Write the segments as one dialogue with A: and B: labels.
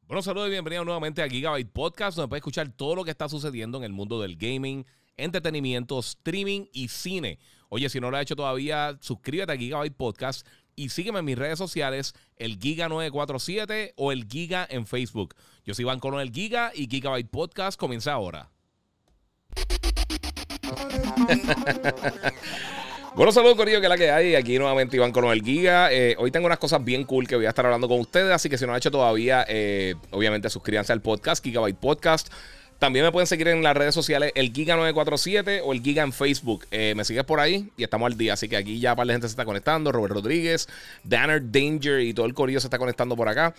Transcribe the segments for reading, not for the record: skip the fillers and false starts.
A: Bueno, saludos y bienvenidos nuevamente a Gigabyte Podcast, donde puedes escuchar todo lo que está sucediendo en el mundo del gaming, entretenimiento, streaming y cine. Oye, si no lo has hecho todavía, suscríbete a Gigabyte Podcast y sígueme en mis redes sociales, el Giga947 o el Giga en Facebook. Yo soy Iván Colón, el Giga, y Gigabyte Podcast comienza ahora. Bueno, saludos, corillo, que es la que hay. Aquí nuevamente Iván Colón, el Giga. Hoy tengo unas cosas bien cool que voy a estar hablando con ustedes, así que si no lo han hecho todavía, obviamente suscríbanse al podcast, Gigabyte Podcast. También me pueden seguir en las redes sociales, el Giga947 o el Giga en Facebook. Me sigues por ahí y estamos al día. Así que aquí ya par de gente se está conectando. Robert Rodríguez, Danner Danger y todo el corillo se está conectando por acá.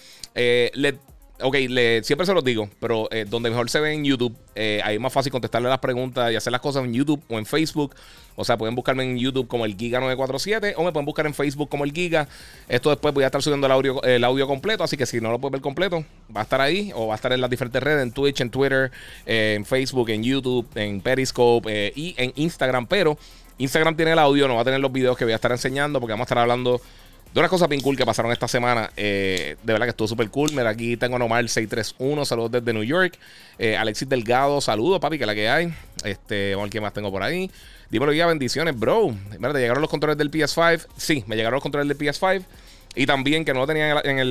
A: Siempre se los digo, pero donde mejor se ve en YouTube, ahí es más fácil contestarle las preguntas y hacer las cosas en YouTube o en Facebook. O sea, pueden buscarme en YouTube como el Giga947 o me pueden buscar en Facebook como el Giga. Esto después voy a estar subiendo el audio completo, así que si no lo puedes ver completo, va a estar ahí o va a estar en las diferentes redes, en Twitch, en Twitter, en Facebook, en YouTube, en Periscope y en Instagram. Pero Instagram tiene el audio, no va a tener los videos que voy a estar enseñando porque vamos a estar hablando de unas cosas bien cool que pasaron esta semana. De verdad que estuvo súper cool. Mira, aquí tengo a Nomar 631. Saludos desde New York. Alexis Delgado, saludos, papi, que es la que hay. Vamos a ver qué más tengo por ahí. Dímelo ya, bendiciones, bro. Mira, ¿te llegaron los controles del PS5? Sí, me llegaron los controles del PS5. Y también que no lo tenía en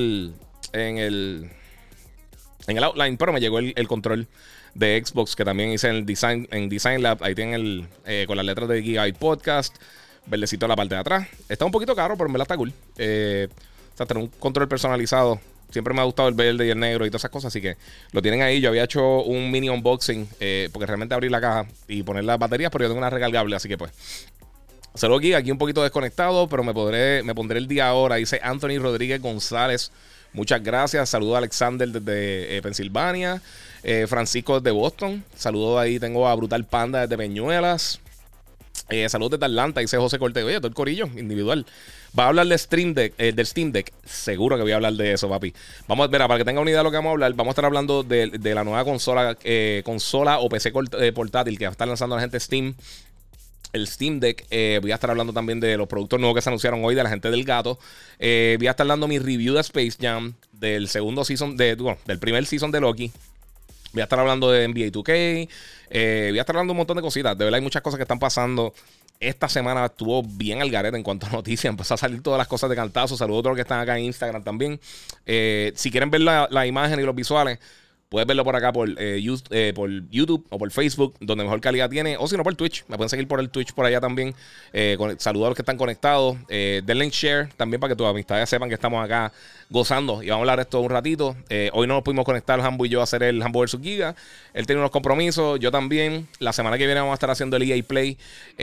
A: el outline, pero me llegó el control de Xbox, que también hice en Design Lab. Ahí tienen con las letras de Gigabyte Podcast. Verdecito en la parte de atrás. Está un poquito caro, pero en verdad está cool. O sea, tener un control personalizado. Siempre me ha gustado el verde y el negro y todas esas cosas. Así que lo tienen ahí. Yo había hecho un mini unboxing. Porque realmente abrí la caja y poner las baterías. Pero yo tengo una recargable. Así que pues. Saludos aquí un poquito desconectado. Pero me pondré el día ahora. Dice Anthony Rodríguez González. Muchas gracias. Saludos a Alexander desde Pensilvania. Francisco desde Boston. Saludos ahí. Tengo a Brutal Panda desde Peñuelas. Saludos desde Atlanta, dice José Cortés. Oye, todo el corillo individual. Va a hablar del Steam Deck. Seguro que voy a hablar de eso, papi. Vamos a ver, para que tenga una idea de lo que vamos a hablar, vamos a estar hablando de la nueva consola o PC portátil que va a estar lanzando la gente Steam. El Steam Deck. Voy a estar hablando también de los productos nuevos que se anunciaron hoy de la gente del gato. Voy a estar dando mi review de Space Jam, del segundo season, del primer season de Loki. Voy a estar hablando de NBA 2K. Voy a estar hablando de un montón de cositas. De verdad hay muchas cosas que están pasando. Esta semana estuvo bien al garete en cuanto a noticias. Empezó a salir todas las cosas de cantazo. Saludos a todos los que están acá en Instagram también. Si quieren ver la imagen y los visuales, puedes verlo por acá por YouTube o por Facebook, donde mejor calidad tiene. O si no, por Twitch. Me pueden seguir por el Twitch por allá también. Saludos a los que están conectados. Denle en share también para que tus amistades sepan que estamos acá gozando. Y vamos a hablar de esto un ratito. Hoy no nos pudimos conectar, Hambo y yo, a hacer el Hambo vs Giga. Él tiene unos compromisos. Yo también. La semana que viene vamos a estar haciendo el EA Play.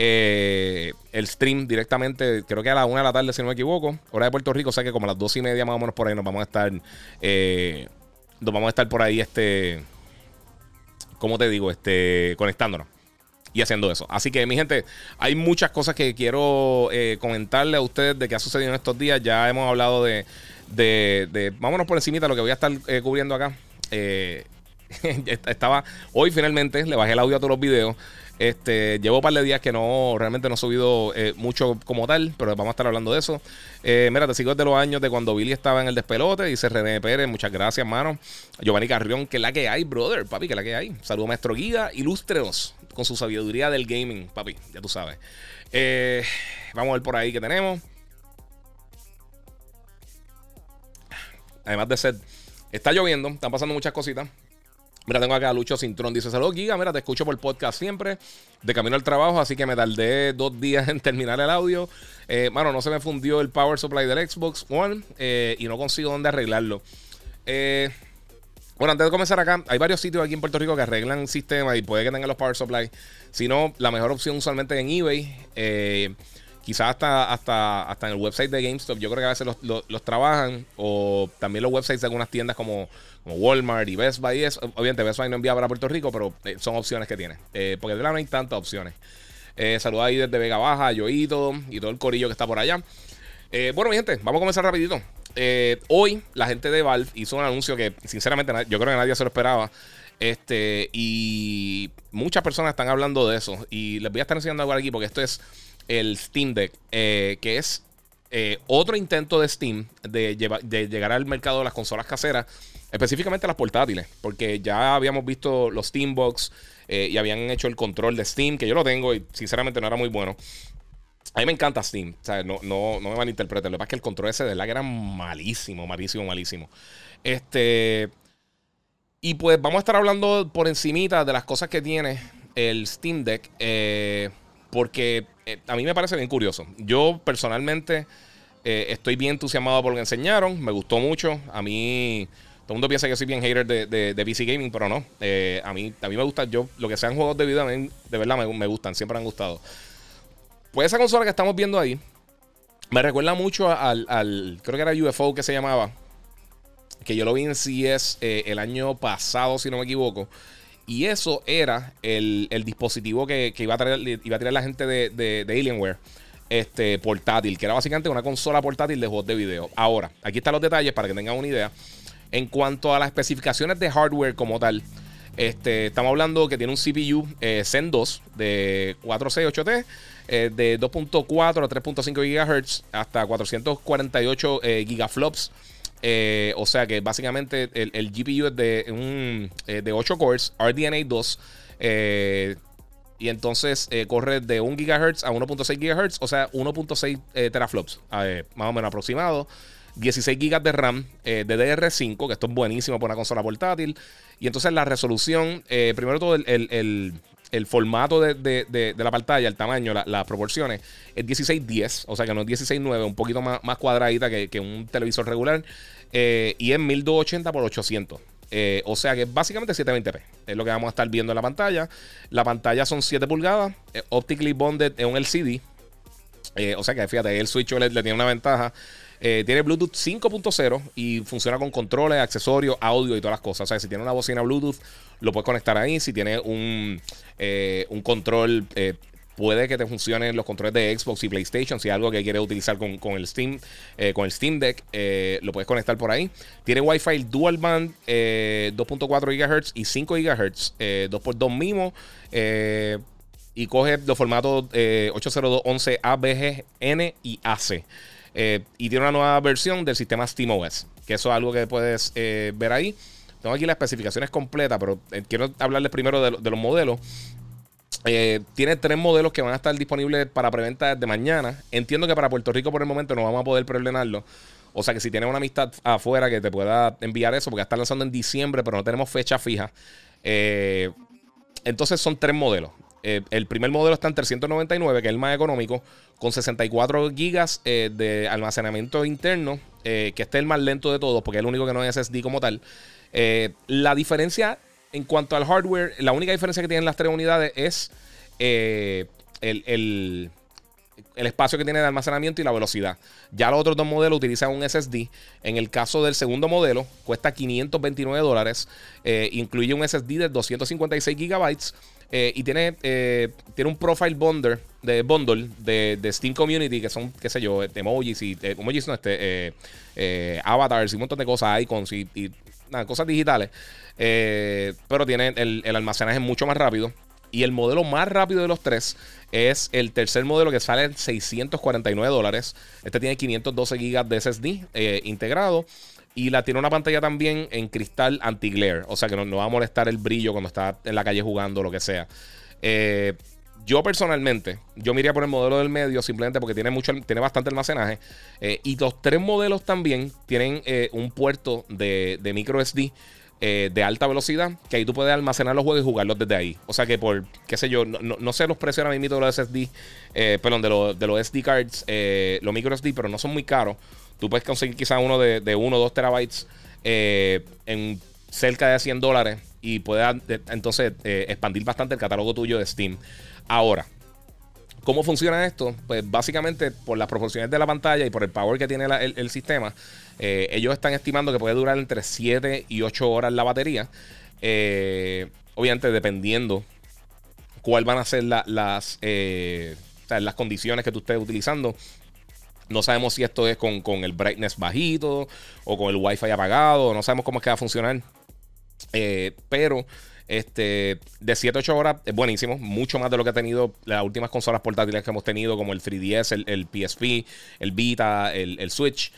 A: El stream directamente, creo que a la 1 de la tarde, si no me equivoco. Hora de Puerto Rico. O sea que como a las 2:30 más o menos por ahí nos vamos a estar... Nos vamos a estar por ahí, ¿cómo te digo? Conectándonos y haciendo eso. Así que, mi gente, hay muchas cosas que quiero comentarle a ustedes de qué ha sucedido en estos días. Ya hemos hablado vámonos por encimita de lo que voy a estar cubriendo acá. Hoy finalmente le bajé el audio a todos los videos. Llevo un par de días que realmente no he subido mucho como tal, pero vamos a estar hablando de eso. Mira, te sigo desde los años de cuando Billy estaba en el despelote. Dice René Pérez, muchas gracias, hermano. Giovanni Carrión, que es la que hay, brother, papi, que es la que hay. Saludos, maestro Guida, ilústrenos con su sabiduría del gaming, papi, ya tú sabes. Vamos a ver por ahí que tenemos. Además de ser, está lloviendo, están pasando muchas cositas. Mira, tengo acá a Lucho Cintrón. Dice, saludos, Giga. Mira, te escucho por podcast siempre. De camino al trabajo, así que me tardé 2 días en terminar el audio. Mano, no se me fundió el power supply del Xbox One y no consigo dónde arreglarlo. Bueno, antes de comenzar acá, hay varios sitios aquí en Puerto Rico que arreglan sistemas y puede que tengan los power supply. Si no, la mejor opción usualmente es en eBay. Quizás hasta en el website de GameStop. Yo creo que a veces los trabajan. O también los websites de algunas tiendas como Walmart y Best Buy. Obviamente Best Buy no envía para Puerto Rico, pero son opciones que tiene. Porque de verdad no hay tantas opciones. Saludos ahí desde Vega Baja, Yoito y todo el corillo que está por allá. Bueno, mi gente, vamos a comenzar rapidito. Hoy la gente de Valve hizo un anuncio que sinceramente yo creo que nadie se lo esperaba. Y muchas personas están hablando de eso. Y les voy a estar enseñando algo aquí porque esto es el Steam Deck, que es otro intento de Steam de llegar al mercado de las consolas caseras Específicamente las portátiles, porque ya habíamos visto los Steambox y habían hecho el control de Steam, que yo lo tengo y sinceramente no era muy bueno. A mí me encanta Steam, o sea, no me malinterpreten. Lo que pasa es que el control ese de verdad que era malísimo, malísimo, malísimo. Este. Y pues vamos a estar hablando por encimita de las cosas que tiene el Steam Deck. Porque a mí me parece bien curioso. Yo personalmente estoy bien entusiasmado por lo que enseñaron. Me gustó mucho. A mí, todo el mundo piensa que soy bien hater de PC Gaming, pero no. A mí me gusta. Yo, lo que sean juegos de video, a mí, de verdad me gustan. Siempre me han gustado. Pues esa consola que estamos viendo ahí me recuerda mucho creo que era UFO que se llamaba. Que yo lo vi en CES el año pasado, si no me equivoco. Y eso era el dispositivo que iba a traer la gente de Alienware. Portátil, que era básicamente una consola portátil de juegos de video. Ahora, aquí están los detalles para que tengan una idea. En cuanto a las especificaciones de hardware como tal, estamos hablando que tiene un CPU Zen 2 de 468T, de 2.4 a 3.5 GHz hasta 448 gigaflops. O sea que básicamente el GPU es de 8 cores, RDNA 2. Y entonces corre de 1 GHz a 1.6 GHz, o sea 1.6 teraflops, más o menos aproximado. 16 GB de RAM, DDR5, que esto es buenísimo para una consola portátil. Y entonces la resolución, primero todo el formato de la pantalla, el tamaño, las proporciones, es 16:10, o sea que no es 16:9, un poquito más cuadradita que un televisor regular. Y es 1280 por 800. O sea que básicamente 720p es lo que vamos a estar viendo en la pantalla. La pantalla son 7 pulgadas, optically bonded en un LCD. O sea que fíjate, el Switch OLED le tiene una ventaja. Tiene Bluetooth 5.0 y funciona con controles, accesorios, audio y todas las cosas. O sea, si tiene una bocina Bluetooth, lo puedes conectar ahí. Si tiene un control, puede que te funcionen los controles de Xbox y PlayStation. Si es algo que quieres utilizar con el Steam Deck, lo puedes conectar por ahí. Tiene Wi-Fi Dual Band, 2.4 GHz y 5 GHz, 2x2 MIMO. Y coge los formatos 802.11 A, B, G, N y AC. Y tiene una nueva versión del sistema SteamOS, que eso es algo que puedes ver ahí. Tengo aquí las especificaciones completas, pero quiero hablarles primero de los modelos. Tiene 3 modelos que van a estar disponibles para preventa desde mañana. Entiendo que para Puerto Rico por el momento no vamos a poder preordenarlo. O sea que si tienes una amistad afuera que te pueda enviar eso, porque está lanzando en diciembre, pero no tenemos fecha fija. Entonces son 3 modelos. El primer modelo está en 399, que es el más económico, con 64 GB de almacenamiento interno, que este es el más lento de todos, porque es el único que no es SSD como tal. La diferencia en cuanto al hardware, la única diferencia que tienen las 3 unidades es el espacio que tiene de almacenamiento y la velocidad. Ya los otros 2 modelos utilizan un SSD. En el caso del segundo modelo, cuesta $529. Incluye un SSD de 256 GB. Y tiene un profile bundle de Steam Community, que son, qué sé yo, emojis y emojis no, avatars y un montón de cosas, icons y nada, cosas digitales. Pero tiene el almacenaje mucho más rápido. Y el modelo más rápido de los 3 es el tercer modelo, que sale en $649. Este tiene 512 GB de SSD integrado. Y tiene una pantalla también en cristal anti-glare. O sea que no va a molestar el brillo cuando está en la calle jugando o lo que sea. Yo personalmente, yo me iría por el modelo del medio simplemente porque tiene bastante almacenaje. Y los 3 modelos también tienen un puerto de micro SD de alta velocidad, que ahí tú puedes almacenar los juegos y jugarlos desde ahí. O sea que por, qué sé yo, no sé los precios ahora mismo de los SSD, perdón, de los SD cards, los micro SD, pero no son muy caros. Tú puedes conseguir quizás uno de 1 o 2 terabytes en cerca de $100 y puedes entonces expandir bastante el catálogo tuyo de Steam. Ahora, ¿cómo funciona esto? Pues básicamente por las proporciones de la pantalla y por el power que tiene el sistema, ellos están estimando que puede durar entre 7 y 8 horas la batería. Obviamente dependiendo cuál van a ser las condiciones que tú estés utilizando. No sabemos si esto es con el brightness bajito o con el wifi apagado. No sabemos cómo es que va a funcionar. Pero De 7 a 8 horas es buenísimo. Mucho más de lo que ha tenido las últimas consolas portátiles que hemos tenido, como el 3DS, el PSP, el Vita, el Switch.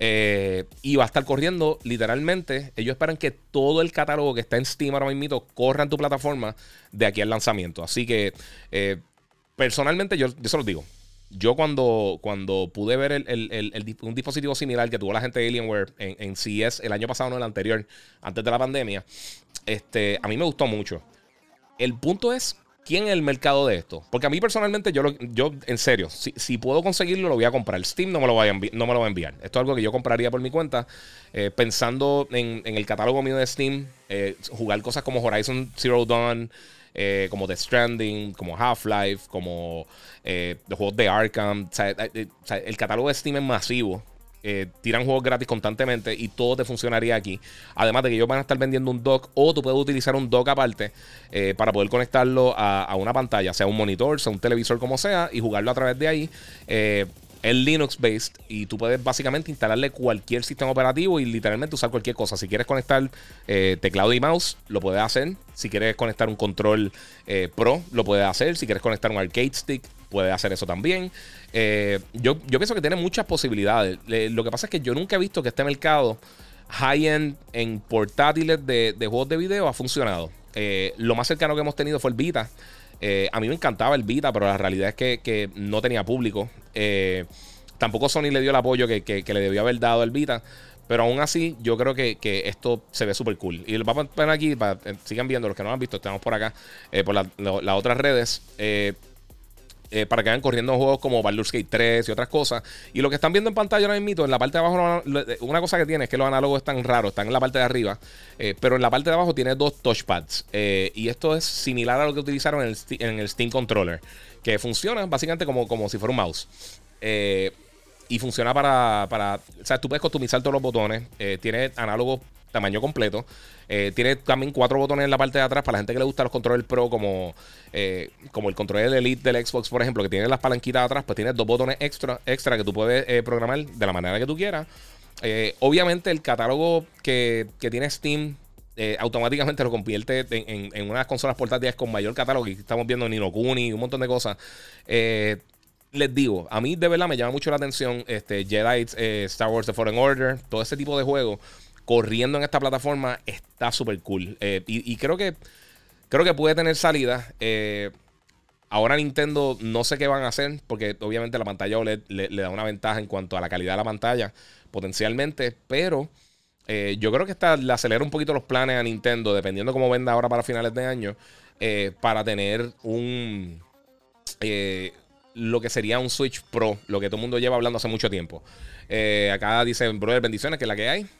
A: Y va a estar corriendo literalmente. Ellos esperan que todo el catálogo que está en Steam ahora mismo corra en tu plataforma de aquí al lanzamiento. Así que personalmente yo se los digo. Yo cuando pude ver un dispositivo similar que tuvo la gente de Alienware en CES el año pasado, no el anterior, antes de la pandemia, a mí me gustó mucho. El punto es, ¿quién es el mercado de esto? Porque a mí personalmente, yo en serio, si puedo conseguirlo, lo voy a comprar. Steam no me lo va a enviar. Esto es algo que yo compraría por mi cuenta, pensando en el catálogo mío de Steam, jugar cosas como Horizon Zero Dawn, como The Stranding, como Half-Life, como los juegos de Arkham. O sea, el catálogo de Steam es masivo. Tiran juegos gratis constantemente y todo te funcionaría aquí. Además de que ellos van a estar vendiendo un dock, o tú puedes utilizar un dock aparte para poder conectarlo a una pantalla, sea un monitor, sea un televisor, como sea, y jugarlo a través de ahí. Es Linux-based y tú puedes básicamente instalarle cualquier sistema operativo y literalmente usar cualquier cosa. Si quieres conectar teclado y mouse, lo puedes hacer. Si quieres conectar un control Pro, lo puedes hacer. Si quieres conectar un arcade stick, puedes hacer eso también. Yo pienso que tiene muchas posibilidades. Lo que pasa es que yo nunca he visto que este mercado high-end en portátiles de juegos de video ha funcionado. Lo más cercano que hemos tenido fue el Vita. A mí me encantaba el Vita, pero la realidad es que no tenía público. Tampoco Sony le dio el apoyo que le debió haber dado el Vita. Pero aún así, yo creo que esto se ve súper cool. Y lo vamos a poner aquí, sigan viendo los que no lo han visto. Estamos por acá, por las otras redes. Para que vayan corriendo juegos como Baldur's Gate 3 y otras cosas. Y lo que están viendo en pantalla ahora mismo, en la parte de abajo, una cosa que tiene es que los análogos están raros, están en la parte de arriba, pero en la parte de abajo tiene 2 touchpads. Y esto es similar a lo que utilizaron en el Steam Controller, que funciona básicamente como si fuera un mouse. Y funciona para o sea, tú puedes customizar todos los botones. Tiene análogos tamaño completo. Tiene también 4 botones en la parte de atrás para la gente que le gusta los controles Pro, como el control del Elite del Xbox, por ejemplo, que tiene las palanquitas atrás. Pues tiene 2 botones extra que tú puedes programar de la manera que tú quieras. Obviamente el catálogo que tiene Steam automáticamente lo convierte en unas consolas portátiles con mayor catálogo. Y estamos viendo Ni no Kuni y un montón de cosas. Les digo, a mí de verdad me llama mucho la atención Jedi, Star Wars The Fallen Order, todo ese tipo de juegos corriendo en esta plataforma está súper cool. Y creo que puede tener salida. Ahora Nintendo no sé qué van a hacer, porque obviamente la pantalla OLED le da una ventaja en cuanto a la calidad de la pantalla, potencialmente, pero yo creo que le acelera un poquito los planes a Nintendo, dependiendo cómo venda ahora para finales de año, para tener lo que sería un Switch Pro, lo que todo el mundo lleva hablando hace mucho tiempo. Acá dice, brother, bendiciones, que es la que hay.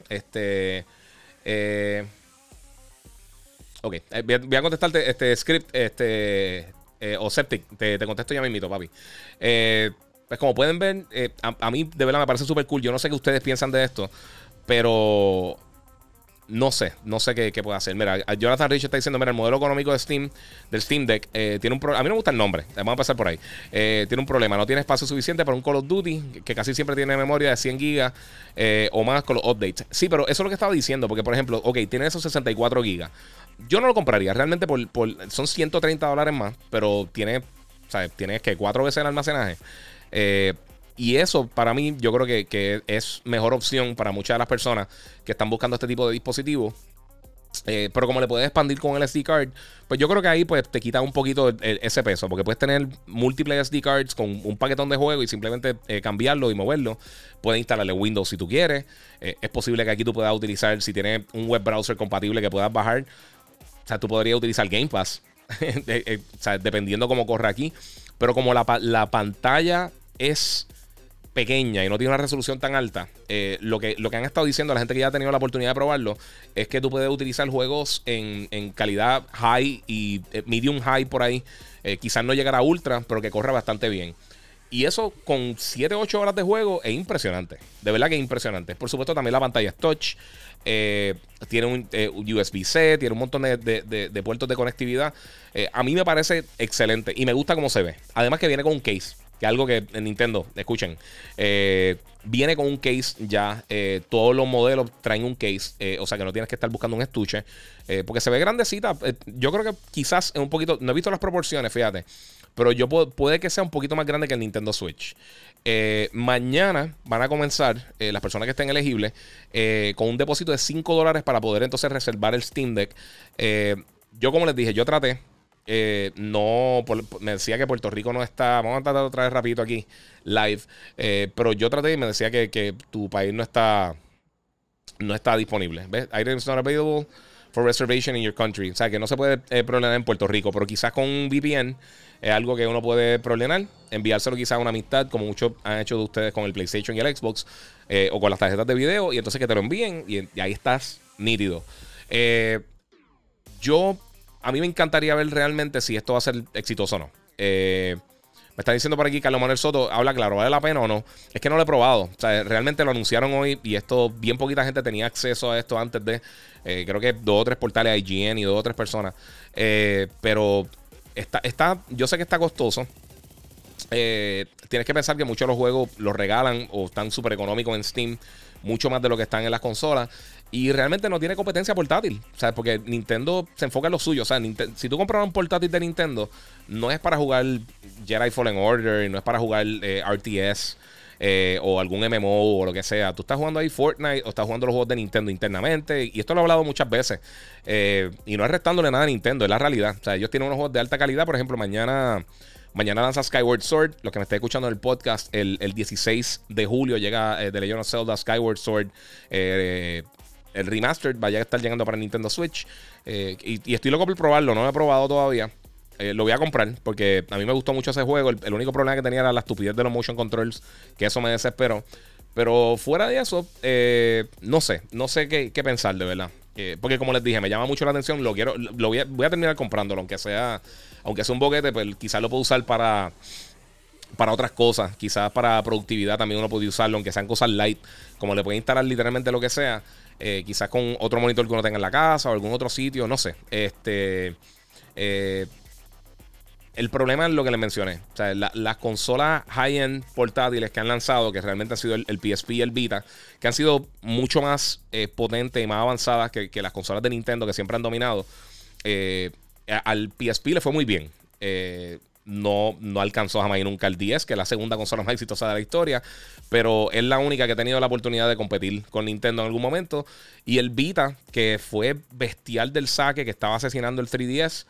A: Ok, voy a contestarte este script, o Septic, te contesto ya mismito, papi. Pues como pueden ver, a mí de verdad me parece súper cool. Yo no sé qué ustedes piensan de esto, pero no sé qué puede hacer. Mira, Jonathan Rich está diciendo, mira, el modelo económico del Steam Deck tiene un problema. A mí no me gusta el nombre, vamos a pasar por ahí. Tiene un problema, no tiene espacio suficiente para un Call of Duty, que casi siempre tiene memoria de 100 gigas o más con los updates. Sí, pero eso es lo que estaba diciendo, porque por ejemplo, ok, tiene esos 64 gigas. Yo no lo compraría, realmente son $130 más, pero tiene que 4 veces el almacenaje. Y eso, para mí, yo creo que es mejor opción para muchas de las personas que están buscando este tipo de dispositivos. Pero como le puedes expandir con el SD card, pues yo creo que ahí pues te quita un poquito ese peso, porque puedes tener múltiples SD cards con un paquetón de juego y simplemente cambiarlo y moverlo. Puedes instalarle Windows si tú quieres. Es posible que aquí tú puedas utilizar, si tienes un web browser compatible que puedas bajar, o sea, tú podrías utilizar Game Pass, o sea, dependiendo cómo corre aquí. Pero como la pantalla es pequeña y no tiene una resolución tan alta, lo que han estado diciendo la gente que ya ha tenido la oportunidad de probarlo es que tú puedes utilizar juegos en calidad high y medium high por ahí, quizás no llegar a ultra, pero que corra bastante bien. Y eso con 7-8 horas de juego es impresionante. De verdad que es impresionante. Por supuesto, también la pantalla es touch. Tiene un USB-C, tiene un montón de puertos de conectividad. A mí me parece excelente y me gusta cómo se ve. Además que viene con un case. que algo que Nintendo, escuchen, viene con un case ya. Todos los modelos traen un case. O sea que no tienes que estar buscando un estuche. Porque se ve grandecita. Yo creo que quizás es un poquito. No he visto las proporciones, fíjate. Pero puede que sea un poquito más grande que el Nintendo Switch. Mañana van a comenzar las personas que estén elegibles con un depósito de $5 para poder entonces reservar el Steam Deck. Yo, como les dije, yo traté. Me decía que Puerto Rico no está. Vamos a tratar otra vez rapidito aquí, live. Pero yo traté y me decía que tu país no está disponible. ¿Ves? Items not available for reservation in your country. O sea, que no se puede problemar en Puerto Rico, pero quizás con un VPN es algo que uno puede problemar. Enviárselo quizás a una amistad, como muchos han hecho de ustedes con el PlayStation y el Xbox, o con las tarjetas de video, y entonces que te lo envíen y ahí estás nítido. A mí me encantaría ver realmente si esto va a ser exitoso o no. Me está diciendo por aquí Carlos Manuel Soto, habla claro, ¿vale la pena o no? Es que no lo he probado. O sea, realmente lo anunciaron hoy y esto, bien poquita gente tenía acceso a esto antes de, creo que 2 o 3 portales IGN y 2 o 3 personas. Pero yo sé que está costoso. Tienes que pensar que muchos de los juegos los regalan o están súper económicos en Steam, mucho más de lo que están en las consolas. Y realmente no tiene competencia portátil, ¿sabes? Porque Nintendo se enfoca en lo suyo. O sea, si tú compras un portátil de Nintendo, no es para jugar Jedi Fallen Order, no es para jugar RTS o algún MMO o lo que sea. Tú estás jugando ahí Fortnite o estás jugando los juegos de Nintendo internamente. Y esto lo he hablado muchas veces. Y no es restándole nada a Nintendo, es la realidad. O sea, ellos tienen unos juegos de alta calidad. Por ejemplo, mañana lanza Skyward Sword. Los que me estén escuchando en el podcast, el 16 de julio llega The Legend of Zelda Skyward Sword. El remastered vaya a estar llegando para Nintendo Switch. Y estoy loco por probarlo. No lo he probado todavía. Lo voy a comprar porque a mí me gustó mucho ese juego. El único problema que tenía era la estupidez de los motion controls, que eso me desesperó. Pero fuera de eso, no sé qué pensar, de verdad. Porque como les dije, me llama mucho la atención. Voy a terminar comprándolo, aunque sea un boquete, pues quizás lo puedo usar para otras cosas. Quizás para productividad también uno puede usarlo, aunque sean cosas light, como le puede instalar literalmente lo que sea. Quizás con otro monitor que uno tenga en la casa o algún otro sitio, no sé. El problema es lo que les mencioné. O sea, las consolas high-end portátiles que han lanzado, que realmente han sido el PSP y el Vita, que han sido mucho más potentes y más avanzadas que las consolas de Nintendo, que siempre han dominado. Al PSP le fue muy bien. No alcanzó jamás y nunca el 10, que es la segunda consola más exitosa de la historia, pero es la única que ha tenido la oportunidad de competir con Nintendo en algún momento. Y el Vita, que fue bestial del saque, que estaba asesinando el 3DS,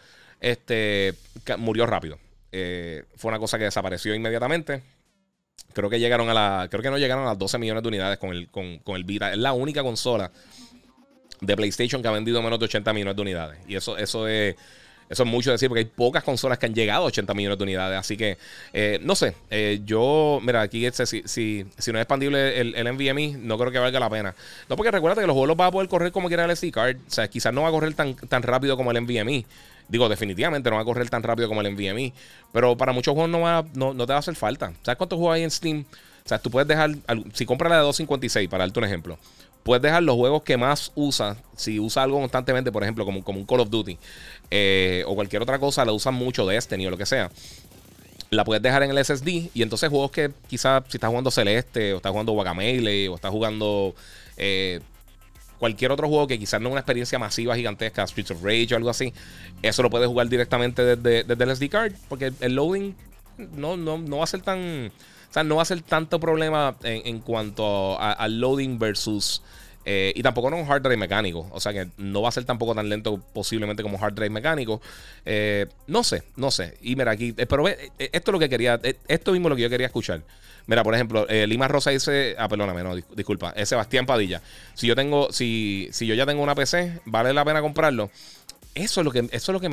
A: murió rápido. Fue una cosa que desapareció inmediatamente. Creo que no llegaron a las 12 millones de unidades con el Vita. Es la única consola de PlayStation que ha vendido menos de 80 millones de unidades. Y eso es mucho decir, porque hay pocas consolas que han llegado a 80 millones de unidades. Así que, no sé. Mira, aquí si no es expandible el NVMe, no creo que valga la pena. No, porque recuerda que los juegos los va a poder correr como quiera el SD card. O sea, quizás no va a correr tan rápido como el NVMe. Digo, definitivamente no va a correr tan rápido como el NVMe. Pero para muchos juegos no te va a hacer falta. ¿Sabes cuántos juegos hay en Steam? O sea, tú puedes dejar, si compras la de 256, para darte un ejemplo, puedes dejar los juegos que más usas. Si usas algo constantemente, por ejemplo, como un Call of Duty o cualquier otra cosa, la usas mucho, Destiny o lo que sea, la puedes dejar en el SSD. Y entonces juegos que quizás si estás jugando Celeste o estás jugando Guacamelee o estás jugando cualquier otro juego que quizás no es una experiencia masiva gigantesca, Streets of Rage o algo así, eso lo puedes jugar directamente desde el SD card, porque el loading no va a ser tan... O sea, no va a ser tanto problema en cuanto al loading versus... y tampoco no un hard drive mecánico. O sea que no va a ser tampoco tan lento posiblemente como hard drive mecánico. No sé. Y mira aquí, pero esto es lo que quería, esto mismo es lo que yo quería escuchar. Mira, por ejemplo, Lima Rosa dice, perdóname, no, disculpa, es Sebastián Padilla. Si yo ya tengo una PC, ¿vale la pena comprarlo? Eso es lo que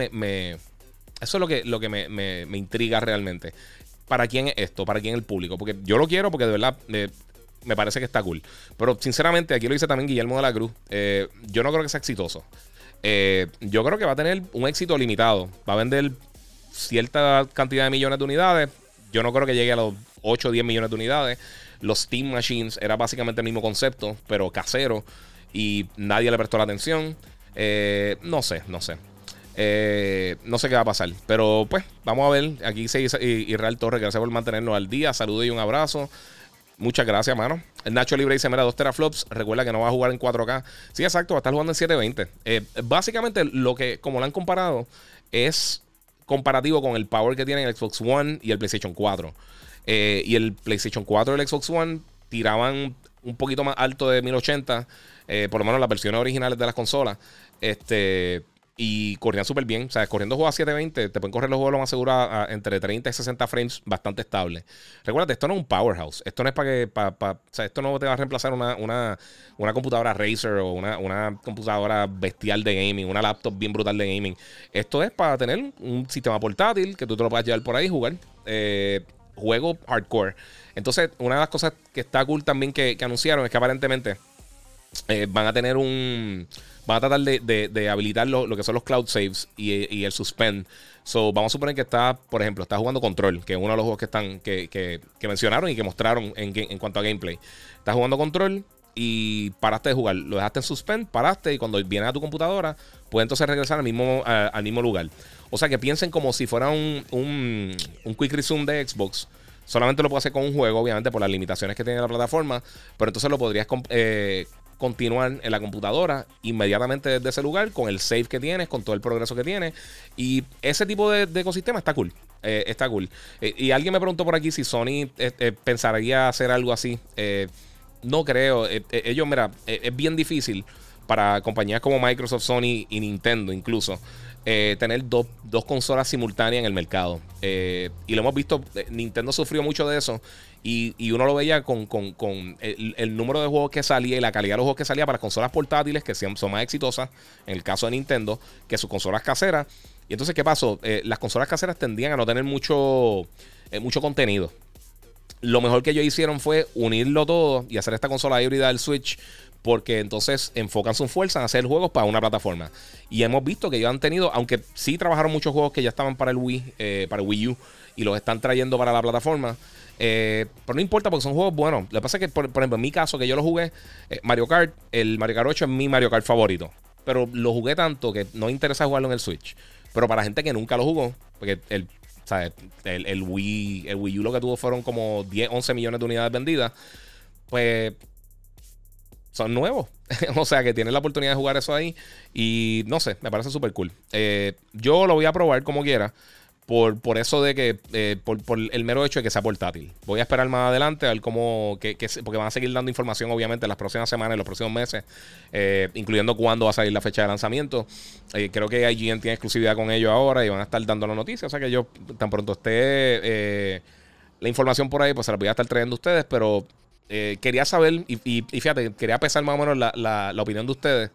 A: me intriga realmente. ¿Para quién es esto? ¿Para quién es el público? Porque yo lo quiero porque de verdad me parece que está cool. Pero sinceramente, aquí lo dice también Guillermo de la Cruz, yo no creo que sea exitoso. Yo creo que va a tener un éxito limitado. Va a vender cierta cantidad de millones de unidades. Yo no creo que llegue a los 8 o 10 millones de unidades. Los Steam Machines era básicamente el mismo concepto, pero casero. Y nadie le prestó la atención. No sé. No sé qué va a pasar. Pero pues, vamos a ver. Aquí se dice Israel Torres, gracias por mantenernos al día. Saludos y un abrazo. Muchas gracias, mano. El Nacho Libre dice: mira, 2 teraflops. Recuerda que no va a jugar en 4K. Sí, exacto, va a estar jugando en 720. Básicamente, como lo han comparado, es comparativo con el power que tiene el Xbox One y el PlayStation 4. Y el PlayStation 4 y el Xbox One tiraban un poquito más alto de 1080. Por lo menos las versiones originales de las consolas. Y corrían súper bien. O sea, corriendo juegos a 720, te pueden correr los juegos lo más seguro entre 30 y 60 frames bastante estable. Recuerda, esto no es un powerhouse. Esto no es o sea, esto no te va a reemplazar una computadora Razer o una computadora bestial de gaming, una laptop bien brutal de gaming. Esto es para tener un sistema portátil que tú te lo puedas llevar por ahí y jugar. Juego hardcore. Entonces, una de las cosas que está cool también que anunciaron es que aparentemente van a tratar de habilitar lo que son los cloud saves y el suspend. So, vamos a suponer que por ejemplo, está jugando Control, que es uno de los juegos que mencionaron y que mostraron en cuanto a gameplay. Estás jugando Control y paraste de jugar. Lo dejaste en suspend, paraste, y cuando viene a tu computadora, puedes entonces regresar al mismo lugar. O sea, que piensen como si fuera un quick resume de Xbox. Solamente lo puedo hacer con un juego, obviamente, por las limitaciones que tiene la plataforma. Pero entonces lo podrías continuar en la computadora inmediatamente desde ese lugar, con el save que tienes, con todo el progreso que tienes. Y ese tipo de ecosistema está cool. Está cool. Y alguien me preguntó por aquí si Sony pensaría hacer algo así. No creo. Ellos, mira, es bien difícil para compañías como Microsoft, Sony y Nintendo incluso tener dos consolas simultáneas en el mercado. Y lo hemos visto, Nintendo sufrió mucho de eso. Y uno lo veía con el número de juegos que salía y la calidad de los juegos que salía para las consolas portátiles, que son más exitosas, en el caso de Nintendo, que sus consolas caseras. Y entonces, ¿qué pasó? Las consolas caseras tendían a no tener mucho contenido. Lo mejor que ellos hicieron fue unirlo todo y hacer esta consola híbrida del Switch, porque entonces enfocan su fuerza en hacer juegos para una plataforma. Y hemos visto que ellos han tenido, aunque sí trabajaron muchos juegos que ya estaban para el Wii U, y los están trayendo para la plataforma. Pero no importa porque son juegos buenos. Lo que pasa es que, por ejemplo, en mi caso, que yo lo jugué, Mario Kart, el Mario Kart 8 es mi Mario Kart favorito. Pero lo jugué tanto que no interesa jugarlo en el Switch. Pero para gente que nunca lo jugó, porque el Wii U lo que tuvo fueron como 10, 11 millones de unidades vendidas, pues son nuevos. O sea que tienen la oportunidad de jugar eso ahí. Y no sé, me parece súper cool. Yo lo voy a probar como quiera. Por eso de que, por el mero hecho de que sea portátil. Voy a esperar más adelante a ver cómo, porque van a seguir dando información obviamente en las próximas semanas, en los próximos meses, incluyendo cuándo va a salir la fecha de lanzamiento. Creo que IGN tiene exclusividad con ellos ahora y van a estar dando la noticia. O sea que yo, tan pronto esté la información por ahí, pues se la voy a estar trayendo a ustedes. Pero quería saber, y fíjate, quería pesar más o menos la opinión de ustedes.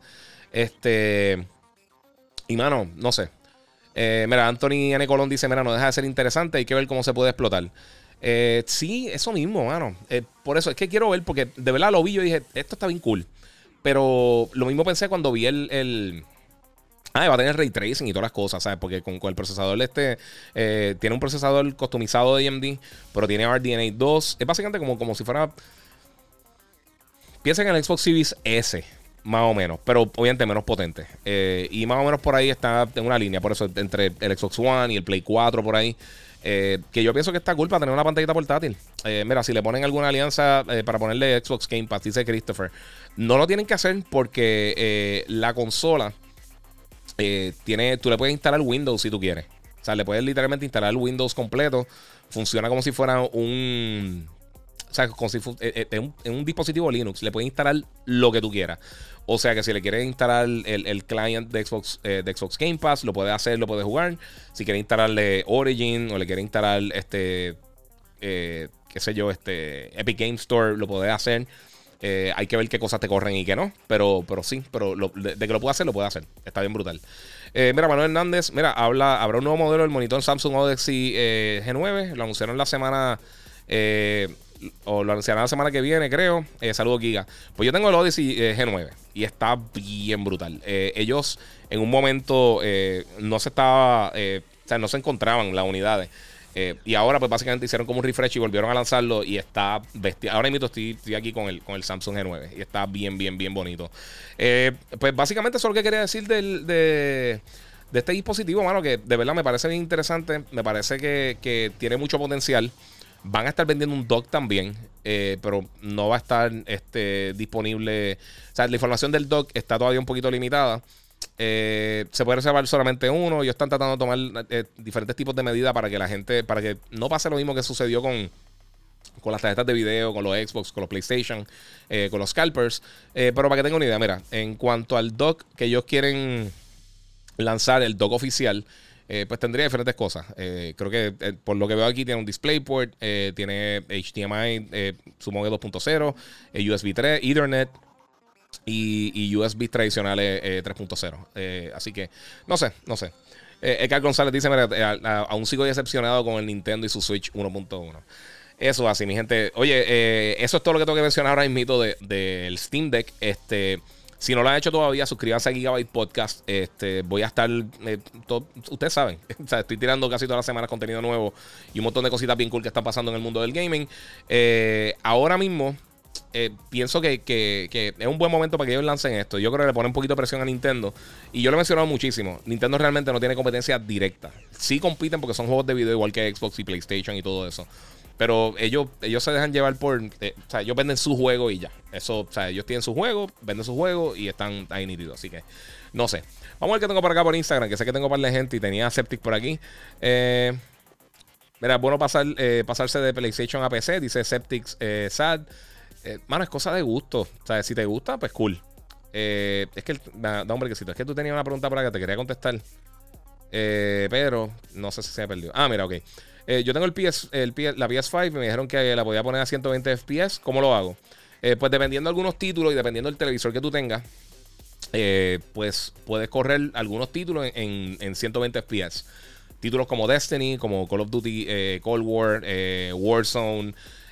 A: Y mano, no sé. Mira, Anthony N. Colón dice: mira, no deja de ser interesante, hay que ver cómo se puede explotar. Sí, eso mismo, mano. Por eso es que quiero ver, porque de verdad lo vi, yo dije, esto está bien cool. Pero lo mismo pensé cuando vi va a tener ray tracing y todas las cosas, ¿sabes? Porque con el procesador tiene un procesador customizado de AMD, pero tiene RDNA 2. Es básicamente como si fuera... Piensa en el Xbox Series S, más o menos, pero obviamente menos potente. Y más o menos por ahí está en una línea, por eso entre el Xbox One y el Play 4 por ahí. Que yo pienso que está cool para tener una pantallita portátil. Mira, si le ponen alguna alianza para ponerle Xbox Game Pass, dice Christopher, no lo tienen que hacer porque la consola tú le puedes instalar Windows si tú quieres. O sea, le puedes literalmente instalar el Windows completo. Funciona como si fuera o sea, como si en un dispositivo Linux. Le puedes instalar lo que tú quieras. O sea que si le quieres instalar el client de Xbox Game Pass, lo puedes hacer, lo puedes jugar. Si quieres instalarle Origin o le quieres instalar qué sé yo, Epic Game Store, lo puedes hacer. Hay que ver qué cosas te corren y qué no. Pero sí, pero de que lo puede hacer, lo puede hacer. Está bien brutal. Mira, Manuel Hernández, mira, habrá un nuevo modelo del monitor Samsung Odyssey G9. Lo anunciaron la semana... o lo anunciarán la semana que viene, creo. Saludos, Giga. Pues yo tengo el Odyssey G9 y está bien brutal. Ellos en un momento no se encontraban las unidades. Y ahora pues básicamente hicieron como un refresh y volvieron a lanzarlo y está bestial. Ahora mismo estoy aquí con el Samsung G9 y está bien, bien, bien bonito. Pues básicamente eso es lo que quería decir del de este dispositivo, mano, que de verdad me parece bien interesante. Me parece que tiene mucho potencial. Van a estar vendiendo un dock también, pero no va a estar disponible. O sea, la información del dock está todavía un poquito limitada. Se puede reservar solamente uno. Ellos están tratando de tomar diferentes tipos de medidas para que la gente, para que no pase lo mismo que sucedió con las tarjetas de video, con los Xbox, con los PlayStation, con los scalpers. Pero para que tengan una idea, mira, en cuanto al dock que ellos quieren lanzar, el dock oficial, pues tendría diferentes cosas. Creo que por lo que veo aquí tiene un DisplayPort, tiene HDMI, supongo que 2.0, USB 3, Ethernet y USB tradicionales 3.0. Así que no sé. Edgar González dice, mira, aún sigo decepcionado con el Nintendo y su Switch 1.1. Eso así, mi gente. Oye, eso es todo lo que tengo que mencionar ahora mismo del Steam Deck. Si no lo han hecho todavía, suscríbanse a Gigabyte Podcast. Voy a estar, ustedes saben, o sea, estoy tirando casi todas las semanas contenido nuevo y un montón de cositas bien cool que están pasando en el mundo del gaming. Ahora mismo, pienso que es un buen momento para que ellos lancen esto. Yo creo que le ponen un poquito de presión a Nintendo. Y yo lo he mencionado muchísimo. Nintendo realmente no tiene competencia directa. Sí compiten porque son juegos de video igual que Xbox y PlayStation y todo eso. Pero ellos se dejan llevar por... o sea, ellos venden su juego y ya. Eso, o sea, ellos tienen su juego, venden su juego y están ahí nítidos. Así que, no sé. Vamos a ver qué tengo por acá por Instagram, que sé que tengo un par de gente y tenía Septic por aquí. Mira, bueno pasarse de PlayStation a PC, dice Septic Sad. Mano, es cosa de gusto. O sea, si te gusta, pues cool. Es que, da un brequecito. Es que tú tenías una pregunta por acá que te quería contestar. Pero no sé si se me perdió. Ah, mira, ok. Yo tengo la PS5 y me dijeron que la podía poner a 120 FPS. ¿Cómo lo hago? Pues dependiendo de algunos títulos y dependiendo del televisor que tú tengas, pues puedes correr algunos títulos en 120 FPS. Títulos como Destiny, como Call of Duty, Cold War, Warzone,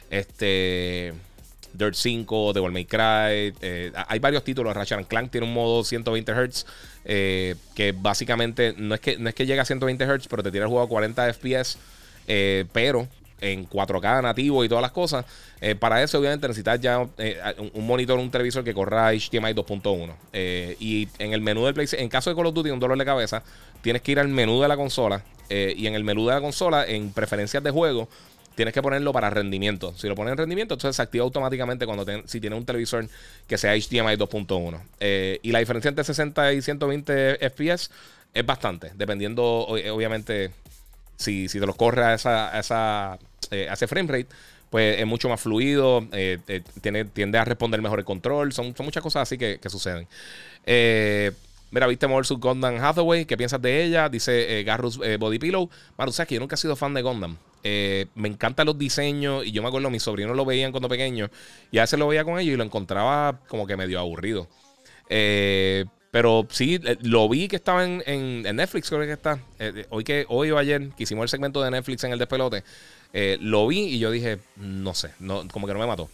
A: Dirt 5, Devil May Cry. Hay varios títulos. Ratchet Clank tiene un modo 120 Hz que básicamente no es que llega a 120 Hz, pero te tira el juego a 40 FPS. Pero en 4K nativo y todas las cosas. Para eso obviamente necesitas ya un monitor, un televisor que corra HDMI 2.1. Y en el menú del PlayStation, en caso de Call of Duty, un dolor de cabeza, tienes que ir al menú de la consola. Y en el menú de la consola, en preferencias de juego, tienes que ponerlo para rendimiento. Si lo pones en rendimiento, entonces se activa automáticamente si tienes un televisor que sea HDMI 2.1. Y la diferencia entre 60 y 120 FPS es bastante, dependiendo, obviamente, si te los corre a ese frame rate, pues es mucho más fluido, tiende a responder mejor el control. Son muchas cosas así que suceden. Mira, ¿viste Mortal Gundam Hathaway? ¿Qué piensas de ella? Dice Garrus Body Pillow. Mano, sabes que yo nunca he sido fan de Gundam. Me encantan los diseños y yo me acuerdo, mis sobrinos lo veían cuando pequeños y a veces lo veía con ellos y lo encontraba como que medio aburrido. Pero sí, lo vi que estaba en Netflix, creo que está. Hoy o ayer, que hicimos el segmento de Netflix en el despelote, lo vi y yo dije, no sé, como que no me mató.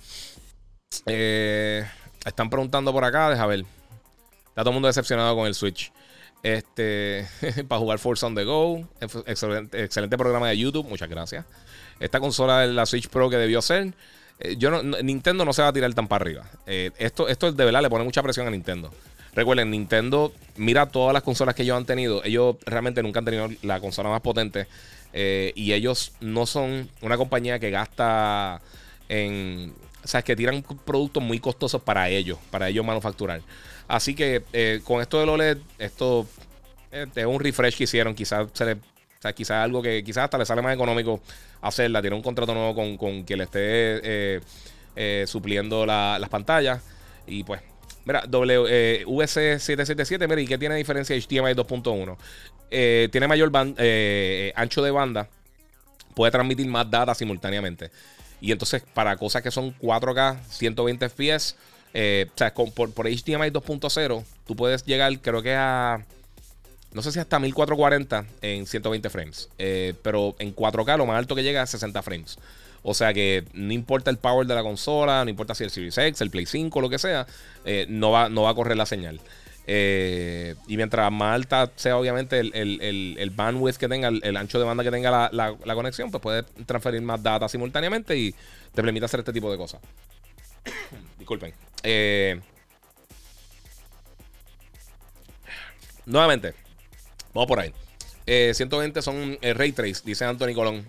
A: Están preguntando por acá, deja ver. Está todo el mundo decepcionado con el Switch. Para jugar Forza on the Go. Excelente programa de YouTube, muchas gracias. Esta consola es la Switch Pro que debió ser. Nintendo no se va a tirar tan para arriba. Esto de verdad le pone mucha presión a Nintendo. Recuerden, Nintendo, mira todas las consolas que ellos han tenido. Ellos realmente nunca han tenido la consola más potente. Y ellos no son una compañía que gasta o sea, que tiran productos muy costosos para ellos manufacturar. Así que con esto del OLED, esto es un refresh que hicieron. Quizás algo que quizás hasta le sale más económico hacerla. Tiene un contrato nuevo con quien le esté supliendo las pantallas. Y pues, mira, VC777, mira, ¿y qué tiene diferencia de HDMI 2.1? Tiene mayor ancho de banda. Puede transmitir más data simultáneamente. Y entonces, para cosas que son 4K, 120 FPS, o sea, por HDMI 2.0, tú puedes llegar, creo que no sé si hasta 1440 en 120 frames. Pero en 4K lo más alto que llega es 60 frames. O sea que no importa el power de la consola, no importa si el Series X, el Play 5, lo que sea, no va a correr la señal. Y mientras más alta sea obviamente el bandwidth que tenga, el ancho de banda que tenga la conexión, pues puede transferir más data simultáneamente y te permite hacer este tipo de cosas. Disculpen. Nuevamente, Vamos por ahí. 120 son Ray Trace, dice Anthony Colón.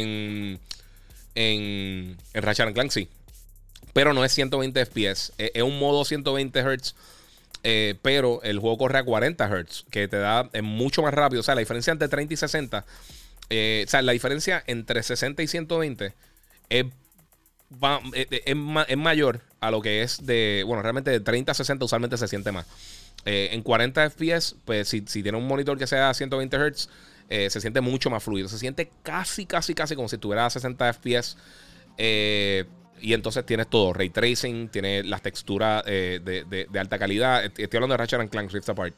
A: En Ratchet and Clank, sí. Pero no es 120 FPS. Es un modo 120 Hz. Pero el juego corre a 40 Hz, que te da mucho más rápido. O sea, la diferencia entre 30 y 60. O sea, la diferencia entre 60 y 120 es mayor a lo que es de. Bueno, realmente de 30 a 60 usualmente se siente más. En 40 FPS, pues si tiene un monitor que sea 120 Hz, se siente mucho más fluido. Se siente casi como si tuviera 60 FPS. Y entonces tienes todo: Ray Tracing, tienes las texturas de alta calidad. Estoy hablando de Ratchet and Clank Rift Apart.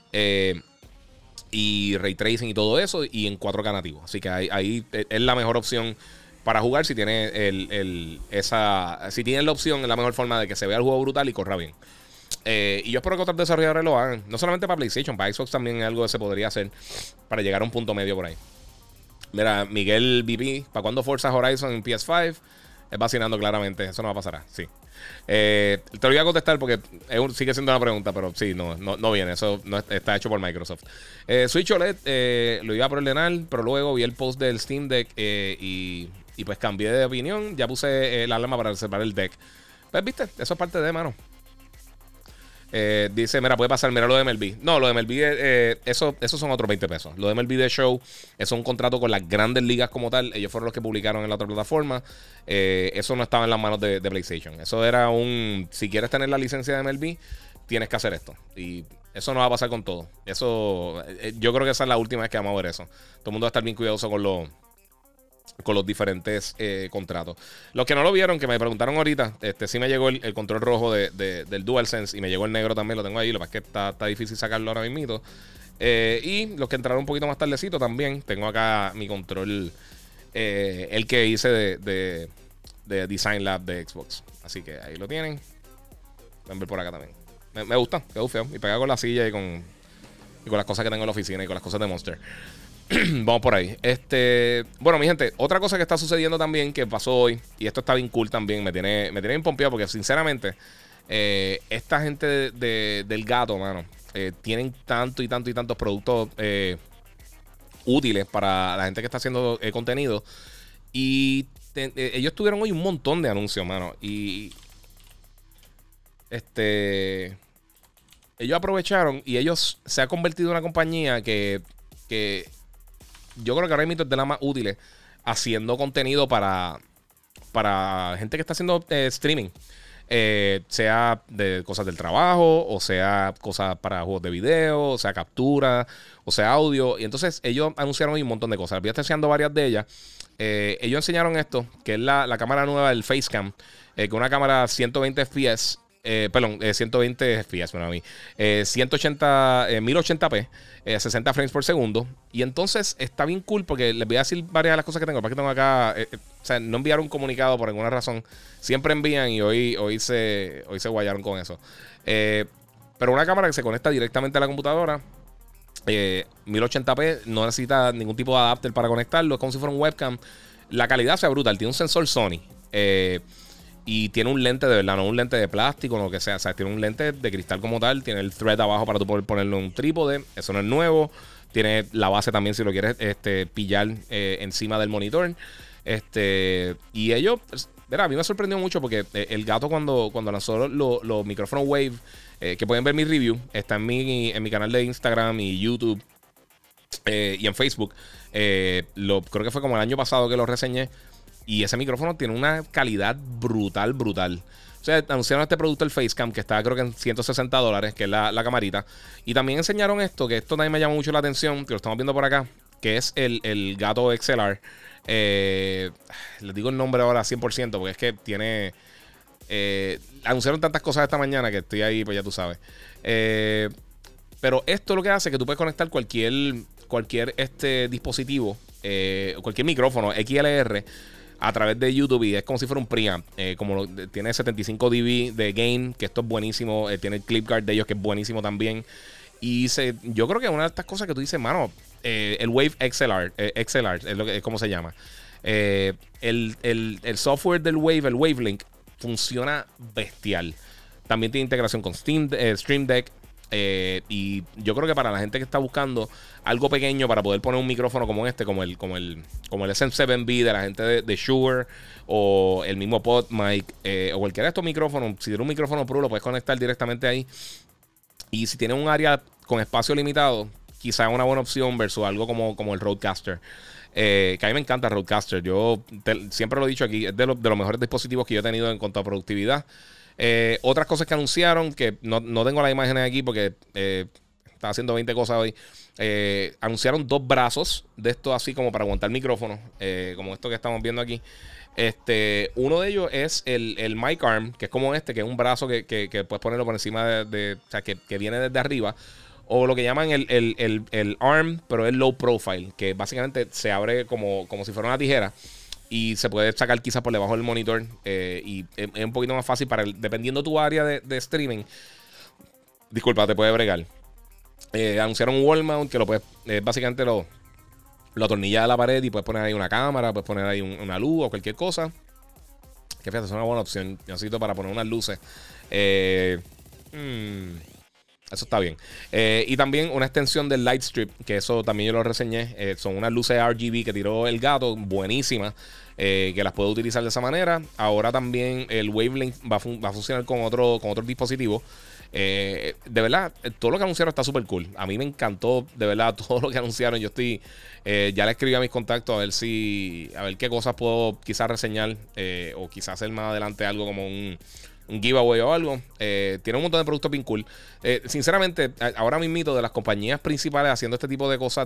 A: Y Ray Tracing y todo eso. Y en 4K nativo. Así que ahí es la mejor opción para jugar si tienes si tienes la opción, es la mejor forma de que se vea el juego brutal y corra bien. Y yo espero que otros desarrolladores lo hagan. No solamente para PlayStation, para Xbox también es algo que se podría hacer para llegar a un punto medio por ahí. Mira, Miguel BP, ¿para cuándo Forza Horizon en PS5? Es vacilando claramente, eso no va a pasar. Sí. Te lo voy a contestar porque sigue siendo una pregunta, pero sí, no viene. Eso no está hecho por Microsoft. Switch OLED lo iba a preordenar, pero luego vi el post del Steam Deck y pues cambié de opinión. Ya puse la alarma para reservar el deck. Pues viste, eso es parte de, mano. Dice, mira, puede pasar, mira lo de MLB. No, lo de MLB, esos son otros 20 pesos. Lo de MLB The Show es un contrato con las grandes ligas como tal. Ellos fueron los que publicaron en la otra plataforma. Eso no estaba en las manos de PlayStation. Eso era si quieres tener la licencia de MLB, tienes que hacer esto. Y eso no va a pasar con todo. Eso, yo creo que esa es la última vez que vamos a ver eso. Todo el mundo va a estar bien cuidadoso con los diferentes contratos. Los que no lo vieron, que me preguntaron ahorita, sí me llegó el control rojo del DualSense y me llegó el negro también, lo tengo ahí. Lo que pasa es que está difícil sacarlo ahora mismo. Y los que entraron un poquito más tardecito también, tengo acá mi control, el que hice de Design Lab de Xbox. Así que ahí lo tienen. Pueden ver por acá también. Me gusta, quedó feo. Y pega con la silla y con las cosas que tengo en la oficina y con las cosas de Monster. Vamos por ahí. Bueno, mi gente, otra cosa que está sucediendo también, que pasó hoy, y esto está bien cool también, me tiene bien pompeado, porque sinceramente, esta gente del gato, mano, tienen tantos productos útiles para la gente que está haciendo contenido. Y ellos tuvieron hoy un montón de anuncios, mano. Y ellos aprovecharon y ellos se ha convertido en una compañía que yo creo que ahora mismo es de las más útiles haciendo contenido para gente que está haciendo streaming. Sea de cosas del trabajo, o sea cosas para juegos de video, o sea captura, o sea audio. Y entonces ellos anunciaron hoy un montón de cosas. Voy a estar enseñando varias de ellas. Ellos enseñaron esto, que es la cámara nueva del Facecam, con una cámara 120 FPS. 120 FPS, bueno, a mí. 180, 1080p, 60 frames por segundo. Y entonces está bien cool porque les voy a decir varias de las cosas que tengo. Para que tengo acá, o sea, no enviaron un comunicado por alguna razón. Siempre envían y hoy se guayaron con eso. Pero una cámara que se conecta directamente a la computadora. 1080p, no necesita ningún tipo de adapter para conectarlo. Es como si fuera un webcam. La calidad sea brutal. Tiene un sensor Sony. Y tiene un lente de verdad, no un lente de plástico, no lo que sea. O sea, tiene un lente de cristal como tal. Tiene el thread abajo para tú poder ponerlo en un trípode. Eso no es nuevo. Tiene la base también si lo quieres pillar encima del monitor. Y ellos, a mí me sorprendió mucho porque el gato cuando lanzó los micrófonos Wave, que pueden ver mi review, está en mi canal de Instagram y YouTube y en Facebook. Creo que fue como el año pasado que lo reseñé. Y ese micrófono tiene una calidad brutal. O sea, anunciaron este producto, el Facecam, que está creo que en $160, que es la camarita. Y también enseñaron esto, que esto también me llama mucho la atención, que lo estamos viendo por acá, que es el gato XLR. Les digo el nombre ahora 100%, porque es que tiene... anunciaron tantas cosas esta mañana que estoy ahí, pues ya tú sabes. Pero esto lo que hace es que tú puedes conectar cualquier dispositivo, cualquier micrófono XLR a través de YouTube, y es como si fuera un preamp. Tiene 75 dB de gain, que esto es buenísimo. Tiene el clip guard de ellos, que es buenísimo también. Y yo creo que una de estas cosas que tú dices, mano, el Wave XLR es como se llama. El software del Wave, el Wavelink, funciona bestial. También tiene integración con Stream Deck. Y yo creo que para la gente que está buscando algo pequeño para poder poner un micrófono como este, como el SM7B de la gente de Shure, o el mismo PodMic, o cualquiera de estos micrófonos, si tiene un micrófono Pro lo puedes conectar directamente ahí. Y si tienes un área con espacio limitado, quizás es una buena opción versus algo como el Rodecaster. Que a mí me encanta el Rodecaster. Yo siempre lo he dicho aquí, es de los mejores dispositivos que yo he tenido en cuanto a productividad. Otras cosas que anunciaron, que no tengo las imágenes aquí porque estaba haciendo 20 cosas hoy. Anunciaron 2 brazos de estos así como para aguantar micrófonos, como esto que estamos viendo aquí. Uno de ellos es el mic arm, que es como que es un brazo que puedes ponerlo por encima o sea, que viene desde arriba. O lo que llaman el arm, pero es low profile, que básicamente se abre como si fuera una tijera y se puede sacar quizás por debajo del monitor. Y es un poquito más fácil dependiendo tu área de streaming. Disculpa, te puede bregar. Anunciaron un wall mount que lo puedes, básicamente lo atornillas a la pared y puedes poner ahí una cámara, puedes poner ahí una luz o cualquier cosa. Que fíjate, es una buena opción. Yo necesito para poner unas luces. Eso está bien. Y también una extensión del Lightstrip, que eso también yo lo reseñé. Son unas luces RGB que tiró el gato, buenísimas, que las puedo utilizar de esa manera. Ahora también el Wavelength va a funcionar con otro dispositivo. De verdad, todo lo que anunciaron está súper cool. A mí me encantó, de verdad, todo lo que anunciaron. Yo estoy, ya le escribí a mis contactos a ver qué cosas puedo quizás reseñar, o quizás hacer más adelante algo como un giveaway o algo. Tiene un montón de productos bien cool. Sinceramente, ahora mismito de las compañías principales haciendo este tipo de cosas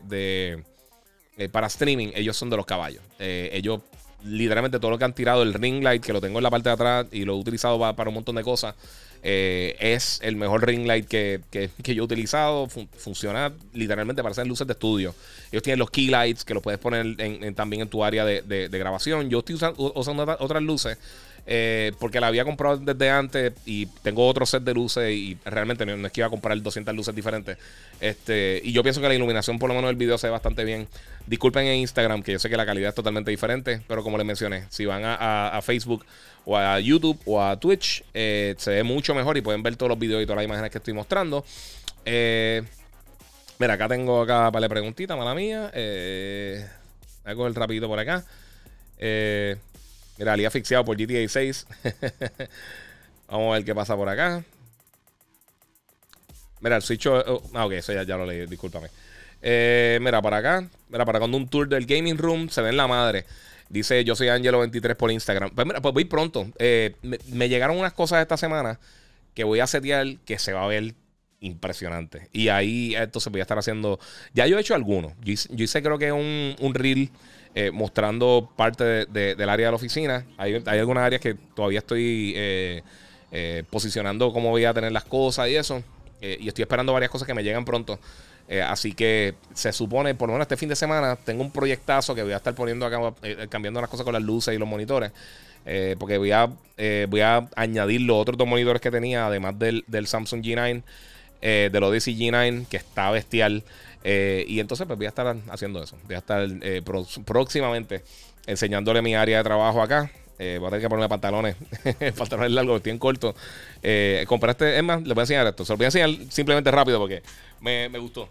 A: para streaming, ellos son de los caballos. Ellos literalmente todo lo que han tirado, el ring light, que lo tengo en la parte de atrás y lo he utilizado para un montón de cosas, es el mejor ring light que yo he utilizado. Funciona literalmente para hacer luces de estudio. Ellos tienen los key lights que los puedes poner también en tu área de grabación. Yo estoy usando otras luces, porque la había comprado desde antes y tengo otro set de luces y realmente no es que iba a comprar 200 luces diferentes. Y yo pienso que la iluminación, por lo menos del video, se ve bastante bien. Disculpen en Instagram, que yo sé que la calidad es totalmente diferente, pero como les mencioné, si van a Facebook o a YouTube o a Twitch, se ve mucho mejor y pueden ver todos los videos y todas las imágenes que estoy mostrando. Mira, acá para la preguntita, mala mía. Voy a coger rapidito por acá. Mira, Ali asfixiado por GTA 6. Vamos a ver qué pasa por acá. Mira, el Switch. Ok, eso ya lo leí, discúlpame. Mira, para acá. Mira, para cuando un tour del Gaming Room se ve en la madre. Dice, yo soy Angelo23 por Instagram. Pues mira, pues voy pronto. Me llegaron unas cosas esta semana que voy a setear que se va a ver impresionante. Y ahí entonces voy a estar haciendo. Ya yo he hecho algunos. Yo hice creo que un reel mostrando parte del área de la oficina. Hay algunas áreas que todavía estoy posicionando cómo voy a tener las cosas y eso. Y estoy esperando varias cosas que me llegan pronto. Así que se supone, por lo menos este fin de semana, tengo un proyectazo que voy a estar poniendo acá, cambiando las cosas con las luces y los monitores. Porque voy a añadir los otros 2 monitores que tenía, además del Samsung G9, del Odyssey G9, que está bestial. Y entonces pues voy a estar haciendo eso. Voy a estar próximamente enseñándole mi área de trabajo acá. Voy a tener que ponerme pantalones pantalones largos, estoy en corto. Compraste, es más, les voy a enseñar esto. Se lo voy a enseñar simplemente rápido porque me gustó.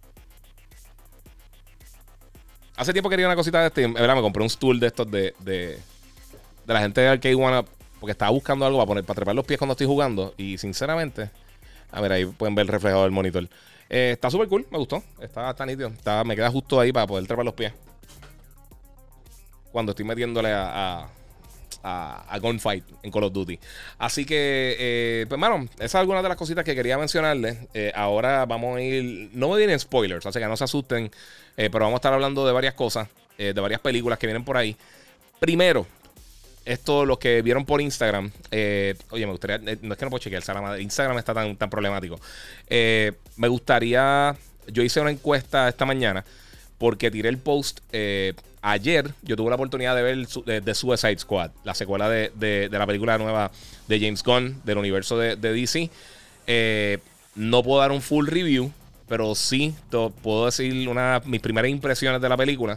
A: Hace tiempo quería una cosita de este. Me compré un stool de estos de la gente de Arcade One, porque estaba buscando algo para trepar los pies cuando estoy jugando. Y sinceramente, a ver, ahí pueden ver el reflejado del monitor. Está súper cool, me gustó. Está nítido. Me queda justo ahí para poder trepar los pies cuando estoy metiéndole a Gunfight en Call of Duty. Así que, pues, mano, esas son algunas de las cositas que quería mencionarles. Ahora vamos a ir. No me vienen spoilers, así que no se asusten. Pero vamos a estar hablando de varias cosas, de varias películas que vienen por ahí. Primero, esto, los que vieron por Instagram. Oye, me gustaría. No es que no puedo chequear, la madre. Instagram está tan problemático. Me gustaría. Yo hice una encuesta esta mañana porque tiré el post. Ayer yo tuve la oportunidad de ver The Suicide Squad, la secuela de la película nueva de James Gunn, del universo de DC. No puedo dar un full review, pero sí puedo decir mis primeras impresiones de la película.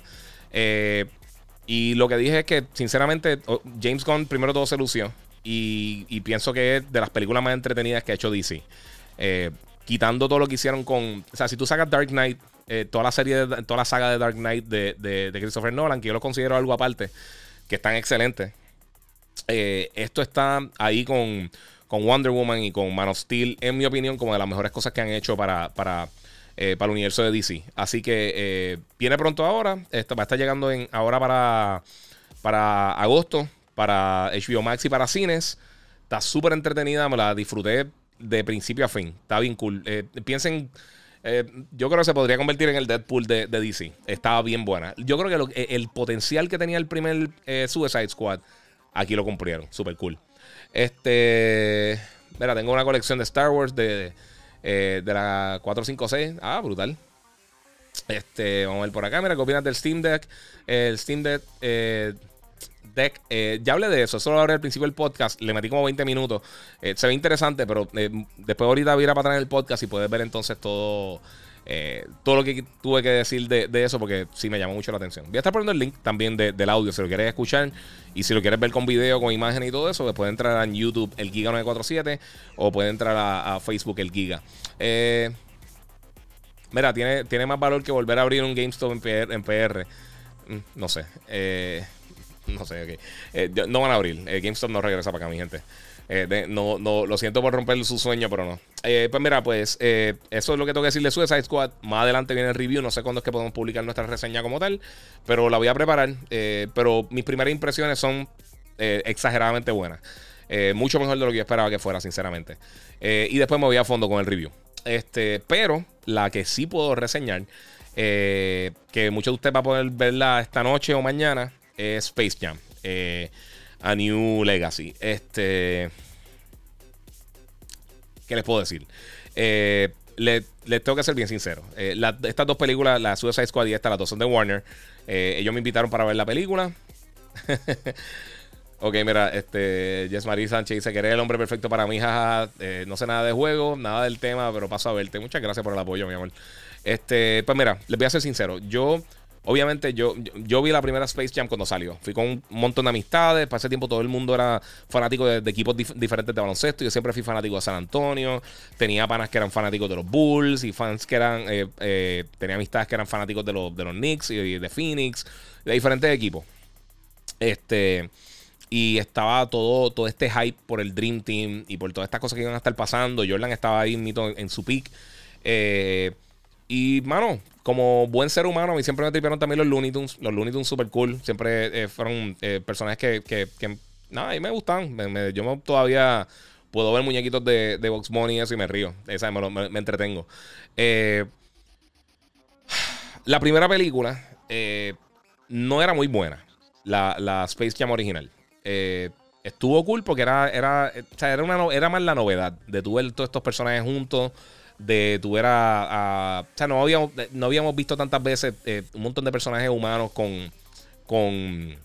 A: Y lo que dije es que, sinceramente, James Gunn primero todo se lució. Y pienso que es de las películas más entretenidas que ha hecho DC. quitando todo lo que hicieron con... O sea, si tú sacas Dark Knight, toda la saga de Dark Knight de Christopher Nolan, que yo lo considero algo aparte, que están excelentes. Esto está ahí con Wonder Woman y con Man of Steel, en mi opinión, como de las mejores cosas que han hecho para el universo de DC. Así que viene pronto ahora. Esto va a estar llegando ahora para agosto, para HBO Max y para cines. Está súper entretenida, me la disfruté de principio a fin. Está bien cool. Piensen, yo creo que se podría convertir en el Deadpool de DC. Estaba bien buena. Yo creo que el potencial que tenía el primer Suicide Squad, aquí lo cumplieron. Súper cool. Mira, tengo una colección de Star Wars de la 456. Ah, brutal. Vamos a ver por acá. Mira, ¿qué opinas del Steam Deck? El Steam Deck ya hablé de eso. Eso lo hablé al principio del podcast. Le metí como 20 minutos. Se ve interesante, pero después ahorita voy a ir para atrás en el podcast y puedes ver entonces todo lo que tuve que decir de eso, porque sí me llamó mucho la atención. Voy a estar poniendo el link también del audio si lo quieres escuchar, y si lo quieres ver con video, con imagen y todo eso, pues puedes entrar a YouTube el Giga 947 o puedes entrar a Facebook el Giga. Mira, tiene más valor que volver a abrir un GameStop en PR. No sé. No sé, ok. No van a abrir. GameStop no regresa para acá, mi gente. No, lo siento por romper su sueño, pero no. Pues mira, eso es lo que tengo que decir de Suicide Squad. Más adelante viene el review. No sé cuándo es que podemos publicar nuestra reseña como tal, pero la voy a preparar. Pero mis primeras impresiones son exageradamente buenas. Mucho mejor de lo que yo esperaba que fuera, sinceramente. Y después me voy a fondo con el review. Pero la que sí puedo reseñar, que muchos de ustedes van a poder verla esta noche o mañana, es Space Jam. A New Legacy. ¿Qué les puedo decir? Les tengo que ser bien sincero. Estas dos películas, la Suicide Squad y esta, las dos son de Warner. Ellos me invitaron para ver la película. Ok, mira, Jess Marie Sánchez dice que eres el hombre perfecto para mí, jaja. No sé nada de juego, nada del tema, pero paso a verte. Muchas gracias por el apoyo, mi amor. Pues mira, les voy a ser sincero. Obviamente, yo vi la primera Space Jam cuando salió. Fui con un montón de amistades. Para ese tiempo todo el mundo era fanático de equipos diferentes de baloncesto. Yo siempre fui fanático de San Antonio. Tenía panas que eran fanáticos de los Bulls y fans que eran... tenía amistades que eran fanáticos de los Knicks y de Phoenix, de diferentes equipos. Y estaba todo este hype por el Dream Team y por todas estas cosas que iban a estar pasando. Jordan estaba ahí en su peak. Y, mano, como buen ser humano, a mí siempre me tripearon también los Looney Tunes. Los Looney Tunes super cool. Siempre fueron personajes que nada, a mí me gustan. Yo todavía puedo ver muñequitos de Bugs Bunny y eso y me río. Me entretengo. La primera película no era muy buena. La Space Jam original. Estuvo cool porque era más la novedad de tu ver todos estos personajes juntos. O sea, no habíamos visto tantas veces un montón de personajes humanos con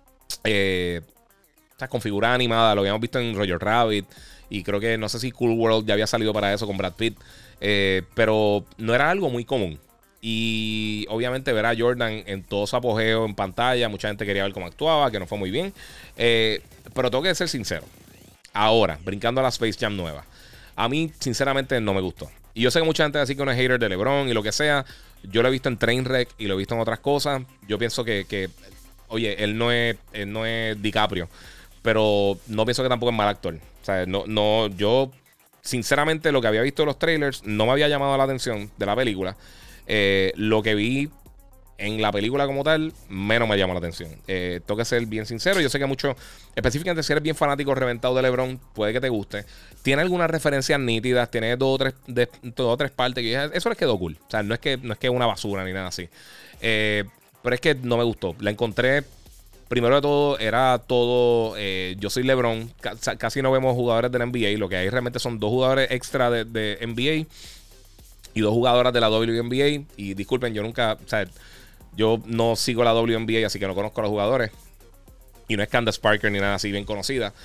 A: figura animada. Lo habíamos visto en Roger Rabbit. Y creo que no sé si Cool World ya había salido para eso con Brad Pitt. Pero no era algo muy común. Y obviamente ver a Jordan en todo su apogeo en pantalla. Mucha gente quería ver cómo actuaba, que no fue muy bien. Pero tengo que ser sincero. Ahora, brincando a la Space Jam nueva, a mí sinceramente no me gustó. Y yo sé que mucha gente va a decir que uno es hater de LeBron y lo que sea. Yo lo he visto en Trainwreck y lo he visto en otras cosas. Yo pienso que oye, él no es DiCaprio, pero no pienso que tampoco es mal actor. O sea, yo sinceramente lo que había visto en los trailers no me había llamado la atención de la película. Lo que vi en la película como tal, menos me llamó la atención. Tengo que ser bien sincero. Yo sé que mucho, específicamente si eres bien fanático reventado de LeBron, puede que te guste. Tiene algunas referencias nítidas, tiene dos o tres partes que eso les quedó cool. O sea, no es que es una basura ni nada así. Pero es que no me gustó. La encontré, primero de todo, era todo. Yo soy LeBron. Casi no vemos jugadores de la NBA. Lo que hay realmente son dos jugadores extra de NBA y dos jugadoras de la WNBA. Y disculpen, yo nunca. O sea, yo no sigo la WNBA, así que no conozco a los jugadores. Y no es Candace Parker ni nada así bien conocida.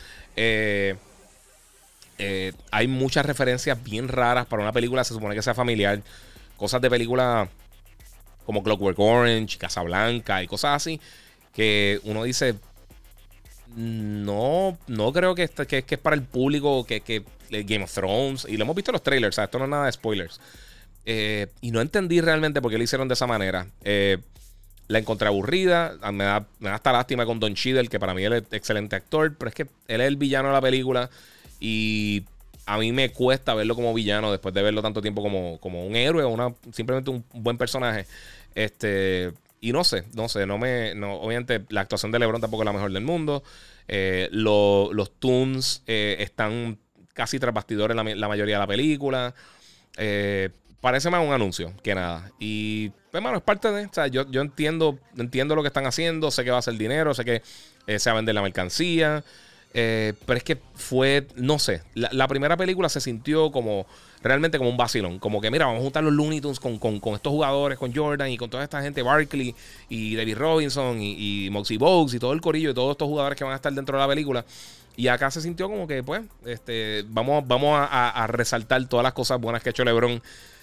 A: Hay muchas referencias bien raras para una película. Se supone que sea familiar. Cosas de película como Clockwork Orange, Casablanca y cosas así. Que uno dice, no creo que es para el público que Game of Thrones. Y lo hemos visto en los trailers, o sea, esto no es nada de spoilers. Y no entendí realmente por qué lo hicieron de esa manera. La encontré aburrida. Me da hasta lástima con Don Cheadle, que para mí él es excelente actor, pero es que él es el villano de la película y a mí me cuesta verlo como villano después de verlo tanto tiempo como un héroe o simplemente un buen personaje. Y no sé, obviamente la actuación de LeBron tampoco es la mejor del mundo. Los Toons están casi tras bastidores la mayoría de la película. Parece más un anuncio que nada. Y, pues, mano, es parte de. O sea, yo entiendo lo que están haciendo. Sé que va a ser dinero. Sé que se va a vender la mercancía. Pero es que fue. No sé. La primera película se sintió realmente como un vacilón. Como que, mira, vamos a juntar los Looney Tunes con estos jugadores, con Jordan y con toda esta gente, Barkley y David Robinson y Moxie Bogues y todo el corillo y todos estos jugadores que van a estar dentro de la película. Y acá se sintió como que, pues, vamos a resaltar todas las cosas buenas que ha hecho LeBron.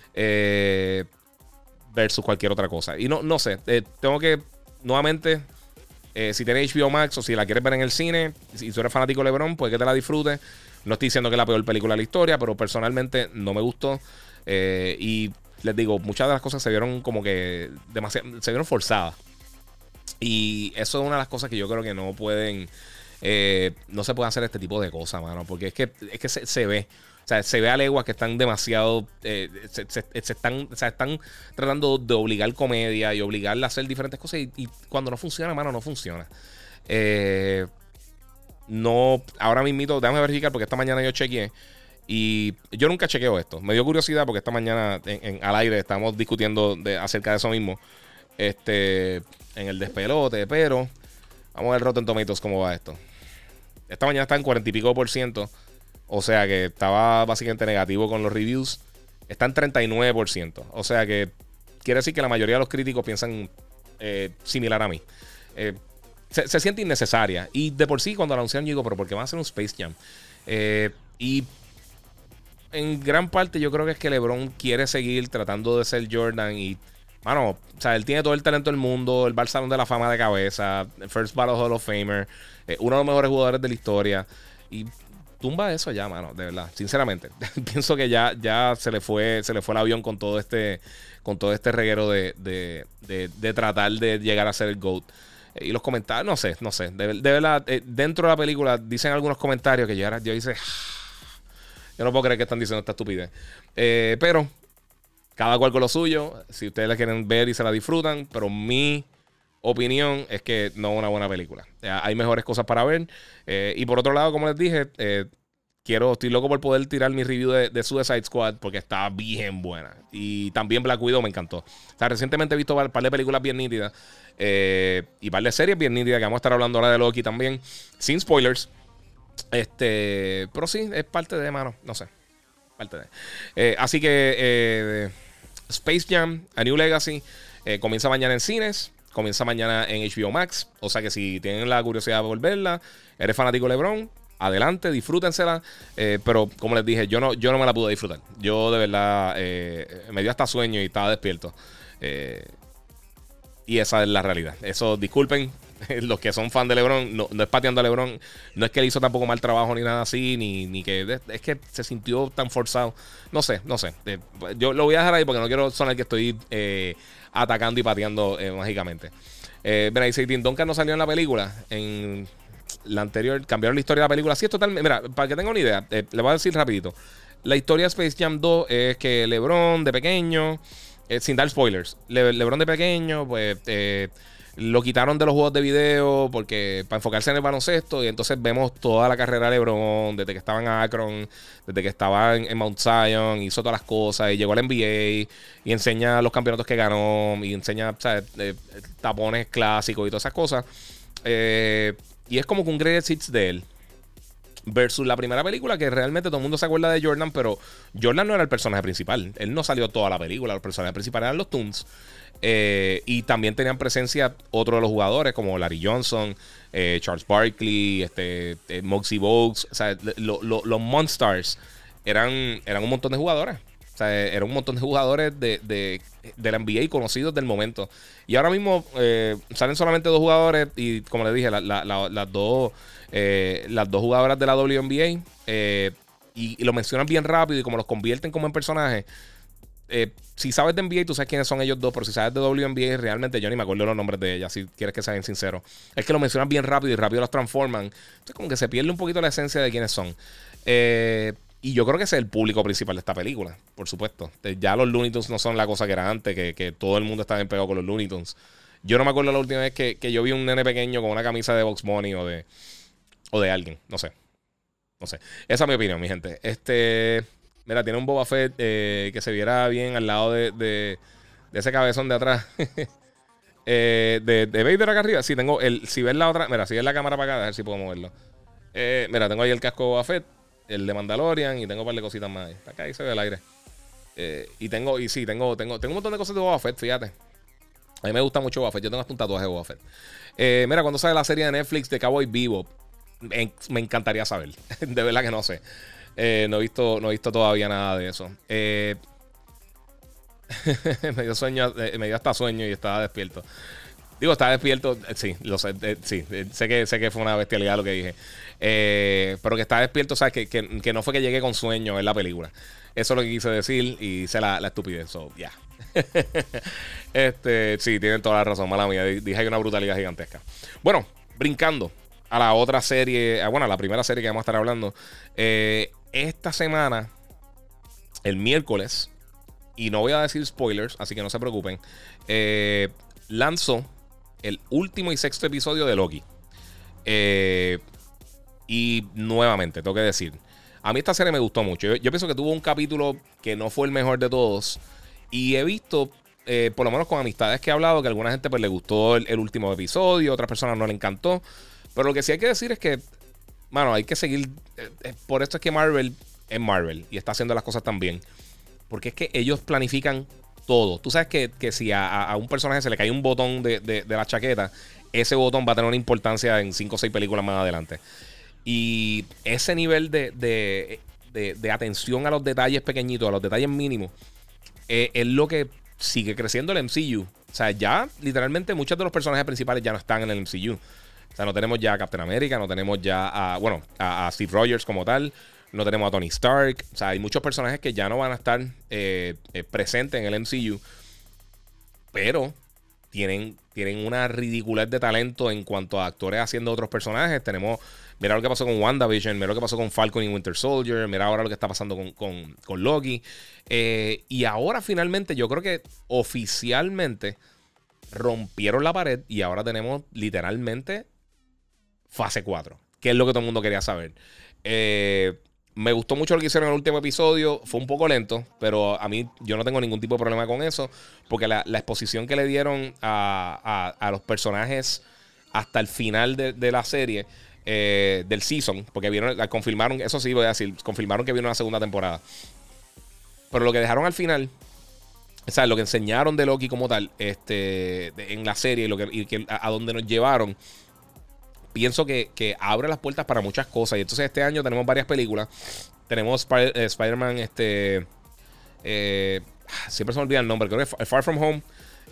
A: Versus cualquier otra cosa. Y no sé, tengo que nuevamente, si tienes HBO Max o si la quieres ver en el cine, si tú eres fanático de LeBron, pues que te la disfrutes. No estoy diciendo que es la peor película de la historia, pero personalmente no me gustó. Y les digo, muchas de las cosas se vieron como que se vieron forzadas. Y eso es una de las cosas que yo creo que no pueden, no se puede hacer este tipo de cosas, mano, porque es que se ve. O sea, se ve a leguas que están demasiado. Están tratando de obligar comedia y obligarla a hacer diferentes cosas. Y cuando no funciona, mano, no funciona. No, ahora mismito, déjame verificar porque esta mañana yo chequeé. Y yo nunca chequeo esto. Me dio curiosidad porque esta mañana al aire estamos discutiendo acerca de eso mismo. En el despelote, pero vamos a ver Rotten Tomatoes cómo va esto. Esta mañana está en 40 y pico%. O sea que estaba básicamente negativo con los reviews. Está en 39%. O sea que quiere decir que la mayoría de los críticos piensan similar a mí. Se siente innecesaria. Y de por sí cuando la anunciaron yo digo, pero ¿por qué van a hacer un Space Jam? Y en gran parte yo creo que es que LeBron quiere seguir tratando de ser Jordan. Y, mano, o sea, él tiene todo el talento del mundo. Él va al Salón de la Fama de cabeza. First Ballot Hall of Famer. Uno de los mejores jugadores de la historia. Y tumba eso ya, mano, de verdad, sinceramente. Pienso que ya se le fue el avión con todo este reguero de tratar de llegar a ser el GOAT. Y los comentarios, no sé. De verdad, dentro de la película dicen algunos comentarios que yo hice, yo no puedo creer que están diciendo esta estupidez. Pero cada cual con lo suyo. Si ustedes la quieren ver y se la disfrutan, pero mi opinión es que no es una buena película. Hay mejores cosas para ver. Y por otro lado, como les dije, estoy loco por poder tirar mi review de Suicide Squad porque está bien buena. Y también Black Widow me encantó. O sea, recientemente he visto un par de películas bien nítidas y un par de series bien nítidas que vamos a estar hablando ahora de Loki también. Sin spoilers. Pero sí, es parte de, mano. No sé. Parte de. Así que Space Jam, A New Legacy, comienza mañana en cines. Comienza mañana en HBO Max. O sea que si tienen la curiosidad de volverla, eres fanático de LeBron, adelante, disfrútensela. Pero como les dije, yo no me la pude disfrutar. Yo de verdad me dio hasta sueño y estaba despierto. Y esa es la realidad. Eso, disculpen, los que son fan de LeBron, no es pateando a LeBron. No es que él hizo tampoco mal trabajo ni nada así, ni que es que se sintió tan forzado. No sé. Yo lo voy a dejar ahí porque no quiero sonar que estoy atacando y pateando mágicamente. Mira, dice Tim Duncan no salió en la película. En la anterior cambiaron la historia de la película. Sí, es totalmente. Mira, para que tengan una idea, le voy a decir rapidito. La historia de Space Jam 2 es que LeBron de pequeño, sin dar spoilers, LeBron de pequeño, pues lo quitaron de los juegos de video porque para enfocarse en el baloncesto. Y entonces vemos toda la carrera de LeBron desde que estaba en Akron, desde que estaba en Mount Zion, hizo todas las cosas y llegó al NBA y enseña los campeonatos que ganó y enseña, ¿sabes? Tapones clásicos y todas esas cosas. Y es como que un greatest hits de él. Versus la primera película, que realmente todo el mundo se acuerda de Jordan, pero Jordan no era el personaje principal. Él no salió toda la película. Los personajes principales eran los Toons. Y también tenían presencia otros de los jugadores, como Larry Johnson, Charles Barkley, Moxie Bogues. O sea, los Monstars eran un montón de jugadores. O sea, eran un montón de jugadores de la NBA conocidos del momento. Y ahora mismo salen solamente 2 jugadores. Y como les dije, las dos jugadoras de la WNBA y lo mencionan bien rápido y como los convierten como en personajes. Si sabes de NBA, tú sabes quiénes son ellos dos, pero si sabes de WNBA, realmente yo ni me acuerdo los nombres de ellas, si quieres que sean sinceros. Es que lo mencionan bien rápido y rápido los transforman. Entonces, como que se pierde un poquito la esencia de quiénes son. Y yo creo que ese es el público principal de esta película, por supuesto. Ya los Looney Tunes no son la cosa que era antes, que todo el mundo estaba bien pegado con los Looney Tunes. Yo no me acuerdo la última vez que yo vi un nene pequeño con una camisa de Bugs Bunny o de alguien. No sé. No sé. Esa es mi opinión, mi gente. Mira, tiene un Boba Fett que se viera bien al lado de ese cabezón de atrás. De Vader acá arriba. Sí, tengo si ves la otra. Mira, si ves la cámara para acá, a ver si puedo moverlo. Mira, tengo ahí el casco de Boba Fett, el de Mandalorian y tengo un par de cositas más ahí. Está acá, ahí se ve el aire. Tengo un montón de cosas de Boba Fett, fíjate. A mí me gusta mucho Boba Fett. Yo tengo hasta un tatuaje de Boba Fett. Mira, cuando sale la serie de Netflix de Cowboy Bebop, me encantaría saber. De verdad que no sé. No he visto todavía nada de eso. Me dio sueño, me dio hasta sueño y estaba despierto. Digo, estaba despierto, sí, lo sé, sí, sé que fue una bestialidad lo que dije. Pero que estaba despierto, ¿sabes? Que no fue que llegué con sueño en la película. Eso es lo que quise decir y hice la estupidez. So, ya. Sí, tienen toda la razón, mala mía. Dije hay una brutalidad gigantesca. Bueno, brincando a la otra serie, a la primera serie que vamos a estar hablando. Esta semana, el miércoles, y no voy a decir spoilers, así que no se preocupen, lanzó el último y sexto episodio de Loki. Y nuevamente, tengo que decir, a mí esta serie me gustó mucho. Yo pienso que tuvo un capítulo que no fue el mejor de todos. Y he visto, por lo menos con amistades que he hablado, que a alguna gente pues, le gustó el último episodio, otras personas no le encantó. Pero lo que sí hay que decir es que, mano, hay que seguir. Por esto es que Marvel es Marvel y está haciendo las cosas tan bien. Porque es que ellos planifican todo. Tú sabes que si a un personaje se le cae un botón de la chaqueta, ese botón va a tener una importancia en 5 o 6 películas más adelante. Y ese nivel de atención a los detalles pequeñitos, a los detalles mínimos, es lo que sigue creciendo el MCU. O sea, ya literalmente muchos de los personajes principales ya no están en el MCU. O sea, no tenemos ya a Captain America, no tenemos ya a Steve Rogers como tal, no tenemos a Tony Stark. O sea, hay muchos personajes que ya no van a estar presentes en el MCU, pero tienen una ridiculez de talento en cuanto a actores haciendo otros personajes. Mira lo que pasó con WandaVision, mira lo que pasó con Falcon y Winter Soldier, mira ahora lo que está pasando con Loki. Y ahora finalmente yo creo que oficialmente rompieron la pared y ahora tenemos literalmente fase 4, que es lo que todo el mundo quería saber. Me gustó mucho lo que hicieron en el último episodio. Fue un poco lento, pero a mí yo no tengo ningún tipo de problema con eso, porque la exposición que le dieron a los personajes hasta el final de la serie, del season, porque confirmaron, eso sí voy a decir, confirmaron que viene una segunda temporada. Pero lo que dejaron al final, o sea, lo que enseñaron de Loki como tal, en la serie y a donde nos llevaron, pienso que abre las puertas para muchas cosas. Y entonces este año tenemos varias películas. Tenemos Spider-Man, siempre se me olvida el nombre, creo que Far From Home.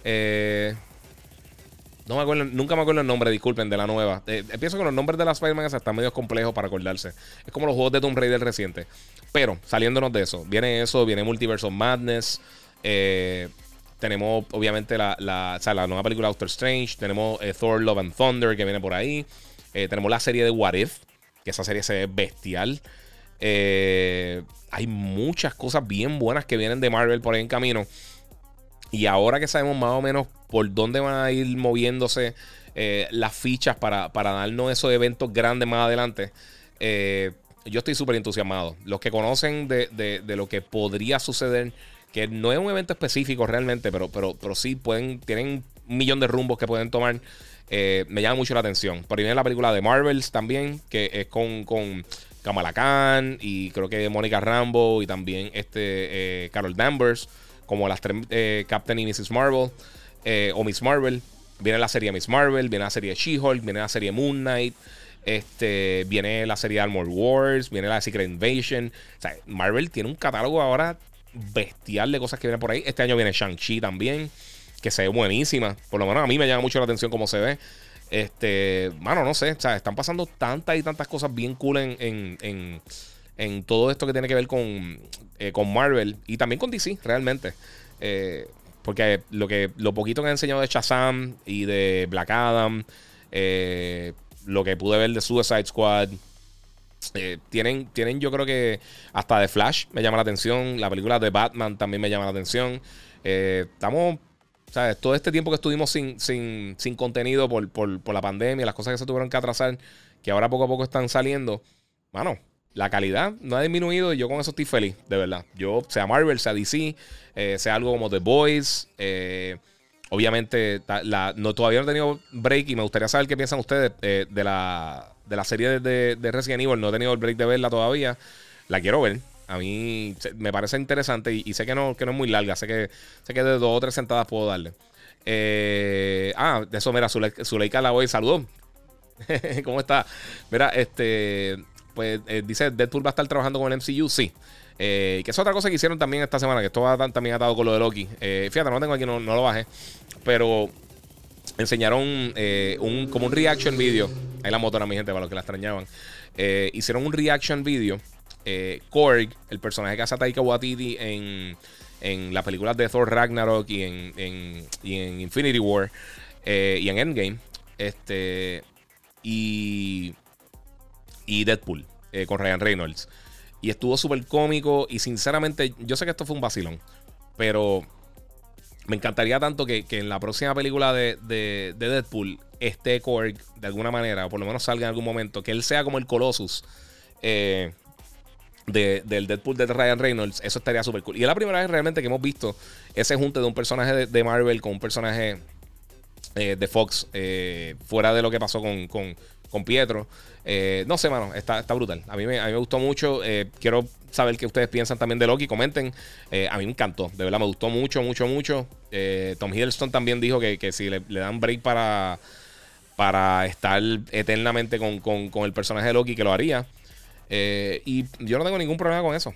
A: No me acuerdo, nunca me acuerdo el nombre, disculpen, de la nueva. Pienso que los nombres de las Spider-Man están medio complejos para acordarse. Es como los juegos de Tomb Raider recientes. Pero, saliéndonos de eso, viene Multiverse of Madness. Tenemos, obviamente, la nueva película Doctor Strange. Tenemos Thor, Love and Thunder, que viene por ahí. Tenemos la serie de What If, que esa serie se ve bestial. Hay muchas cosas bien buenas que vienen de Marvel por ahí en camino. Y ahora que sabemos más o menos por dónde van a ir moviéndose las fichas para darnos esos eventos grandes más adelante, yo estoy súper entusiasmado. Los que conocen de lo que podría suceder, que no es un evento específico realmente, pero sí tienen un millón de rumbos que pueden tomar, me llama mucho la atención. Por ahí viene la película de Marvels también, que es con Kamala Khan y creo que Mónica Rambeau y también Carol Danvers, como las tres Captain y Mrs. Marvel, o Miss Marvel. Viene la serie Miss Marvel, viene la serie She-Hulk, viene la serie Moon Knight, viene la serie Armor Wars, viene la Secret Invasion. O sea, Marvel tiene un catálogo ahora bestial de cosas que vienen por ahí. Este año viene Shang-Chi también, que se ve buenísima. Por lo menos a mí me llama mucho la atención cómo se ve. Mano, no sé, o sea, están pasando tantas y tantas cosas bien cool en en todo esto que tiene que ver con Marvel y también con DC, realmente. Porque lo poquito que han enseñado de Shazam y de Black Adam, lo que pude ver de Suicide Squad, tienen yo creo que hasta The Flash me llama la atención. La película de Batman también me llama la atención. Estamos, ¿sabes? Todo este tiempo que estuvimos sin contenido por la pandemia, las cosas que se tuvieron que atrasar, que ahora poco a poco están saliendo, mano, la calidad no ha disminuido y yo con eso estoy feliz, de verdad. Yo, sea Marvel, sea DC, sea algo como The Boys, obviamente todavía no he tenido break y me gustaría saber qué piensan ustedes de la serie de Resident Evil. No he tenido el break de verla todavía. La quiero ver. A mí me parece interesante y sé que no es muy larga. Sé que de 2 o 3 sentadas puedo darle. De eso, mira, Zuleika la voy, saludó. ¿Cómo está? Mira, pues dice Deadpool va a estar trabajando con el MCU. Sí. Que es otra cosa que hicieron también esta semana, que esto va también atado con lo de Loki. Fíjate, no lo tengo aquí, no lo bajé. Pero enseñaron como un reaction video. Ahí la motora, mi gente, para los que la extrañaban. Hicieron un reaction video. Korg, el personaje que hace Taika Waititi en las películas de Thor Ragnarok y en Infinity War y en Endgame. Y Deadpool con Ryan Reynolds. Y estuvo súper cómico. Y sinceramente, yo sé que esto fue un vacilón, pero me encantaría tanto que en la próxima película de Deadpool esté Korg de alguna manera, o por lo menos salga en algún momento, que él sea como el Colossus del Deadpool de Ryan Reynolds. Eso estaría súper cool. Y es la primera vez realmente que hemos visto ese junte de un personaje de Marvel con un personaje de Fox, fuera de lo que pasó con Pietro. No sé, mano, está brutal. A mí me gustó mucho. Quiero saber qué ustedes piensan también de Loki. Comenten. A mí me encantó, de verdad, me gustó mucho. Tom Hiddleston también dijo que si le dan break para estar eternamente con el personaje de Loki, que lo haría. Y yo no tengo ningún problema con eso.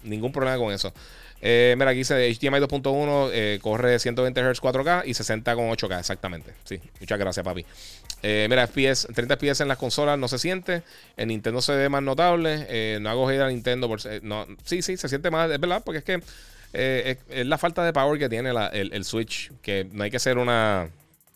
A: Mira, aquí dice HDMI 2.1, corre 120 Hz 4K y 60 con 8K, exactamente. Sí, muchas gracias, papi. Mira, 30 FPS en las consolas no se siente. En Nintendo se ve más notable. No hago hate a Nintendo. No, sí, se siente más, es verdad, porque es que es la falta de power que tiene el Switch. Que no hay que ser una...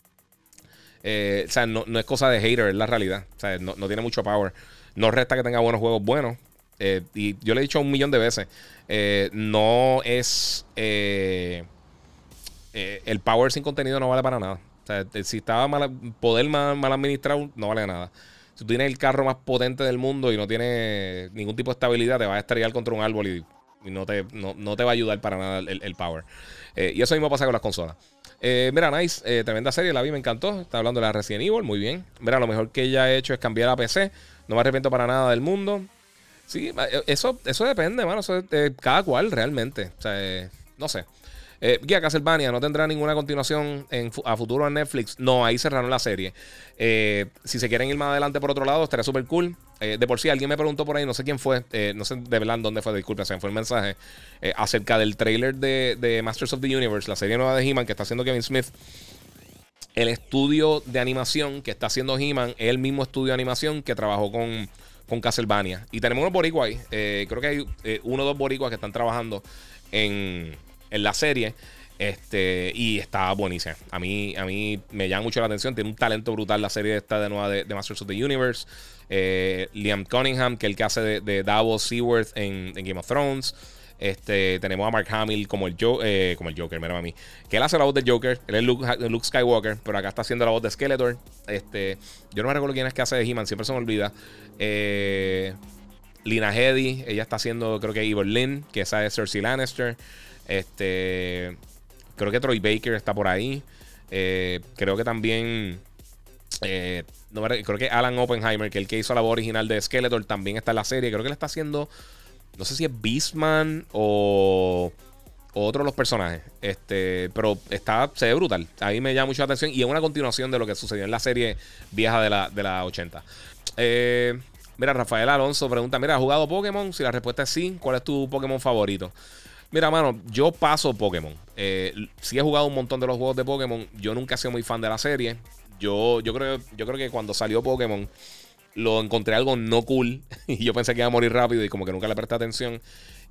A: o sea, no es cosa de hater, es la realidad. O sea, no tiene mucho power. No resta que tenga buenos juegos buenos. Y yo le he dicho 1,000,000 de veces. No es... el power sin contenido no vale para nada. O sea, si estaba poder mal administrado, no vale nada. Si tú tienes el carro más potente del mundo y no tienes ningún tipo de estabilidad, te vas a estrellar contra un árbol y no te va a ayudar para nada el power. Y eso mismo pasa con las consolas. Mira, nice, tremenda serie, la vi, me encantó. Está hablando de la Resident Evil, muy bien. Mira, lo mejor que ella ha hecho es cambiar a PC. No me arrepiento para nada del mundo. Sí, eso depende, mano. Eso es cada cual realmente. O sea, no sé. Guía, Castlevania no tendrá ninguna continuación a futuro en Netflix. No, ahí cerraron la serie. Si se quieren ir más adelante por otro lado, estaría súper cool. De por sí, alguien me preguntó por ahí, no sé quién fue, no sé de verdad dónde fue, disculpe, se me fue el mensaje, acerca del trailer de Masters of the Universe, la serie nueva de He-Man que está haciendo Kevin Smith. El estudio de animación que está haciendo He-Man es el mismo estudio de animación que trabajó con Castlevania. Y tenemos unos boricuas ahí. Creo que hay 1 o 2 boricuas que están trabajando en la serie. Y está buenísima. A mí me llama mucho la atención. Tiene un talento brutal la serie esta de nueva de Masters of the Universe. Liam Cunningham, que es el que hace de Davos Seaworth en Game of Thrones. Tenemos a Mark Hamill como el Joker, mira a mí. Que él hace la voz del Joker. Él es Luke Skywalker, pero acá está haciendo la voz de Skeletor. Yo no me recuerdo quién es que hace de He-Man, siempre se me olvida. Lina Headey, ella está haciendo, creo que Evil Lynn, que esa es Cersei Lannister. Creo que Troy Baker está por ahí. Creo que también creo que Alan Oppenheimer, que el que hizo la voz original de Skeletor, también está en la serie. Creo que le está haciendo, no sé si es Beastman o otro de los personajes. Pero se ve brutal. A mí me llama mucho la atención. Y es una continuación de lo que sucedió en la serie vieja de la 80. Mira, Rafael Alonso pregunta: mira, ¿has jugado Pokémon? Si la respuesta es sí, ¿cuál es tu Pokémon favorito? Mira, mano, yo paso Pokémon. Sí he jugado un montón de los juegos de Pokémon. Yo nunca he sido muy fan de la serie. Yo creo que cuando salió Pokémon lo encontré algo no cool. Y yo pensé que iba a morir rápido y como que nunca le presté atención.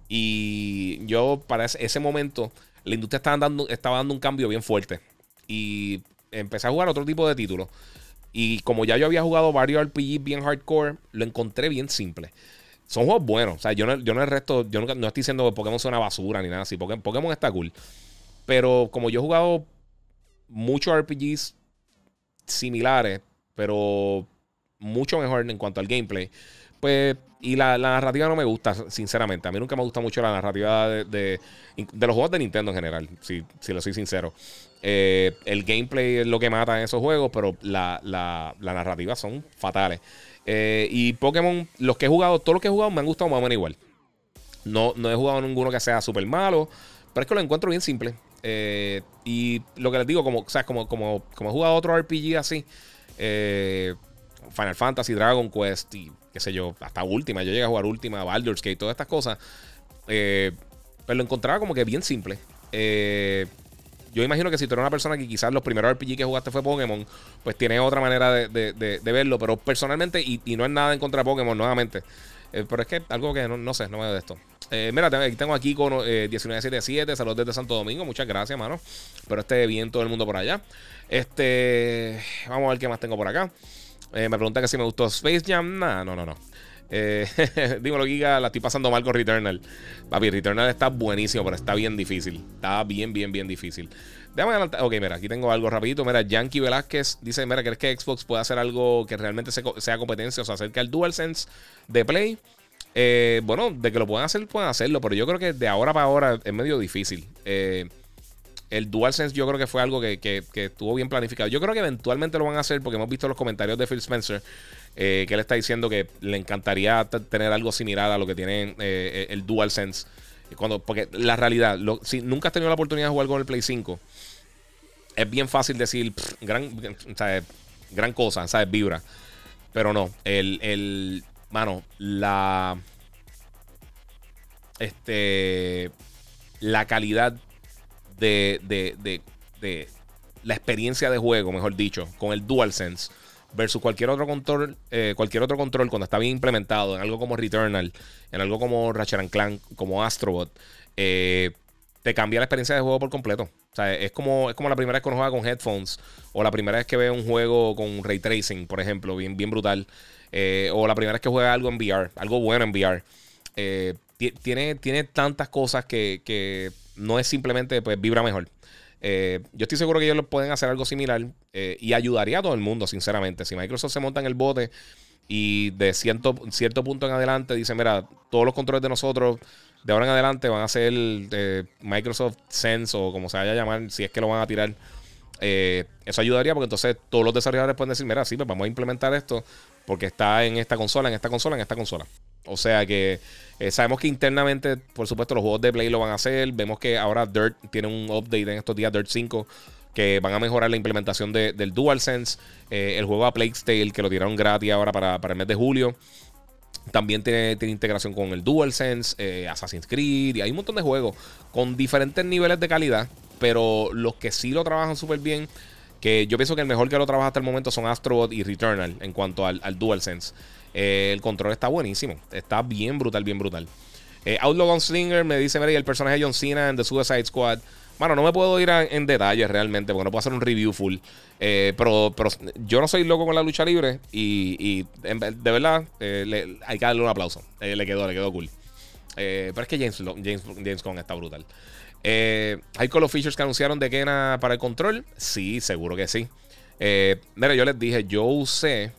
A: Y yo para ese momento la industria estaba dando un cambio bien fuerte. Y empecé a jugar otro tipo de títulos. Y como ya yo había jugado varios RPG bien hardcore, lo encontré bien simple. Son juegos buenos. O sea, yo no el resto, yo no estoy diciendo que Pokémon sea una basura ni nada así. Pokémon está cool. Pero como yo he jugado muchos RPGs similares, pero mucho mejor en cuanto al gameplay, pues, y la narrativa no me gusta, sinceramente. A mí nunca me gusta mucho la narrativa de los juegos de Nintendo en general, si lo soy sincero. El gameplay es lo que mata en esos juegos, pero la narrativa son fatales. Y Pokémon, todos los que he jugado me han gustado más o menos igual. No he jugado ninguno que sea súper malo, pero es que lo encuentro bien simple. Y lo que les digo, como he jugado otro RPG así, Final Fantasy, Dragon Quest y qué sé yo, hasta Ultima. Yo llegué a jugar Ultima, Baldur's Gate, todas estas cosas. Pero lo encontraba como que bien simple. Yo imagino que si tú eres una persona que quizás los primeros RPG que jugaste fue Pokémon, pues tienes otra manera de verlo. Pero personalmente, y no es nada en contra de Pokémon, nuevamente. Pero es que algo que no sé, no me veo de esto. Mira, tengo aquí con 1977. Saludos desde Santo Domingo. Muchas gracias, mano. Pero bien todo el mundo por allá. Vamos a ver qué más tengo por acá. Me pregunta que si me gustó Space Jam. Nah, no. Dímelo, Giga. La estoy pasando mal con Returnal. Papi, Returnal está buenísimo, pero está bien difícil. Está bien difícil. Déjame adelantar. Ok, mira, aquí tengo algo rapidito. Mira, Yankee Velázquez dice: mira, ¿crees que Xbox puede hacer algo que realmente sea competencia? O sea, acerca del DualSense de Play. Bueno, de que lo puedan hacer, pueden hacerlo. Pero yo creo que de ahora para ahora es medio difícil. El DualSense yo creo que fue algo que estuvo bien planificado. Yo creo que eventualmente lo van a hacer porque hemos visto los comentarios de Phil Spencer que él está diciendo que le encantaría tener algo similar a lo que tiene el DualSense. Porque la realidad, si nunca has tenido la oportunidad de jugar con el Play 5, es bien fácil decir gran cosa, ¿sabes? Vibra. Pero no, mano, la calidad de la experiencia de juego, mejor dicho, con el DualSense versus cualquier otro control cuando está bien implementado en algo como Returnal, en algo como Ratchet & Clank, como Astrobot, te cambia la experiencia de juego por completo. O sea, es como la primera vez que uno juega con headphones, o la primera vez que ve un juego con ray tracing, por ejemplo, bien brutal, o la primera vez que juega algo en VR, algo bueno en VR. Tiene tantas cosas que no es simplemente, pues, vibra mejor. Yo estoy seguro que ellos pueden hacer algo similar y ayudaría a todo el mundo, sinceramente. Si Microsoft se monta en el bote y de cierto punto en adelante dice: mira, todos los controles de nosotros de ahora en adelante van a ser Microsoft Sense, o como se vaya a llamar, si es que lo van a tirar. Eso ayudaría, porque entonces todos los desarrolladores pueden decir: mira, sí, pues vamos a implementar esto porque está en esta consola, en esta consola, en esta consola. O sea que sabemos que internamente, por supuesto, los juegos de Play lo van a hacer. Vemos que ahora Dirt tiene un update en estos días, Dirt 5, que van a mejorar la implementación del DualSense. El juego A Plague's Tale, que lo tiraron gratis ahora para el mes de julio, también tiene integración con el DualSense, Assassin's Creed, y hay un montón de juegos con diferentes niveles de calidad, pero los que sí lo trabajan súper bien, que yo pienso que el mejor que lo trabaja hasta el momento son Astrobot y Returnal en cuanto al DualSense. El control está buenísimo, está bien brutal. Outlaw Gunslinger me dice: mira, y el personaje de John Cena en The Suicide Squad. Bueno, no me puedo ir en detalles realmente, porque no puedo hacer un review full. Pero yo no soy loco con la lucha libre. Y de verdad, hay que darle un aplauso. Le quedó cool. Pero es que James Gunn está brutal. ¿Hay Call of Features que anunciaron de Kena para el control? Sí, seguro que sí. Mira, yo les dije, yo usé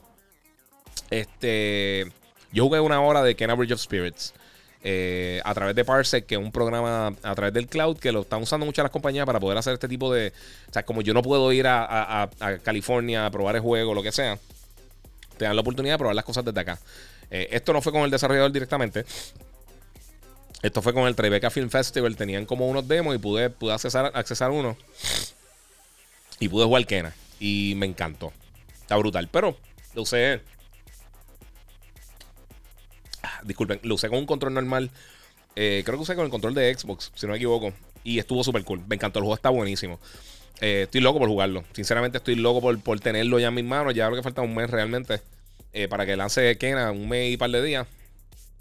A: yo jugué 1 hora de Kena Bridge of Spirits a través de Parsec, que es un programa a través del cloud que lo están usando muchas las compañías para poder hacer este tipo de... O sea, como yo no puedo ir a California a probar el juego, lo que sea, te dan la oportunidad de probar las cosas desde acá. Esto no fue con el desarrollador directamente. Esto fue con el Tribeca Film Festival. Tenían como unos demos y pude accesar uno. Y pude jugar Kena. Y me encantó. Está brutal. Pero lo usé... Disculpen, lo usé con un control normal. Creo que usé con el control de Xbox, si no me equivoco. Y estuvo súper cool. Me encantó, el juego está buenísimo. Estoy loco por jugarlo. Sinceramente estoy loco por tenerlo ya en mis manos. Ya creo que falta un mes realmente para que lance Kena, un mes y par de días.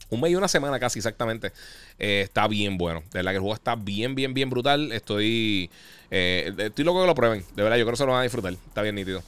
A: Un mes y una semana casi, exactamente. Está bien bueno. De verdad que el juego está bien, bien, bien brutal. Estoy loco que lo prueben. De verdad, yo creo que se lo van a disfrutar. Está bien nítido.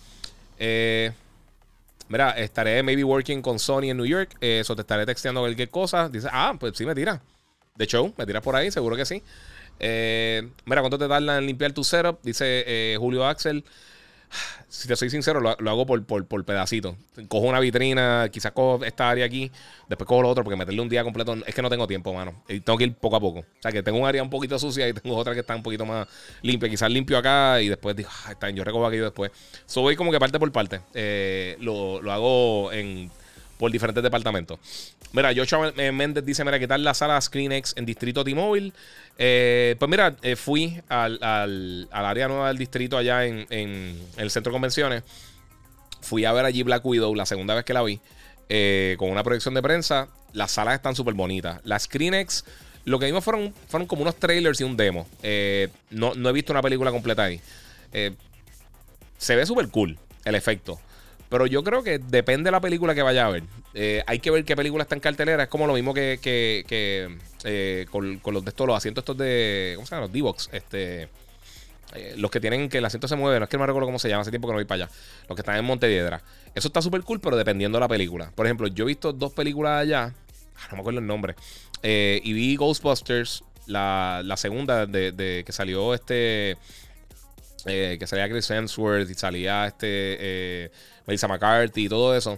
A: Mira, estaré maybe working con Sony en New York. Eso te estaré texteando cualquier cosa. Dice, pues sí, me tira. De show, me tiras por ahí, seguro que sí. Mira, ¿cuánto te tarda en limpiar tu setup? Dice Julio Axel. Si te soy sincero, lo hago por pedacitos. Cojo una vitrina, quizás cojo esta área aquí, después cojo lo otro, porque meterle un día completo es que no tengo tiempo, mano. Y tengo que ir poco a poco. O sea, que tengo un área un poquito sucia y tengo otra que está un poquito más limpia. Quizás limpio acá y después digo, está bien, yo recojo aquello después. Voy como que parte por parte. Lo hago por diferentes departamentos. Mira, Joshua Méndez dice, mira, ¿qué tal la sala ScreenX en Distrito T-Mobile? Pues mira, fui al área nueva del distrito allá en el centro de convenciones. Fui a ver allí Black Widow la segunda vez que la vi, con una proyección de prensa. Las salas están súper bonitas. La ScreenX, lo que vimos fueron como unos trailers y un demo. No he visto una película completa ahí. Se ve súper cool el efecto. Pero yo creo que depende de la película que vaya a ver. Hay que ver qué película está en cartelera. Es como lo mismo que con los de estos, los asientos estos de... ¿Cómo se llama? Los D-Box. Los que tienen que el asiento se mueve. No es que no me recuerdo cómo se llama. Hace tiempo que no voy para allá. Los que están en Montevideo. Eso está súper cool, pero dependiendo de la película. Por ejemplo, yo he visto 2 películas allá. No me acuerdo el nombre. Y vi Ghostbusters. La segunda de que salió que salía Chris Hemsworth y salía Melissa McCarthy y todo eso.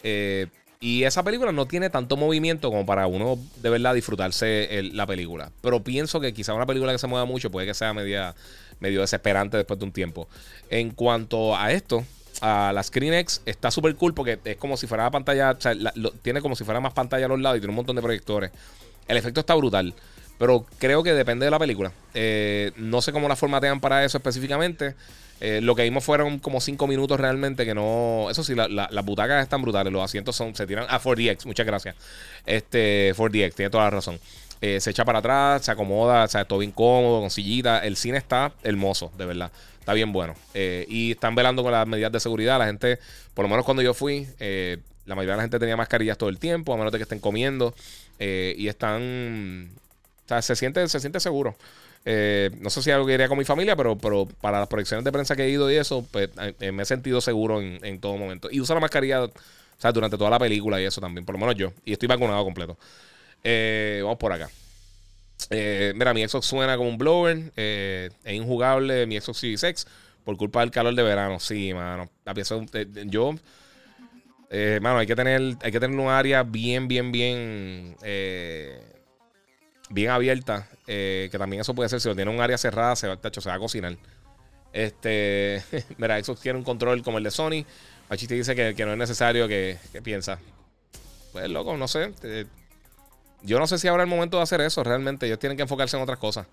A: Y esa película no tiene tanto movimiento como para uno de verdad disfrutarse la película. Pero pienso que quizá una película que se mueva mucho puede que sea medio desesperante después de un tiempo. En cuanto a esto, a la ScreenX está súper cool porque es como si fuera la pantalla, o sea, tiene como si fuera más pantalla a los lados y tiene un montón de proyectores. El efecto está brutal. Pero creo que depende de la película. No sé cómo la formatean para eso específicamente. Lo que vimos fueron como 5 minutos realmente que no... Eso sí, las butacas están brutales. Los asientos se tiran... 4DX, muchas gracias. 4DX, tiene toda la razón. Se echa para atrás, se acomoda, o sea, todo bien cómodo, con sillita. El cine está hermoso, de verdad. Está bien bueno. Y están velando con las medidas de seguridad. La gente, por lo menos cuando yo fui, la mayoría de la gente tenía mascarillas todo el tiempo, a menos de que estén comiendo. Y están... O sea, se siente seguro. No sé si algo que iría con mi familia, pero para las proyecciones de prensa que he ido y eso, pues me he sentido seguro en todo momento. Y uso la mascarilla, o sea, durante toda la película y eso también, por lo menos yo. Y estoy vacunado completo. Vamos por acá. Mira, mi Xbox suena como un blower. Es injugable mi Xbox Series X por culpa del calor de verano. Sí, mano. La pieza, mano, hay que tener un área bien abierta, que también eso puede ser. Si lo tiene un área cerrada, se va a cocinar. Mira, Xbox tiene un control como el de Sony. Machiste dice que no es necesario. ¿Qué piensa? Pues loco, no sé. Yo no sé si habrá el momento de hacer eso. Realmente ellos tienen que enfocarse en otras cosas.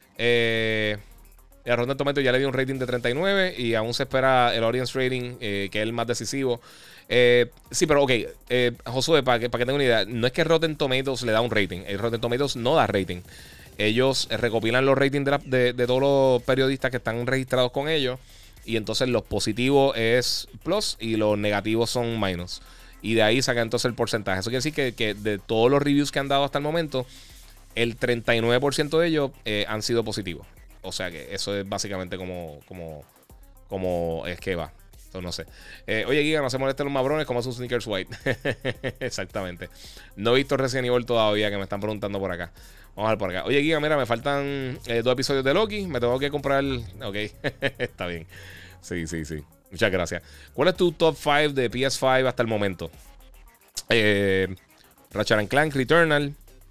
A: El Rotten Tomatoes ya le dio un rating de 39 y aún se espera el audience rating, que es el más decisivo. Sí, pero ok, Josué, para que tenga una idea, no es que Rotten Tomatoes le da un rating. El Rotten Tomatoes no da rating. Ellos recopilan los ratings de todos los periodistas que están registrados con ellos. Y entonces los positivos es plus y los negativos son minus. Y de ahí saca entonces el porcentaje. Eso quiere decir que de todos los reviews que han dado hasta el momento, el 39% de ellos han sido positivos. O sea que eso es básicamente como es que va. Entonces no sé. Oye, Giga, no se molesten los mabrones como sus sneakers white. Exactamente. No he visto Resident Evil todavía, que me están preguntando por acá. Vamos a ver por acá. Oye, Giga, mira, me faltan 2 episodios de Loki. Me tengo que comprar Ok, está bien. Sí. Muchas gracias. ¿Cuál es tu top 5 de PS5 hasta el momento? Ratchet & Clank, Returnal.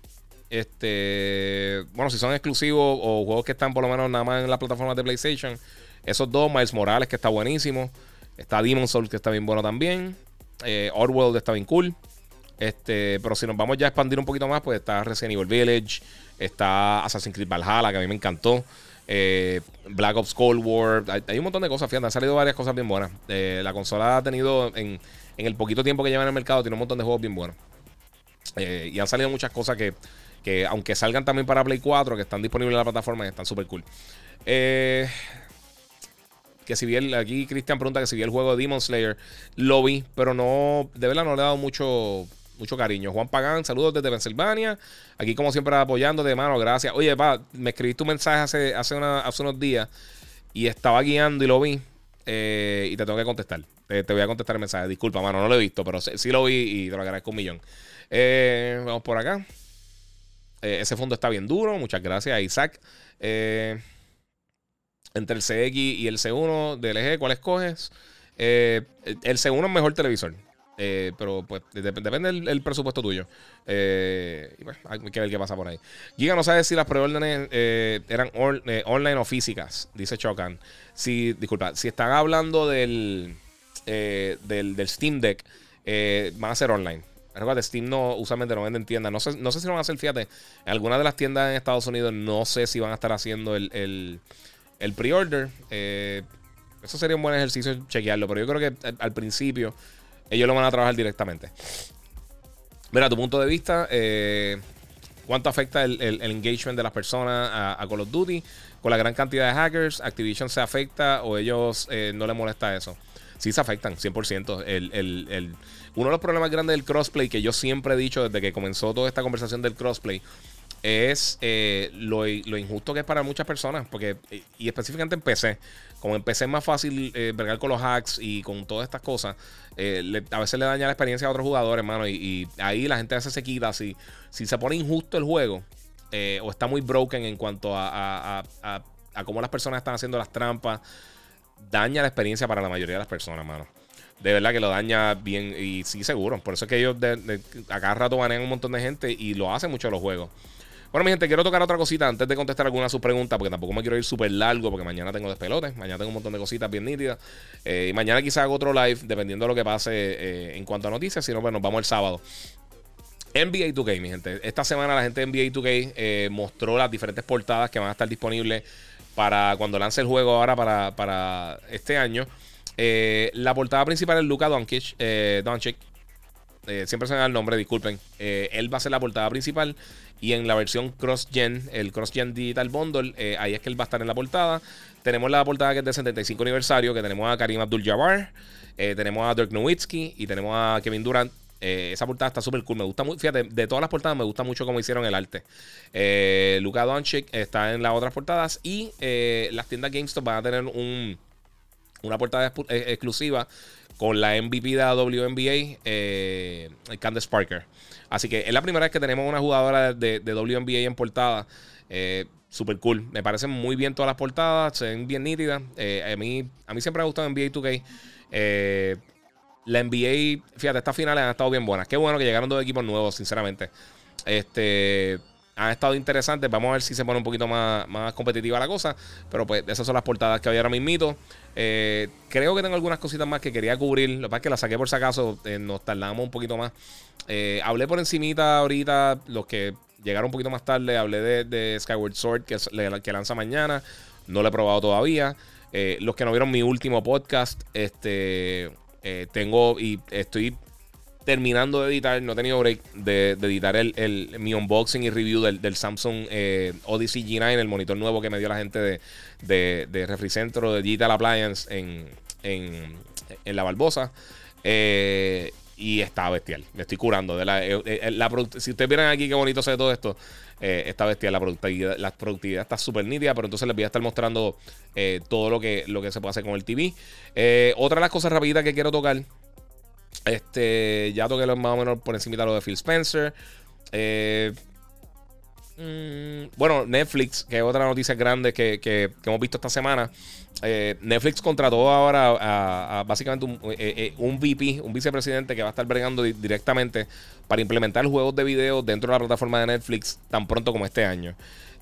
A: Bueno, si son exclusivos o juegos que están por lo menos nada más en las plataformas de PlayStation, esos dos. Miles Morales, que está buenísimo. Está Demon's Souls, que está bien bueno también. Oddworld está bien cool. Pero si nos vamos ya a expandir un poquito más, pues está Resident Evil Village. Está Assassin's Creed Valhalla, que a mí me encantó. Black Ops Cold War. Hay un montón de cosas, fíjate, han salido varias cosas bien buenas. La consola ha tenido, en el poquito tiempo que lleva en el mercado, tiene un montón de juegos bien buenos. Y han salido muchas cosas que aunque salgan también para Play 4, que están disponibles en la plataforma, están súper cool. Que si vi aquí Cristian pregunta que si vi el juego de Demon Slayer. Lo vi, pero no, de verdad no le he dado mucho mucho cariño. Juan Pagán, saludos desde Pensilvania. Aquí, como siempre, apoyándote, mano. Gracias. Oye, me escribiste un mensaje hace unos días y estaba guiando y lo vi. Y te tengo que contestar. Te voy a contestar el mensaje. Disculpa, mano, no lo he visto, pero sí lo vi y te lo agradezco un millón. Vamos por acá. Ese fondo está bien duro. Muchas gracias, Isaac. Entre el CX y el C1 de LG, ¿cuál escoges? El C1 es mejor televisor. Pero pues depende del presupuesto tuyo. Y bueno, hay que ver qué pasa por ahí. Giga no sabe si las preórdenes eran online o físicas, dice Chocan. Disculpa, si están hablando del Steam Deck, van a ser online. Recuerda, Steam usualmente no vende en tiendas. No sé si lo van a hacer, fíjate. En algunas de las tiendas en Estados Unidos no sé si van a estar haciendo el pre-order. Eso sería un buen ejercicio chequearlo. Pero yo creo que al principio ellos lo van a trabajar directamente. Mira, tu punto de vista, ¿cuánto afecta el engagement de las personas a Call of Duty? Con la gran cantidad de hackers, ¿Activision se afecta o ellos no les molesta eso? Sí se afectan, 100%. Uno de los problemas grandes del crossplay, que yo siempre he dicho desde que comenzó toda esta conversación del crossplay, es lo injusto que es para muchas personas. Porque, y específicamente en PC, como en PC es más fácil bregar con los hacks y con todas estas cosas, a veces le daña la experiencia a otros jugadores, hermano. Y ahí la gente a veces se quita. Si se pone injusto el juego, o está muy broken en cuanto a cómo las personas están haciendo las trampas, daña la experiencia para la mayoría de las personas, mano. De verdad que lo daña bien. Y sí, seguro. Por eso es que ellos a cada rato banean un montón de gente y lo hacen mucho en los juegos. Bueno, mi gente, quiero tocar otra cosita antes de contestar alguna de sus preguntas, porque tampoco me quiero ir súper largo, porque mañana tengo despelotes. Mañana tengo un montón de cositas bien nítidas. Y mañana quizá hago otro live, dependiendo de lo que pase en cuanto a noticias. Si no, pues nos vamos el sábado. NBA 2K, mi gente. Esta semana la gente de NBA 2K mostró las diferentes portadas que van a estar disponibles para cuando lance el juego ahora para este año. La portada principal es Luka Doncic. Siempre se me da el nombre, disculpen. Él va a ser la portada principal. Y en la versión Cross-Gen, el Cross-Gen Digital Bundle, ahí es que él va a estar en la portada. Tenemos la portada que es del 75 aniversario, que tenemos a Kareem Abdul-Jabbar, tenemos a Dirk Nowitzki y tenemos a Kevin Durant. Esa portada está súper cool. Me gusta mucho. Fíjate, de todas las portadas me gusta mucho cómo hicieron el arte. Luka Doncic está en las otras portadas. Y las tiendas GameStop van a tener una portada exclusiva con la MVP de la WNBA, Candace Parker. Así que es la primera vez que tenemos una jugadora de WNBA en portada. Super cool. Me parecen muy bien todas las portadas. Se ven bien nítidas. A mí siempre me ha gustado NBA 2K. La NBA, fíjate, estas finales han estado bien buenas. Qué bueno que llegaron dos equipos nuevos, sinceramente. Han estado interesantes. Vamos a ver si se pone un poquito más competitiva la cosa. Pero pues esas son las portadas que había ahora mismito. Creo que tengo algunas cositas más que quería cubrir. Lo que pasa es que las saqué por si acaso. Nos tardamos un poquito más. Hablé por encimita ahorita. Los que llegaron un poquito más tarde. Hablé de Skyward Sword que lanza mañana. No lo he probado todavía. Los que no vieron mi último podcast, tengo y estoy terminando de editar, no he tenido break de editar mi unboxing y review del Samsung Odyssey G9, el monitor nuevo que me dio la gente de Refricentro, de Digital Appliance en la Barbosa. Y está bestial, me estoy curando si ustedes vieran aquí qué bonito se ve todo esto, está bestial. La productividad está súper nítida, pero entonces les voy a estar mostrando todo lo que se puede hacer con el TV. Otra de las cosas rapiditas que quiero tocar, ya toqué más o menos por encima lo de Phil Spencer. Bueno, Netflix, que es otra noticia grande que hemos visto esta semana. Netflix contrató ahora a básicamente un VP, un vicepresidente que va a estar bregando directamente para implementar juegos de video dentro de la plataforma de Netflix tan pronto como este año.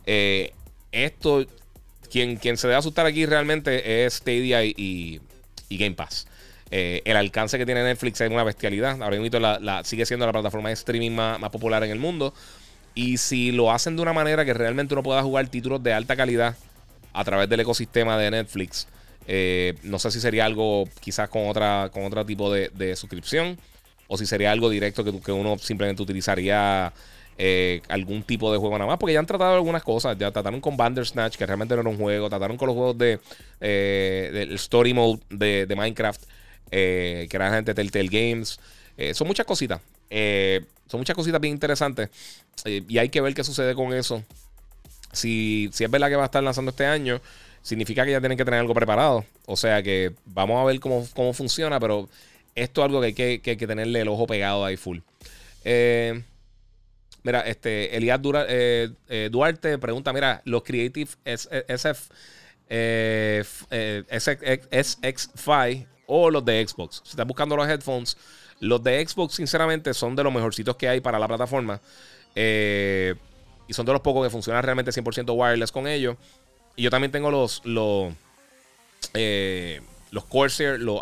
A: Quien se debe asustar aquí realmente es Stadia y Game Pass. El alcance que tiene Netflix es una bestialidad. Ahora mismo sigue siendo la plataforma de streaming más popular en el mundo. Y si lo hacen de una manera que realmente uno pueda jugar títulos de alta calidad a través del ecosistema de Netflix, no sé si sería algo quizás con otro tipo de suscripción, o si sería algo directo que uno simplemente utilizaría algún tipo de juego nada más, porque ya han tratado algunas cosas. Ya trataron con Bandersnatch, que realmente no era un juego. Trataron con los juegos del Story Mode de Minecraft, que era la gente de Telltale Games. Son muchas cositas. Son muchas cositas bien interesantes. Y hay que ver qué sucede con eso. Si es verdad que va a estar lanzando este año, significa que ya tienen que tener algo preparado. O sea que vamos a ver cómo funciona, pero esto es algo que hay que tenerle el ojo pegado ahí full. Mira, Elías Duarte pregunta, mira, los Creative SX5 o los de Xbox. Si estás buscando los headphones, los de Xbox, sinceramente, son de los mejorcitos que hay para la plataforma. Y son de los pocos que funcionan realmente 100% wireless con ellos. Y yo también tengo los Corsair, los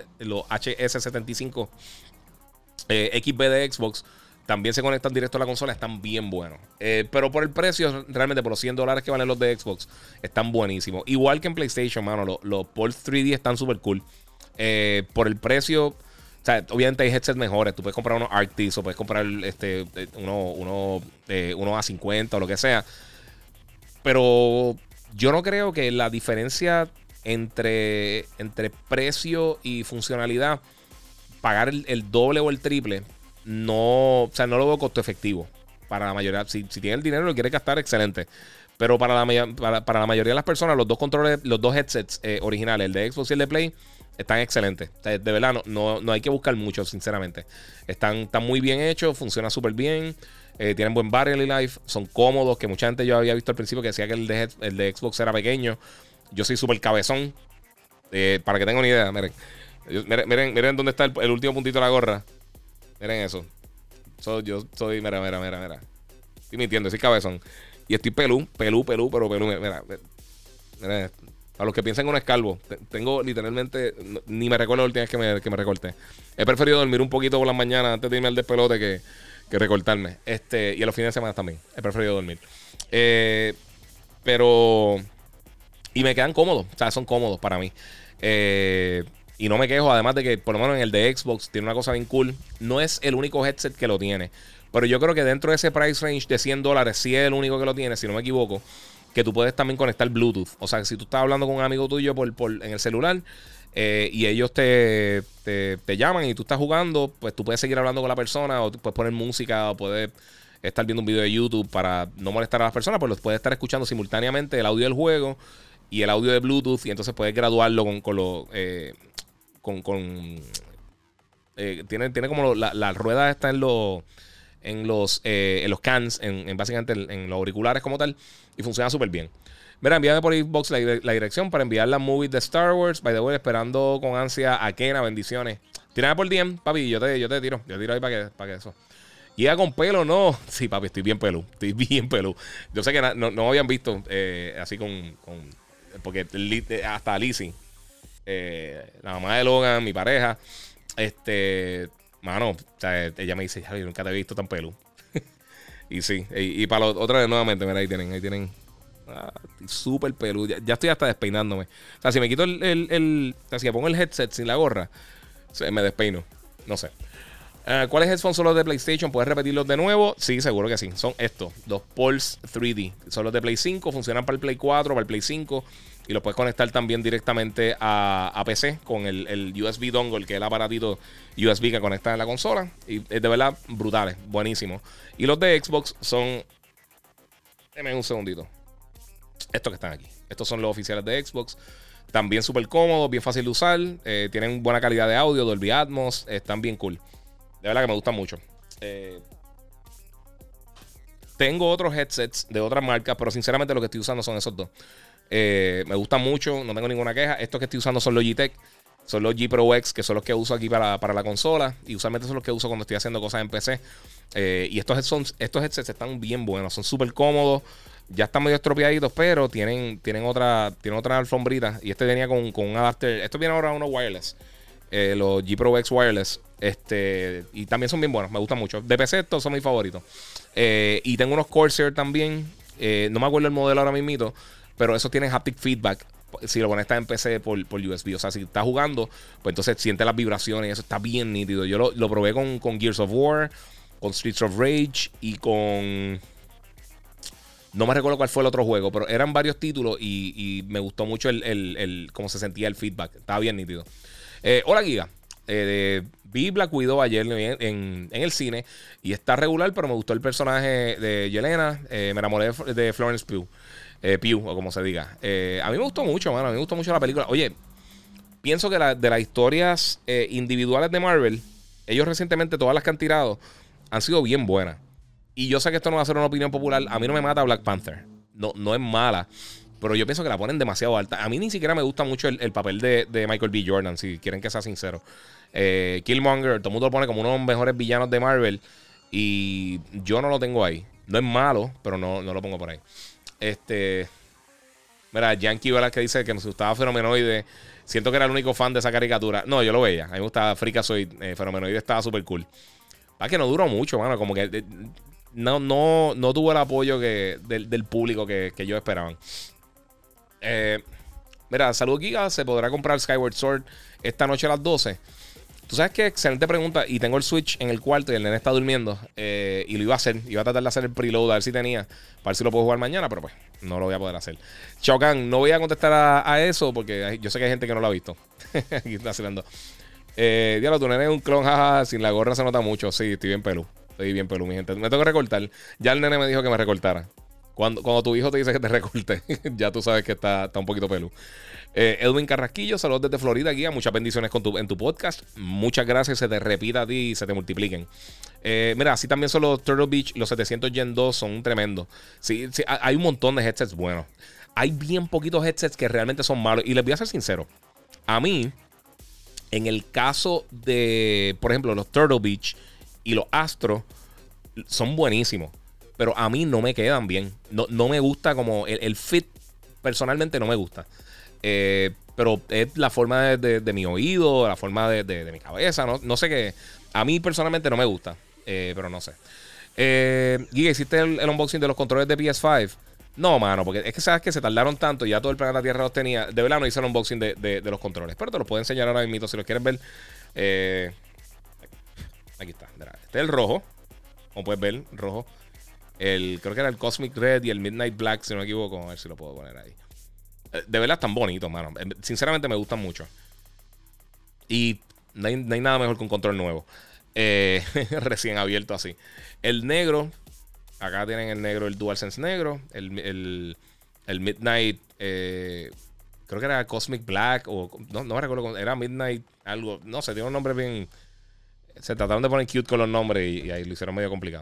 A: HS75 XB de Xbox. También se conectan directo a la consola. Están bien buenos. Pero por el precio, realmente por los $100 que valen los de Xbox, están buenísimos. Igual que en PlayStation, mano. Los Pulse 3D están súper cool. Por el precio, o sea, obviamente hay headsets mejores. Tú puedes comprar unos Arctis o puedes comprar unos A50 o lo que sea. Pero yo no creo que la diferencia entre precio y funcionalidad, pagar el doble o el triple, no, o sea, no lo veo costo efectivo para la mayoría. Si tiene el dinero y lo quiere gastar, excelente. Pero para la mayoría de las personas, los dos controles, los dos headsets originales, el de Xbox y el de Play, están excelentes. O sea, de verdad, no hay que buscar mucho, sinceramente. Están muy bien hechos, funcionan súper bien. Tienen buen battery life, son cómodos. Que mucha gente yo había visto al principio que decía que el de Xbox era pequeño. Yo soy súper cabezón. Para que tengan una idea, miren. Miren dónde está el último puntito de la gorra. Miren eso. Yo soy, mira. Estoy mintiendo, soy cabezón. Y estoy pelú. Mira esto. A los que piensan que uno es calvo, tengo literalmente, ni me recuerdo la última vez que me recorté. He preferido dormir un poquito por las mañanas antes de irme al despelote que recortarme. Y a los fines de semana también. He preferido dormir. Pero... Y me quedan cómodos. O sea, son cómodos para mí. Y no me quejo. Además de que, por lo menos en el de Xbox, tiene una cosa bien cool. No es el único headset que lo tiene. Pero yo creo que dentro de ese price range de $100, sí es el único que lo tiene, si no me equivoco. Que tú puedes también conectar Bluetooth. O sea, que si tú estás hablando con un amigo tuyo en el celular... y ellos te llaman y tú estás jugando, pues tú puedes seguir hablando con la persona, o puedes poner música, o puedes estar viendo un video de YouTube para no molestar a las personas, pues los puedes estar escuchando simultáneamente el audio del juego y el audio de Bluetooth, y entonces puedes graduarlo tiene como la rueda está en los cans, básicamente en los auriculares como tal, y funciona súper bien. Mira, envíame por inbox la dirección para enviar la movie de Star Wars. By the way, esperando con ansia a Kena. Bendiciones. Tírame por DM, papi. Yo te tiro. Yo tiro ahí para que eso. ¿Llega con pelo? No. Sí, papi, estoy bien pelú. Yo sé que no me habían visto así porque hasta Lizzie, la mamá de Logan, mi pareja, mano, o sea, ella me dice, Javi, nunca te he visto tan pelú. Y sí. Y para otra vez nuevamente, mira, ahí tienen. Súper peludo. Ya estoy hasta despeinándome. O sea, si me quito o sea, si me pongo el headset sin la gorra, me despeino. No sé. ¿Cuáles headphones son los de PlayStation? ¿Puedes repetirlos de nuevo? Sí, seguro que sí. Son estos, los Pulse 3D. Son los de Play 5, funcionan para el Play 4, para el Play 5. Y los puedes conectar también directamente a PC con el USB dongle, que es el aparatito USB que conecta en la consola. Y es de verdad brutales, buenísimos. Y los de Xbox son... Deme un segundito. Estos que están aquí. Estos son los oficiales de Xbox. También súper cómodos, bien fácil de usar. Tienen buena calidad de audio, Dolby Atmos. Están bien cool. De verdad que me gustan mucho. Tengo otros headsets de otras marcas, pero sinceramente lo que estoy usando son esos dos. Me gustan mucho, no tengo ninguna queja. Estos que estoy usando son los Logitech. Son los G Pro X, que son los que uso aquí para la consola. Y usualmente son los que uso cuando estoy haciendo cosas en PC. Y estos headsets están bien buenos. Son súper cómodos. Ya están medio estropeaditos, pero tienen otra alfombrita. Y este venía con un adapter. Esto viene ahora unos wireless. Los G Pro X wireless. Y también son bien buenos. Me gustan mucho. De PC estos son mis favoritos. Y tengo unos Corsair también. No me acuerdo el modelo ahora mismito. Pero esos tienen haptic feedback. Si lo conectas en PC por USB. O sea, si estás jugando, pues entonces sientes las vibraciones. Y eso está bien nítido. Yo lo probé con Gears of War, con Streets of Rage y con... No me recuerdo cuál fue el otro juego, pero eran varios títulos y me gustó mucho cómo se sentía el feedback. Estaba bien nítido. Hola, Giga. Vi Black Widow ayer en el cine y está regular, pero me gustó el personaje de Yelena. Me enamoré de Florence Pugh. Pugh, o como se diga. A mí me gustó mucho, mano. A mí me gustó mucho la película. Oye, pienso que de las historias individuales de Marvel, ellos recientemente, todas las que han tirado, han sido bien buenas. Y yo sé que esto no va a ser una opinión popular. A mí no me mata Black Panther. No es mala. Pero yo pienso que la ponen demasiado alta. A mí ni siquiera me gusta mucho el papel de Michael B. Jordan, si quieren que sea sincero. Killmonger, todo el mundo lo pone como uno de los mejores villanos de Marvel. Y yo no lo tengo ahí. No es malo, pero no lo pongo por ahí. Mira, Yankee que dice que me gustaba Fenomenoide. Siento que era el único fan de esa caricatura. No, yo lo veía. A mí me gustaba Freakazoid. Fenomenoide estaba súper cool. Que no duró mucho, mano. Como que no tuvo el apoyo del público que ellos esperaban. Mira, saludos Giga. ¿Se podrá comprar Skyward Sword esta noche a las 12? Tú sabes que excelente pregunta. Y tengo el Switch en el cuarto y el nene está durmiendo. Y lo iba a hacer. Iba a tratar de hacer el preload a ver si tenía. Para ver si lo puedo jugar mañana. Pero pues no lo voy a poder hacer. Chocan, no voy a contestar a eso. Porque yo sé que hay gente que no lo ha visto. Aquí está haciendo. Diablo, tu nene es un clon. Jaja, sin la gorra se nota mucho. Sí, estoy bien pelú. Estoy bien pelú, mi gente. Me tengo que recortar. Ya el nene me dijo que me recortara. Cuando tu hijo te dice que te recorte, ya tú sabes que está un poquito pelú. Edwin Carrasquillo, saludos desde Florida, guía. Muchas bendiciones en tu podcast. Muchas gracias, se te repita a ti y se te multipliquen. Mira, así también son los Turtle Beach, los 700 Gen 2 son tremendos. Sí, hay un montón de headsets buenos. Hay bien poquitos headsets que realmente son malos. Y les voy a ser sincero. A mí, en el caso de, por ejemplo, los Turtle Beach y los Astro, son buenísimos. Pero a mí no me quedan bien. No me gusta como el fit. Personalmente no me gusta. Pero es la forma de mi oído, la forma de mi cabeza. No sé qué. A mí personalmente no me gusta. Pero no sé. Giga, ¿hiciste el unboxing de los controles de PS5? No, mano, porque es que sabes que se tardaron tanto. Ya todo el planeta Tierra los tenía. De verdad no hice el unboxing de los controles. Pero te los puedo enseñar ahora mismo si los quieres ver. Aquí está. Este es el rojo. Como puedes ver, rojo. Creo que era el Cosmic Red y el Midnight Black, si no me equivoco. A ver si lo puedo poner ahí. De verdad están bonitos, mano. Sinceramente me gustan mucho. Y no hay nada mejor que un control nuevo. Recién abierto así. El negro. Acá tienen el negro, el DualSense negro. El Midnight. Creo que era Cosmic Black. O no me recuerdo. Era Midnight algo. No sé, tiene un nombre bien. Se trataron de poner cute con los nombres y ahí lo hicieron medio complicado.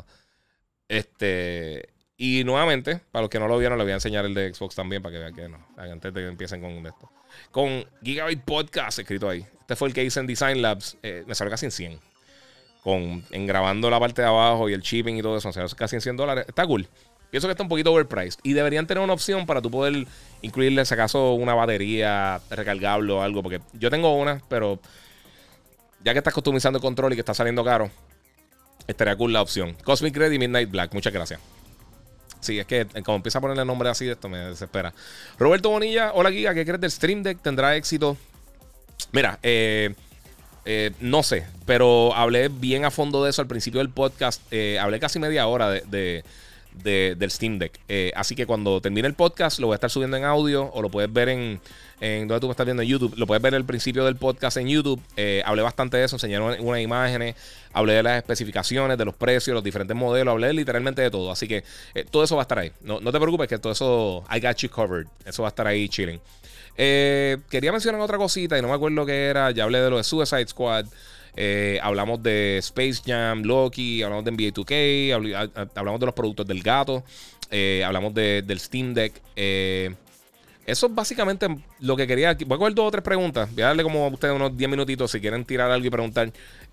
A: Y nuevamente, para los que no lo vieron, les voy a enseñar el de Xbox también para que vean que no. Antes de que empiecen con esto. Con Gigabyte Podcast escrito ahí. Este fue el que hice en Design Labs. Me salió casi en 100. En grabando la parte de abajo y el shipping y todo eso. O sea, casi en $100. Está cool. Pienso que está un poquito overpriced. Y deberían tener una opción para tú poder incluirle, si acaso, una batería recargable o algo. Porque yo tengo una, pero ya que estás customizando el control y que está saliendo caro, estaría cool la opción. Cosmic Red y Midnight Black. Muchas gracias. Sí, es que como empieza a ponerle nombre así de esto me desespera. Roberto Bonilla, hola Giga, ¿qué crees del Stream Deck? ¿Tendrá éxito? Mira, no sé, pero hablé bien a fondo de eso al principio del podcast. Hablé casi media hora del Steam Deck. Así que cuando termine el podcast lo voy a estar subiendo en audio o lo puedes ver en donde tú me estás viendo en YouTube. Lo puedes ver al principio del podcast en YouTube. Hablé bastante de eso, enseñé unas imágenes, hablé de las especificaciones, de los precios, los diferentes modelos, hablé literalmente de todo. Así que todo eso va a estar ahí. No te preocupes que todo eso, I got you covered. Eso va a estar ahí chilling. Quería mencionar otra cosita y no me acuerdo qué era. Ya hablé de lo de Suicide Squad. Hablamos de Space Jam, Loki, hablamos de NBA 2K, hablamos de los productos del gato, hablamos del Steam Deck. Eso es básicamente lo que quería. Voy a coger 2 o 3 preguntas. Voy a darle como a ustedes unos 10 minutitos si quieren tirar algo y preguntar.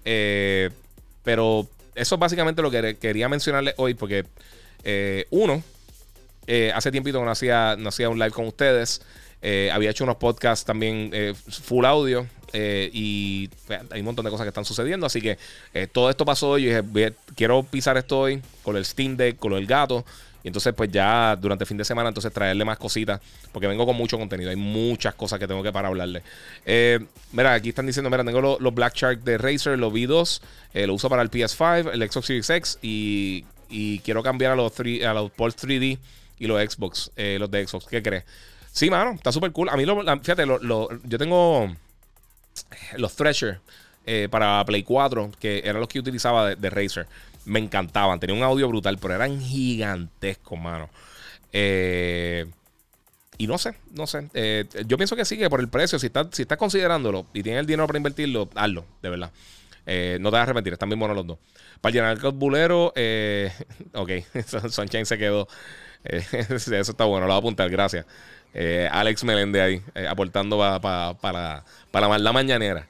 A: Pero eso es básicamente lo que quería mencionarles hoy. Porque hace tiempito que no hacía un live con ustedes. Había hecho unos podcasts también full audio. Y hay un montón de cosas que están sucediendo. Así que todo esto pasó hoy. Y dije, quiero pisar esto hoy con el Steam Deck, con lo del gato. Y entonces pues ya durante el fin de semana entonces traerle más cositas. Porque vengo con mucho contenido. Hay muchas cosas que tengo que para hablarle. Mira, aquí están diciendo, mira, tengo los Black Shark de Razer, los V2. Lo uso para el PS5, el Xbox Series X. Y quiero cambiar a los Pulse 3D y los Xbox, los de Xbox. ¿Qué crees? Sí, mano, está súper cool. A mí, fíjate, yo tengo los Thresher. para Play 4, que eran los que utilizaba de Razer. Me encantaban, tenía un audio brutal, pero eran gigantescos, mano. Y no sé. Yo pienso que sí, que por el precio, si estás considerándolo y tienes el dinero para invertirlo, hazlo, de verdad. No te vas a arrepentir, están bien buenos los dos. Para llenar el bulero, ok, Sunshine se quedó. Eso está bueno, lo voy a apuntar, gracias. Alex Melende ahí, aportando para la mañanera.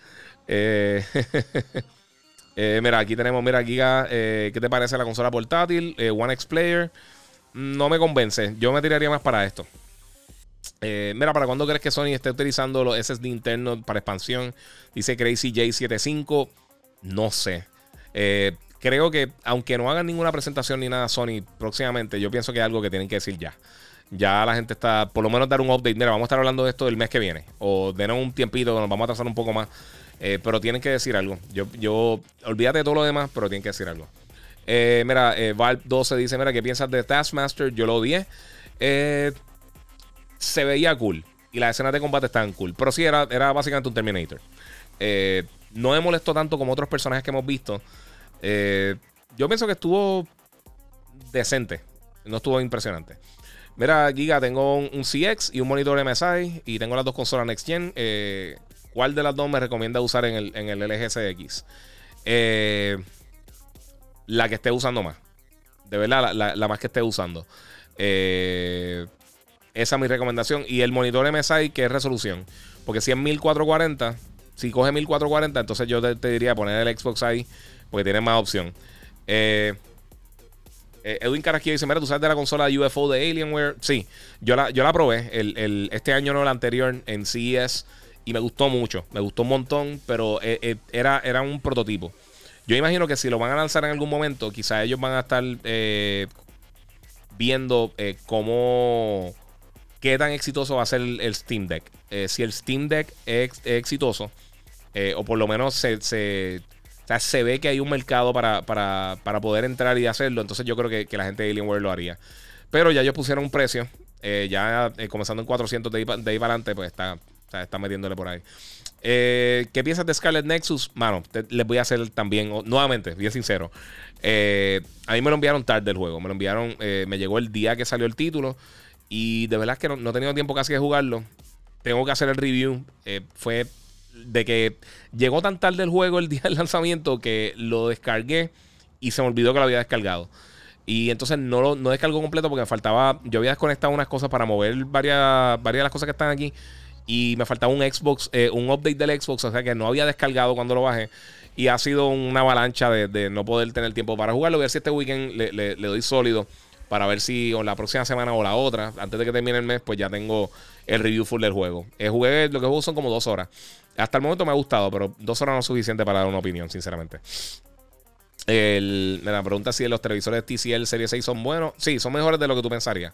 A: Mira, aquí tenemos, mira, Giga, ¿qué te parece la consola portátil? One X Player, no me convence. Yo me tiraría más para esto. Mira, ¿para cuándo crees que Sony esté utilizando los SSD internos para expansión? Dice Crazy J75. No sé. Creo que aunque no hagan ninguna presentación ni nada Sony próximamente, yo pienso que es algo que tienen que decir ya. Ya la gente está, por lo menos dar un update. Mira, vamos a estar hablando de esto el mes que viene. O denos un tiempito, nos vamos a atrasar un poco más. Pero tienen que decir algo. Yo olvídate de todo lo demás, pero tienen que decir algo. Mira, Valve 12 dice, mira, ¿qué piensas de Taskmaster? Yo lo odié. Se veía cool. Y las escenas de combate estaban cool. Pero sí, era básicamente un Terminator. No me molestó tanto como otros personajes que hemos visto. Yo pienso que estuvo decente. No estuvo impresionante. Mira, Giga, tengo un CX y un monitor MSI. Y tengo las dos consolas Next Gen. ¿Cuál de las dos me recomienda usar en el LG CX? La que esté usando más. De verdad, la más que esté usando. Esa es mi recomendación. Y el monitor MSI, que es resolución. Porque si es 1440, si coge 1440, entonces yo te diría poner el Xbox ahí, porque tiene más opción. Edwin Carrasquillo dice, mira, ¿tú sabes de la consola UFO de Alienware? Sí, yo la probé este año, no el anterior, en CES. Y me gustó mucho, me gustó un montón, pero era un prototipo. Yo imagino que si lo van a lanzar en algún momento, quizás ellos van a estar viendo qué tan exitoso va a ser el Steam Deck. Si el Steam Deck es exitoso, o por lo menos o sea, se ve que hay un mercado para poder entrar y hacerlo, entonces yo creo que la gente de Alienware lo haría. Pero ya ellos pusieron un precio, comenzando en 400 de ahí para adelante, pues está metiéndole por ahí. ¿Qué piensas de Scarlet Nexus? Mano, les voy a hacer también, nuevamente, bien sincero. A mí me lo enviaron tarde el juego. Me lo enviaron, me llegó el día que salió el título. Y de verdad es que no he tenido tiempo casi de jugarlo. Tengo que hacer el review. Fue de que llegó tan tarde el juego el día del lanzamiento que lo descargué y se me olvidó que lo había descargado. Y entonces no descargó completo porque me faltaba. Yo había desconectado unas cosas para mover varias de las cosas que están aquí. Y me faltaba un Xbox, un update del Xbox, o sea que no había descargado cuando lo bajé. Y ha sido una avalancha de no poder tener tiempo para jugarlo. Voy a ver si este weekend le doy sólido para ver si o la próxima semana o la otra, antes de que termine el mes, pues ya tengo el review full del juego. Lo que juego son como 2 horas. Hasta el momento me ha gustado, pero 2 horas no es suficiente para dar una opinión, sinceramente. Me pregunta si los televisores TCL Serie 6 son buenos. Sí, son mejores de lo que tú pensarías.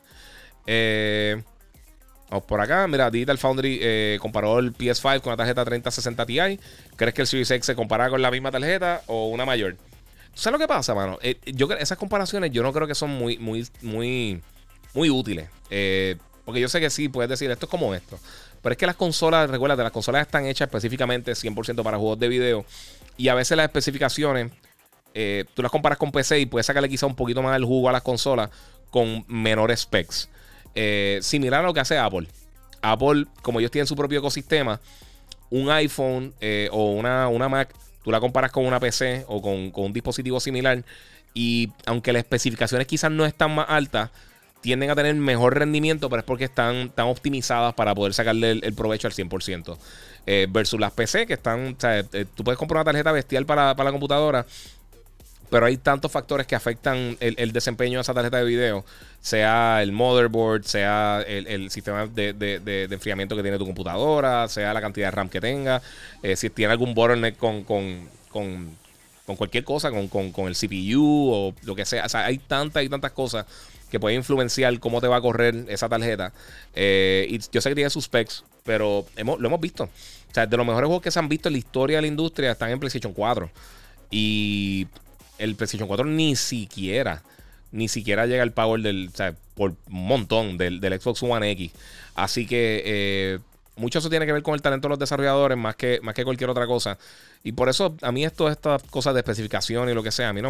A: Vamos por acá. Mira, Digital Foundry comparó el PS5 con la tarjeta 3060 Ti. ¿Crees que el Series X se compara con la misma tarjeta o una mayor? ¿Tú sabes lo que pasa, mano? Esas comparaciones yo no creo que son muy útiles. Porque yo sé que sí, puedes decir esto es como esto. Pero es que las consolas, recuérdate, las consolas están hechas específicamente 100% para juegos de video. Y a veces las especificaciones, tú las comparas con PC y puedes sacarle quizá un poquito más el jugo a las consolas con menores specs. Similar a lo que hace Apple. Apple, como ellos tienen su propio ecosistema, un iPhone o una Mac, tú la comparas con una PC o con un dispositivo similar. Y aunque las especificaciones quizás no están más altas, tienden a tener mejor rendimiento, pero es porque están optimizadas para poder sacarle el provecho al 100%. Versus las PC que están, o sea, tú puedes comprar una tarjeta bestial para la computadora, pero hay tantos factores que afectan el desempeño de esa tarjeta de video. Sea el motherboard, sea el sistema de enfriamiento que tiene tu computadora, sea la cantidad de RAM que tenga, si tiene algún bottleneck con cualquier cosa, con el CPU o lo que sea. O sea, hay tantas cosas que pueden influenciar cómo te va a correr esa tarjeta. Y yo sé que tiene sus specs, pero lo hemos visto. O sea, de los mejores juegos que se han visto en la historia de la industria están en PlayStation 4. Y el PlayStation 4 ni siquiera llega al power o sea, por un montón del Xbox One X. Así que mucho eso tiene que ver con el talento de los desarrolladores más que cualquier otra cosa. Y por eso a mí estas cosas de especificación y lo que sea, a mí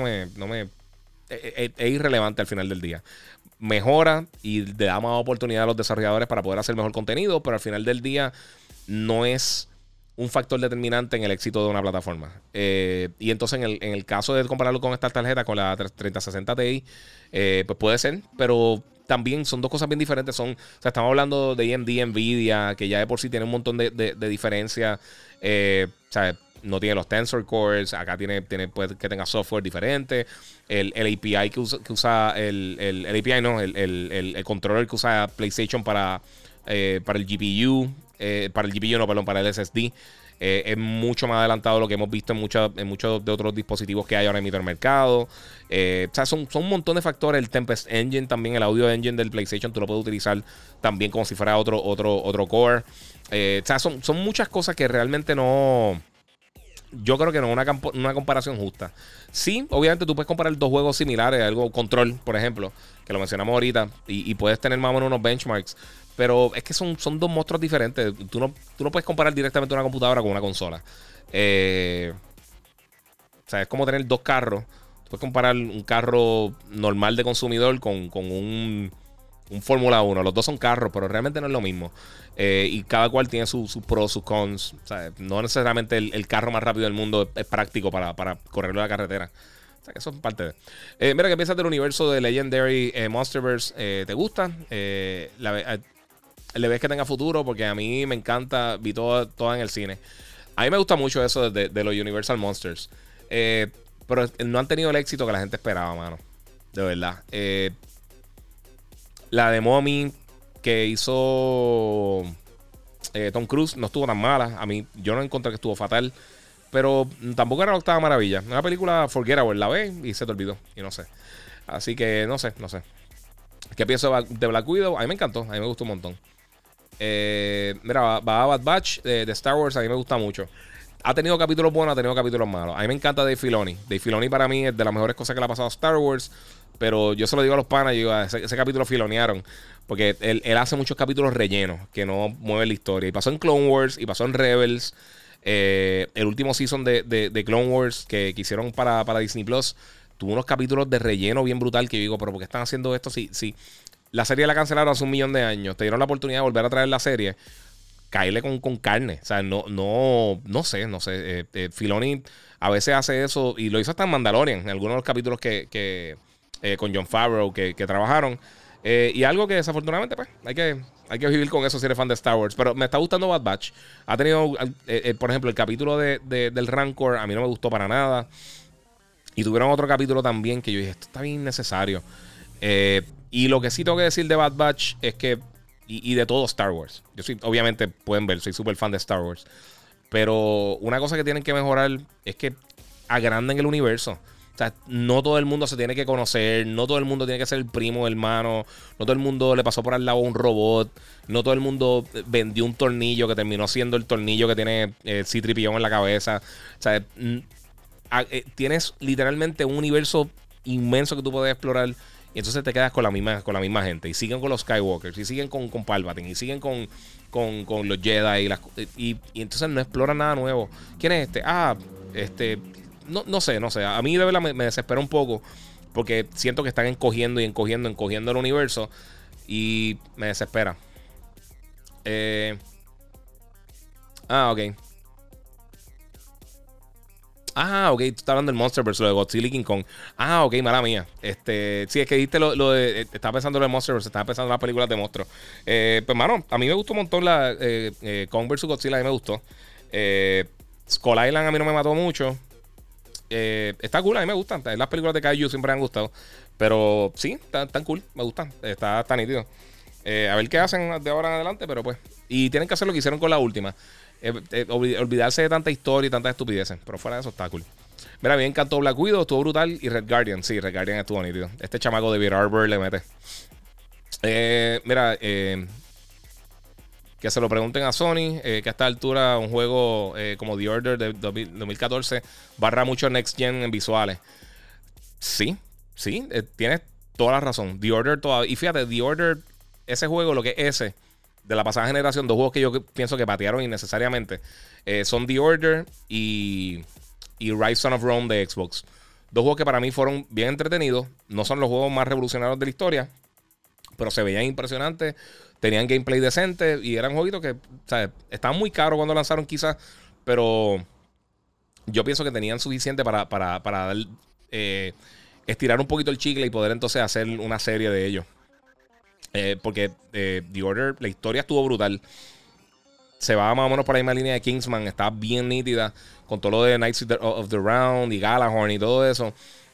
A: es irrelevante al final del día. Mejora y le da más oportunidad a los desarrolladores para poder hacer mejor contenido, pero al final del día no es un factor determinante en el éxito de una plataforma. Y entonces en el caso de compararlo con esta tarjeta, con la 3060 Ti, pues puede ser, pero también son dos cosas bien diferentes. O sea, estamos hablando de AMD, Nvidia, que ya de por sí tiene un montón de diferencias. O sea, no tiene los Tensor Cores. Acá puede que tenga software diferente. El API que usa el API no, el controller que usa PlayStation para el GPU. Para el GPU, no, perdón, para el SSD. Es mucho más adelantado de lo que hemos visto en muchos de otros dispositivos que hay ahora mismo en el mercado. O sea, son un montón de factores. El Tempest Engine también, el audio engine del PlayStation, tú lo puedes utilizar también como si fuera otro core. O sea, son muchas cosas que realmente no... Yo creo que no es una comparación justa. Sí, obviamente tú puedes comparar dos juegos similares, algo Control, por ejemplo, que lo mencionamos ahorita, y puedes tener más o menos unos benchmarks. Pero es que son dos monstruos diferentes. Tú no puedes comparar directamente una computadora con una consola. O sea, es como tener dos carros. Tú puedes comparar un carro normal de consumidor con un Fórmula 1. Los dos son carros, pero realmente no es lo mismo. Y cada cual tiene sus pros, sus cons. O sea, no necesariamente el carro más rápido del mundo es práctico para correrlo en la carretera. O sea, que eso es parte de... mira, ¿qué piensas del universo de Legendary Monsterverse? ¿Te gusta? ¿Le ves que tenga futuro? Porque a mí me encanta. Vi todo en el cine. A mí me gusta mucho eso de los Universal Monsters. Pero no han tenido el éxito que la gente esperaba, mano. De verdad. La de Mommy que hizo Tom Cruise no estuvo tan mala. A mí, yo no encontré que estuvo fatal. Pero tampoco era la octava maravilla. Una película forgettable. La ves y se te olvidó. Y no sé. Así que no sé. ¿Qué pienso de Black Widow? A mí me encantó. A mí me gustó un montón. Mira, va a Bad Batch de Star Wars. A mí me gusta mucho. Ha tenido capítulos buenos, ha tenido capítulos malos. A mí me encanta Dave Filoni. Dave Filoni para mí es de las mejores cosas que le ha pasado a Star Wars. Pero yo se lo digo a los panas, yo digo, ese capítulo filonearon. Porque él hace muchos capítulos rellenos que no mueven la historia. Y pasó en Clone Wars y pasó en Rebels. El último season de Clone Wars que hicieron para Disney Plus tuvo unos capítulos de relleno bien brutal que yo digo, pero ¿por qué están haciendo esto? Si la serie la cancelaron hace 1,000,000 de años, te dieron la oportunidad de volver a traer la serie, caerle con carne. O sea, no sé. Filoni a veces hace eso y lo hizo hasta en Mandalorian, en algunos de los capítulos que con Jon Favreau que trabajaron. Y algo que desafortunadamente pues hay que vivir con eso si eres fan de Star Wars. Pero me está gustando Bad Batch. Ha tenido, por ejemplo, el capítulo del Rancor a mí no me gustó para nada. Y tuvieron otro capítulo también que yo dije, esto está bien innecesario. Y lo que sí tengo que decir de Bad Batch es que, y de todo Star Wars, obviamente pueden ver, soy súper fan de Star Wars. Pero una cosa que tienen que mejorar es que agranden el universo. O sea, no todo el mundo se tiene que conocer, no todo el mundo tiene que ser el primo, hermano, no todo el mundo le pasó por al lado a un robot, no todo el mundo vendió un tornillo que terminó siendo el tornillo que tiene C-3PO en la cabeza. O sea, tienes literalmente un universo inmenso que tú puedes explorar y entonces te quedas con la misma gente. Y siguen con los Skywalkers, y siguen con Palpatine, y siguen con los Jedi, y entonces no exploran nada nuevo. ¿Quién es este? No sé. A mí de verdad me desespera un poco porque siento que están encogiendo el universo y me desespera. Ok. Ok, tú estás hablando del Monsterverse, lo de Godzilla y King Kong. Ok, mala mía. Sí, es que diste lo de. Estaba pensando en el Monsterverse, estaba pensando en las películas de monstruos. Pues, mano, a mí me gustó un montón la Kong vs Godzilla, a mí me gustó. Skull Island a mí no me mató mucho. Está cool, a mí me gustan. Las películas de Kaiju siempre me han gustado. Pero sí, están cool, me gustan. Está nítido. A ver qué hacen de ahora en adelante, pero pues. Y tienen que hacer lo que hicieron con la última. Olvidarse de tanta historia y tantas estupideces. Pero fuera de eso está cool. Mira, a mí me encantó Black Widow, estuvo brutal. Y Red Guardian, sí, Red Guardian estuvo nítido. Este chamaco de Beard Arbor le mete. Mira, que se lo pregunten a Sony, que a esta altura un juego como The Order de 2014 barra mucho Next Gen en visuales. Sí, tienes toda la razón. The Order todavía. Y fíjate, The Order, ese juego, lo que es ese, de la pasada generación, dos juegos que yo pienso que patearon innecesariamente, son The Order y Rise Son of Rome de Xbox. Dos juegos que para mí fueron bien entretenidos. No son los juegos más revolucionarios de la historia, pero se veían impresionantes. Tenían gameplay decente y eran jueguitos que, o sea, estaban muy caros cuando lanzaron quizás, pero yo pienso que tenían suficiente para dar, estirar un poquito el chicle y poder entonces hacer una serie de ellos. Porque The Order, la historia estuvo brutal. Se va más o menos por la misma línea de Kingsman. Está bien nítida con todo lo de Knights of the Round y Galahorn y todo eso.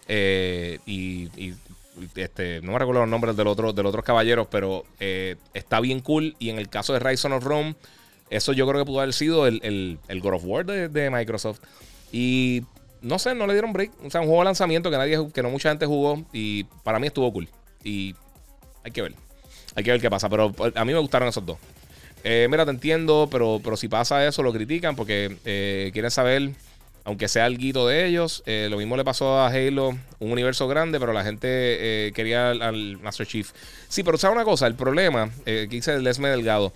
A: No me recuerdo los nombres de los otros caballeros, pero está bien cool. Y en el caso de Rise Son of Rome, eso yo creo que pudo haber sido el God of War de Microsoft. Y no sé, no le dieron break. O sea, un juego de lanzamiento que no mucha gente jugó. Y para mí estuvo cool. Y hay que ver. Hay que ver qué pasa. Pero a mí me gustaron esos dos. Mira, te entiendo, pero si pasa eso, lo critican porque quieren saber, aunque sea alguito de ellos. Lo mismo le pasó a Halo, un universo grande, pero la gente quería al Master Chief. Sí, pero ¿sabes una cosa? El problema, que dice Lesme Delgado,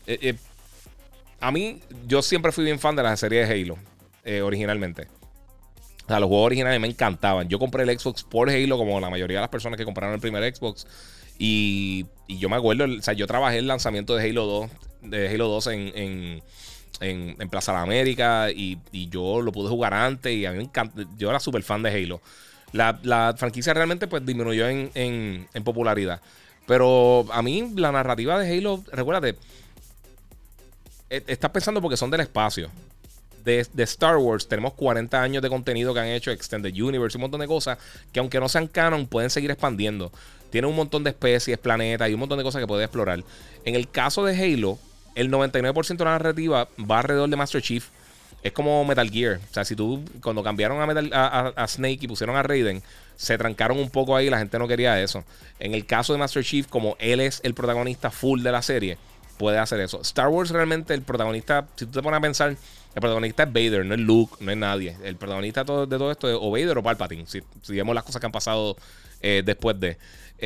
A: a mí, yo siempre fui bien fan de la serie de Halo, originalmente. O sea, los juegos originales me encantaban. Yo compré el Xbox por Halo, como la mayoría de las personas que compraron el primer Xbox. Y yo me acuerdo, o sea, yo trabajé el lanzamiento de Halo 2 en Plaza de la América y yo lo pude jugar antes y a mí me encanta. Yo era súper fan de Halo. La franquicia realmente pues disminuyó en popularidad. Pero a mí la narrativa de Halo, recuérdate, estás pensando porque son del espacio. De Star Wars tenemos 40 años de contenido que han hecho, Extended Universe y un montón de cosas que aunque no sean canon pueden seguir expandiendo. Tiene un montón de especies, planetas y un montón de cosas que puede explorar. En el caso de Halo, el 99% de la narrativa va alrededor de Master Chief. Es como Metal Gear. O sea, si tú, cuando cambiaron a Snake y pusieron a Raiden, se trancaron un poco ahí y la gente no quería eso. En el caso de Master Chief, como él es el protagonista full de la serie, puede hacer eso. Star Wars realmente, el protagonista, si tú te pones a pensar, el protagonista es Vader, no es Luke, no es nadie. El protagonista de todo esto es o Vader o Palpatine, si vemos las cosas que han pasado después de.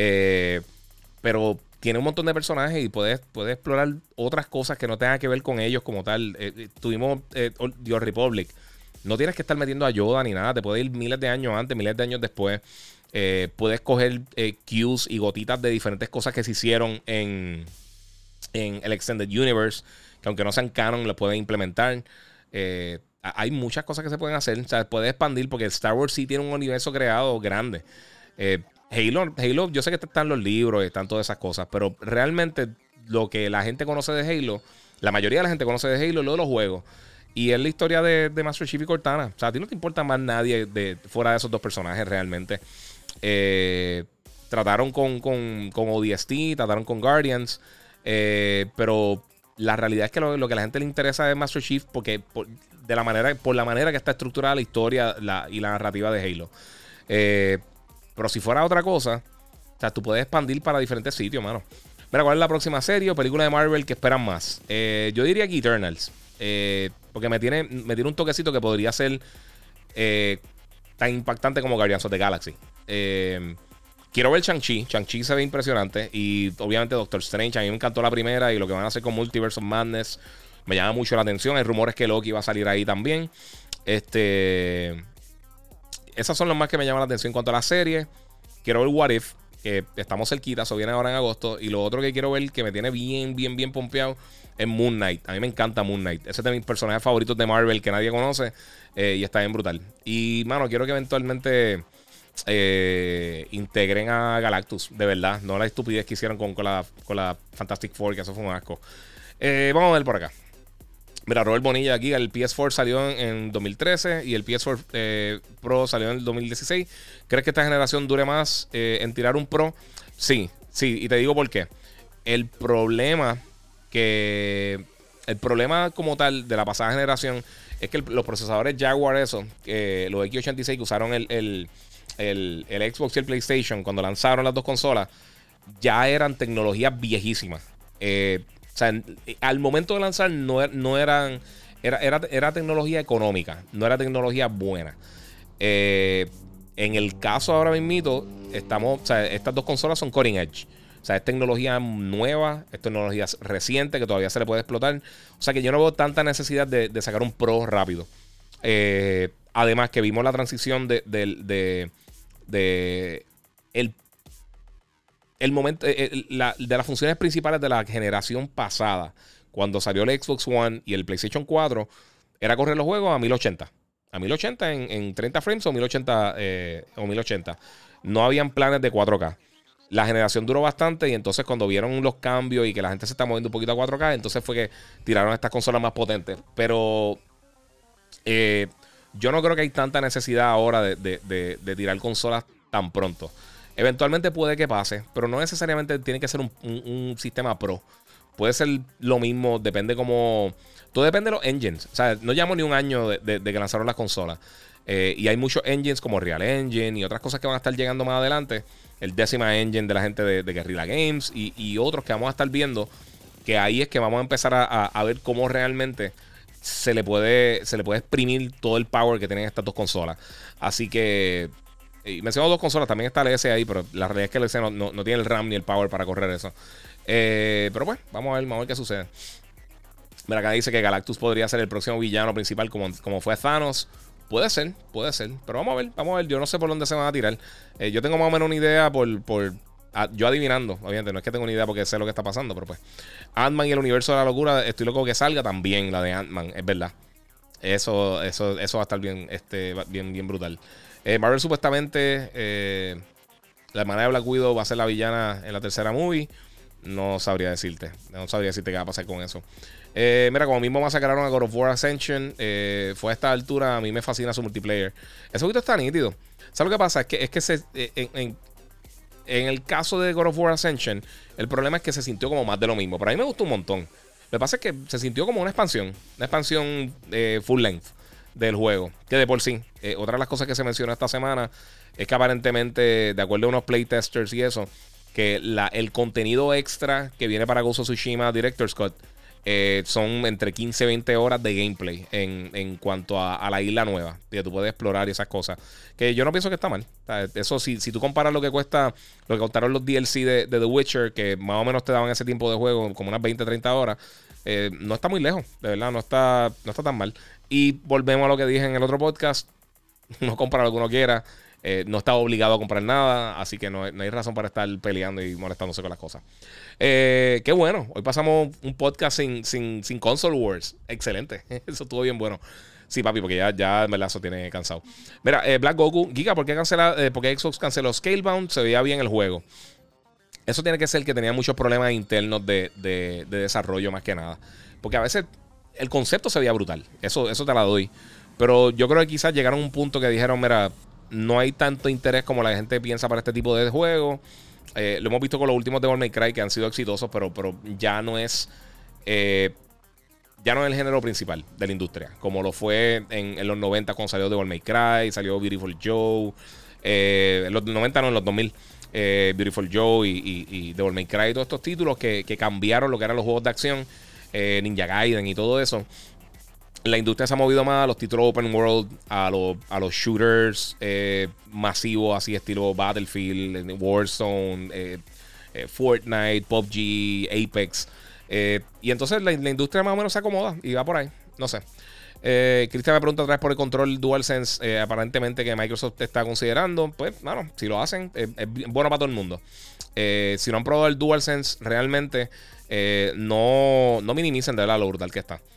A: Pero tiene un montón de personajes y puedes explorar otras cosas que no tengan que ver con ellos como tal. Tuvimos The Old Republic. No tienes que estar metiendo a Yoda ni nada. Te puedes ir miles de años antes, miles de años después. Puedes coger cues y gotitas de diferentes cosas que se hicieron en el Extended Universe, que aunque no sean canon, lo pueden implementar. Hay muchas cosas que se pueden hacer. O sea, puedes expandir porque Star Wars sí tiene un universo creado grande. Halo, yo sé que están los libros y están todas esas cosas, pero realmente lo que la gente conoce de Halo, la mayoría de la gente conoce de Halo, lo de los juegos. Y es la historia de Master Chief y Cortana. O sea, a ti no te importa más nadie fuera de esos dos personajes realmente. Trataron con ODST, trataron con Guardians, pero la realidad es que lo que a la gente le interesa es Master Chief porque por la manera que está estructurada la historia y la narrativa de Halo. Pero si fuera otra cosa, o sea, tú puedes expandir para diferentes sitios, mano. Mira, ¿cuál es la próxima serie o película de Marvel que esperan más? Yo diría que Eternals. Porque me tiene un toquecito que podría ser tan impactante como Guardians of the Galaxy. Quiero ver Shang-Chi. Shang-Chi se ve impresionante. Y obviamente Doctor Strange. A mí me encantó la primera. Y lo que van a hacer con Multiverse of Madness me llama mucho la atención. Hay rumores que Loki va a salir ahí también. Esas son las más que me llaman la atención en cuanto a la serie. Quiero ver What If, que estamos cerquita, eso viene ahora en agosto. Y lo otro que quiero ver, que me tiene bien pompeado, es Moon Knight. A mí me encanta Moon Knight. Ese es de mis personajes favoritos de Marvel que nadie conoce. Y está bien brutal. Y, mano, quiero que eventualmente integren a Galactus, de verdad. No la estupidez que hicieron con la Fantastic Four, que eso fue un asco. Vamos a ver por acá. Mira, Robert Bonilla aquí, el PS4 salió en 2013 y el PS4 Pro salió en el 2016. ¿Crees que esta generación dure más en tirar un Pro? Sí, y te digo por qué. El problema como tal de la pasada generación es que los procesadores Jaguar, los X86 que usaron el Xbox y el PlayStation cuando lanzaron las dos consolas, ya eran tecnologías viejísimas. O sea, al momento de lanzar era tecnología económica, no era tecnología buena. En el caso ahora mismito, o sea, estas dos consolas son cutting edge. O sea, es tecnología nueva, es tecnología reciente que todavía se le puede explotar. O sea, que yo no veo tanta necesidad de sacar un Pro rápido. Además que vimos la transición de el momento de las funciones principales de la generación pasada. Cuando salió el Xbox One y el PlayStation 4, era correr los juegos a 1080. A 1080 en 30 frames o 1080. No habían planes de 4K. La generación duró bastante y entonces cuando vieron los cambios y que la gente se está moviendo un poquito a 4K, entonces fue que tiraron estas consolas más potentes. Pero yo no creo que hay tanta necesidad ahora de tirar consolas tan pronto. Eventualmente puede que pase, pero no necesariamente tiene que ser un sistema Pro. Puede ser lo mismo, depende como... Todo depende de los engines. O sea, no llevamos ni un año de que lanzaron las consolas. Y hay muchos engines como Real Engine y otras cosas que van a estar llegando más adelante. El Decima Engine de la gente de Guerrilla Games y otros que vamos a estar viendo. Que ahí es que vamos a empezar a ver cómo realmente se le puede exprimir todo el power que tienen estas dos consolas. Así que... Y menciono dos consolas, también está el S ahí, pero la realidad es que el S no tiene el RAM ni el power para correr eso. Pero pues, vamos a ver qué sucede. Mira, acá dice que Galactus podría ser el próximo villano principal como fue Thanos. Puede ser. Pero vamos a ver. Yo no sé por dónde se van a tirar. Yo tengo más o menos una idea yo adivinando. Obviamente, no es que tengo una idea porque sé lo que está pasando, pero pues. Ant-Man y el universo de la locura, estoy loco que salga también, la de Ant-Man, es verdad. Eso va a estar bien brutal. Marvel supuestamente la hermana de Black Widow va a ser la villana en la tercera movie. No sabría decirte qué va a pasar con eso. Mira, como mismo masacraron a God of War Ascension, fue a esta altura, a mí me fascina su multiplayer. Ese juego está nítido. ¿Sabes lo que pasa? Es que en el caso de God of War Ascension, el problema es que se sintió como más de lo mismo. Pero a mí me gustó un montón. Lo que pasa es que se sintió como una expansión full length del juego, que de por sí, otra de las cosas que se mencionó esta semana es que aparentemente, de acuerdo a unos playtesters y eso, que el contenido extra que viene para Ghost of Tsushima Director's Cut son entre 15 y 20 horas de gameplay en cuanto a la isla nueva, que tú puedes explorar y esas cosas, que yo no pienso que está mal. O sea, eso si tú comparas lo que costaron los DLC de The Witcher, que más o menos te daban ese tiempo de juego como unas 20-30 horas, no está muy lejos, de verdad, no está tan mal. Y volvemos a lo que dije en el otro podcast. No comprar lo que uno quiera. No está obligado a comprar nada. Así que no hay razón para estar peleando y molestándose con las cosas. Qué bueno. Hoy pasamos un podcast sin Console Wars. Excelente. Eso estuvo bien bueno. Sí, papi, porque ya en verdad eso tiene cansado. Mira, Black Goku, Giga, ¿por qué Xbox canceló Scalebound? Se veía bien el juego. Eso tiene que ser que tenía muchos problemas internos de desarrollo más que nada. Porque a veces el concepto se veía brutal. Eso te la doy. Pero yo creo que quizás llegaron a un punto que dijeron, mira, no hay tanto interés como la gente piensa para este tipo de juegos. Lo hemos visto con los últimos Devil May Cry que han sido exitosos, pero ya no es el género principal de la industria. Como lo fue en los 90 cuando salió Devil May Cry, salió Beautiful Joe. En los 90 no, en los 2000. Beautiful Joe y Devil May Cry y todos estos títulos que cambiaron lo que eran los juegos de acción. Ninja Gaiden y todo eso. La industria se ha movido más a los títulos open world, a los shooters masivos, así estilo Battlefield, Warzone, Fortnite, PUBG, Apex. Y entonces la industria más o menos se acomoda y va por ahí. No sé. Cristian me pregunta otra vez por el control DualSense. Aparentemente que Microsoft está considerando. Pues, bueno, si lo hacen, es bueno para todo el mundo. Si no han probado el DualSense, realmente no minimicen de verdad lo brutal que está.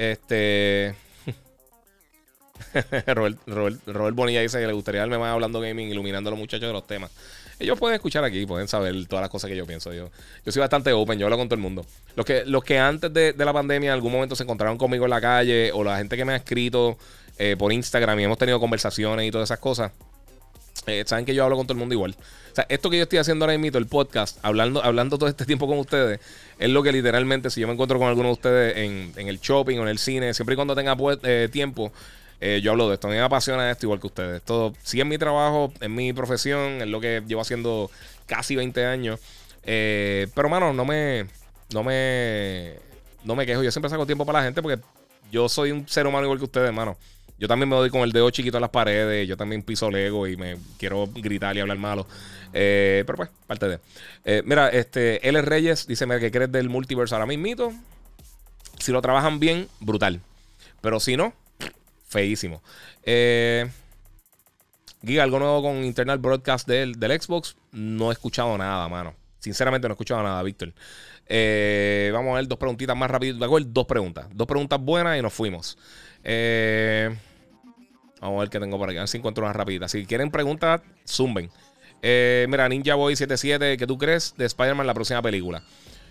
A: Robert Bonilla dice que le gustaría darme más hablando gaming, iluminando a los muchachos de los temas. Ellos pueden escuchar aquí, pueden saber todas las cosas que yo pienso. Yo soy bastante open, yo hablo con todo el mundo. Los que antes de la pandemia en algún momento se encontraron conmigo en la calle, o la gente que me ha escrito por Instagram y hemos tenido conversaciones y todas esas cosas, saben que yo hablo con todo el mundo igual. O sea, esto que yo estoy haciendo ahora mismo, el podcast, hablando todo este tiempo con ustedes, es lo que literalmente, si yo me encuentro con alguno de ustedes en el shopping o en el cine, siempre y cuando tenga tiempo, yo hablo de esto. A mí me apasiona esto igual que ustedes. Esto sí es mi trabajo, es mi profesión, es lo que llevo haciendo casi 20 años. Pero, mano, no me quejo. Yo siempre saco tiempo para la gente porque yo soy un ser humano igual que ustedes, mano. Yo también me doy con el dedo chiquito en las paredes. Yo también piso Lego y me quiero gritar y hablar malo. Pero pues, parte de. Mira, L. Reyes dice: mira, ¿qué crees del multiverso ahora mismito? Si lo trabajan bien, brutal. Pero si no, feísimo. Giga, algo nuevo con Internal Broadcast del Xbox. No he escuchado nada, mano. Sinceramente no he escuchado nada, Víctor. Vamos a ver dos preguntitas más rápido. Voy a coger dos preguntas. Dos preguntas buenas y nos fuimos. Vamos a ver qué tengo por aquí. A ver si encuentro una rapidita. Si quieren preguntas, zumben. Mira, Ninja Boy 77, ¿qué tú crees de Spider-Man la próxima película?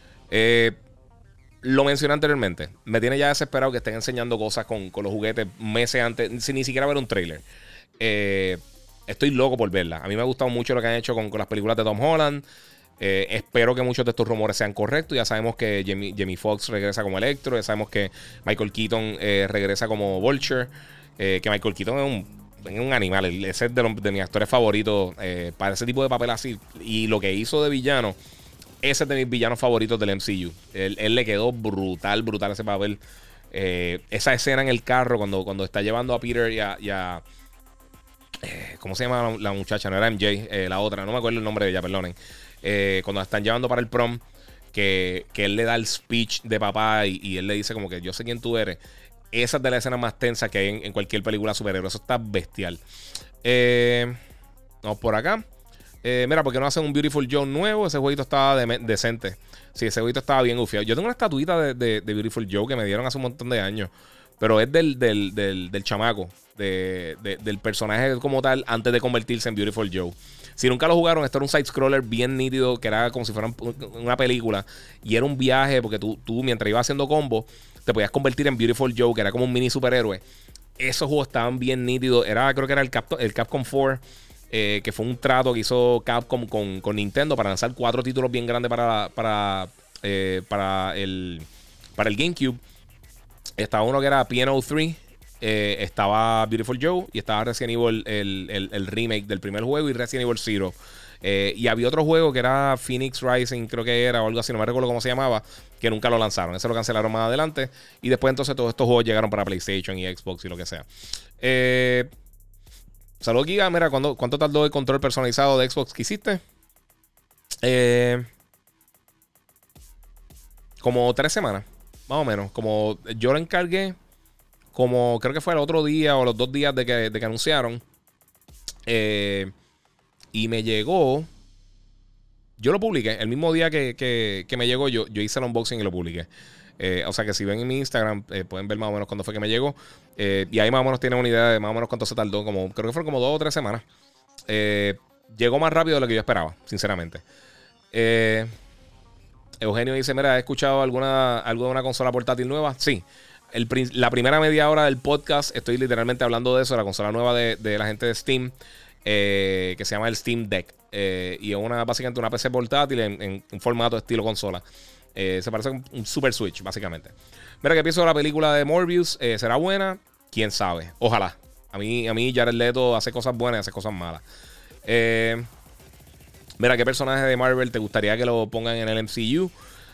A: Lo mencioné anteriormente. Me tiene ya desesperado que estén enseñando cosas con los juguetes meses antes, sin ni siquiera ver un trailer. Estoy loco por verla. A mí me ha gustado mucho lo que han hecho con las películas de Tom Holland. Espero que muchos de estos rumores sean correctos. Ya sabemos que Jamie Foxx regresa como Electro. Ya sabemos que Michael Keaton regresa como Vulture. Que Michael Keaton es un animal. Ese es de mis actores favoritos para ese tipo de papel así. Y lo que hizo de villano, ese es de mis villanos favoritos del MCU. Él le quedó brutal ese papel. Esa escena en el carro cuando está llevando a Peter y a ¿cómo se llama la muchacha? No era MJ, la otra. No me acuerdo el nombre de ella, perdonen. Cuando la están llevando para el prom, que él le da el speech de papá y él le dice como que yo sé quién tú eres. Esa es de la escena más tensa que hay en cualquier película superhéroe. Eso está bestial. Vamos por acá. Mira, ¿por qué no hacen un Beautiful Joe nuevo? Ese jueguito estaba decente. Sí, ese jueguito estaba bien ufiado. Yo tengo una estatuita de Beautiful Joe que me dieron hace un montón de años. Pero es del chamaco. Del personaje como tal antes de convertirse en Beautiful Joe. Si nunca lo jugaron, esto era un side-scroller bien nítido, que era como si fuera una película. Y era un viaje, porque tú mientras ibas haciendo combo, te podías convertir en Beautiful Joe, que era como un mini superhéroe. Esos juegos estaban bien nítidos. Creo que era el Capcom 4, que fue un trato que hizo Capcom con Nintendo para lanzar 4 títulos bien grandes para el GameCube. Estaba uno que era Piano 3. Estaba Beautiful Joe y estaba Resident Evil, el remake del primer juego, y Resident Evil Zero. Y había otro juego que era Phoenix Rising, creo que era, o algo así, no me recuerdo cómo se llamaba, que nunca lo lanzaron. Ese lo cancelaron más adelante. Y después entonces todos estos juegos llegaron para PlayStation y Xbox y lo que sea. Saludos, Giga. Mira, ¿cuánto tardó el control personalizado de Xbox que hiciste? Como 3 semanas, más o menos. Como yo lo encargué, como creo que fue el otro día o los 2 días de que anunciaron. Y me llegó. Yo lo publiqué. El mismo día que me llegó, yo hice el unboxing y lo publiqué. O sea que si ven en mi Instagram, pueden ver más o menos cuándo fue que me llegó. Y ahí más o menos tienen una idea de más o menos cuánto se tardó. Creo que fueron como 2 o 3 semanas. Llegó más rápido de lo que yo esperaba, sinceramente. Eugenio dice: mira, ¿he escuchado algo de una consola portátil nueva? Sí. La primera media hora del podcast estoy literalmente hablando de eso, la consola nueva de la gente de Steam, que se llama el Steam Deck. Y es básicamente una PC portátil en un formato estilo consola. Se parece a un Super Switch, básicamente. Mira, ¿qué pienso de la película de Morbius? ¿Será buena? ¿Quién sabe? Ojalá. A mí Jared Leto hace cosas buenas y hace cosas malas. Mira, ¿qué personaje de Marvel te gustaría que lo pongan en el MCU?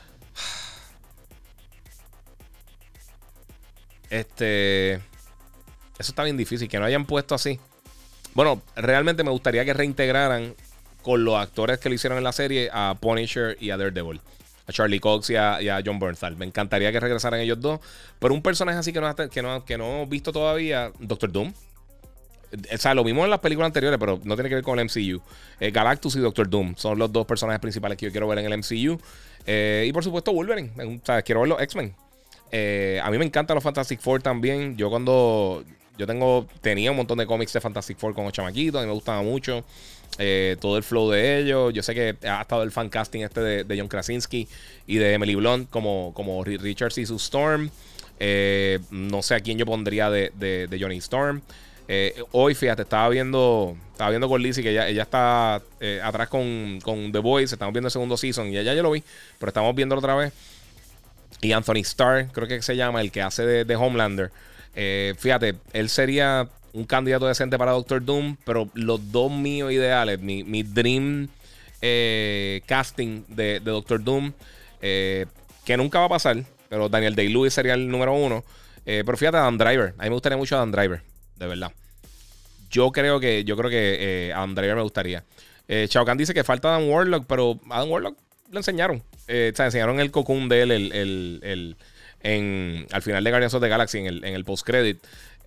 A: Eso está bien difícil, que no hayan puesto así. Bueno, realmente me gustaría que reintegraran con los actores que lo hicieron en la serie a Punisher y a Daredevil, a Charlie Cox y a John Bernthal. Me encantaría que regresaran ellos dos. Pero un personaje así que no he visto todavía, Doctor Doom. O sea, lo vimos en las películas anteriores, pero no tiene que ver con el MCU. Galactus y Doctor Doom son los dos personajes principales que yo quiero ver en el MCU. Y por supuesto Wolverine. O sea, quiero ver los X-Men. A mí me encantan los Fantastic Four también. Tenía un montón de cómics de Fantastic Four con los chamaquitos. A mí me gustaba mucho todo el flow de ellos. Yo sé que ha estado el fan casting de John Krasinski y de Emily Blunt como Richard C. Sue Storm. No sé a quién yo pondría de Johnny Storm. Hoy, fíjate, estaba viendo con Lizzie que ella está atrás con The Boys. Estamos viendo el segundo season y ella ya lo vi, pero estamos viéndolo otra vez. Y Anthony Starr, creo que se llama, el que hace de Homelander. Fíjate, él sería un candidato decente para Doctor Doom, pero los dos míos ideales, mi dream casting de Doctor Doom, que nunca va a pasar, pero Daniel Day-Lewis sería el número 1. Pero fíjate, Adam Driver. A mí me gustaría mucho Adam Driver. de verdad. Yo creo que a Andrea me gustaría. Shao Kahn dice que falta Adam Warlock, pero Adam Warlock le enseñaron. O sea, enseñaron el cocoon de él al final de Guardians of the Galaxy en el post-credit.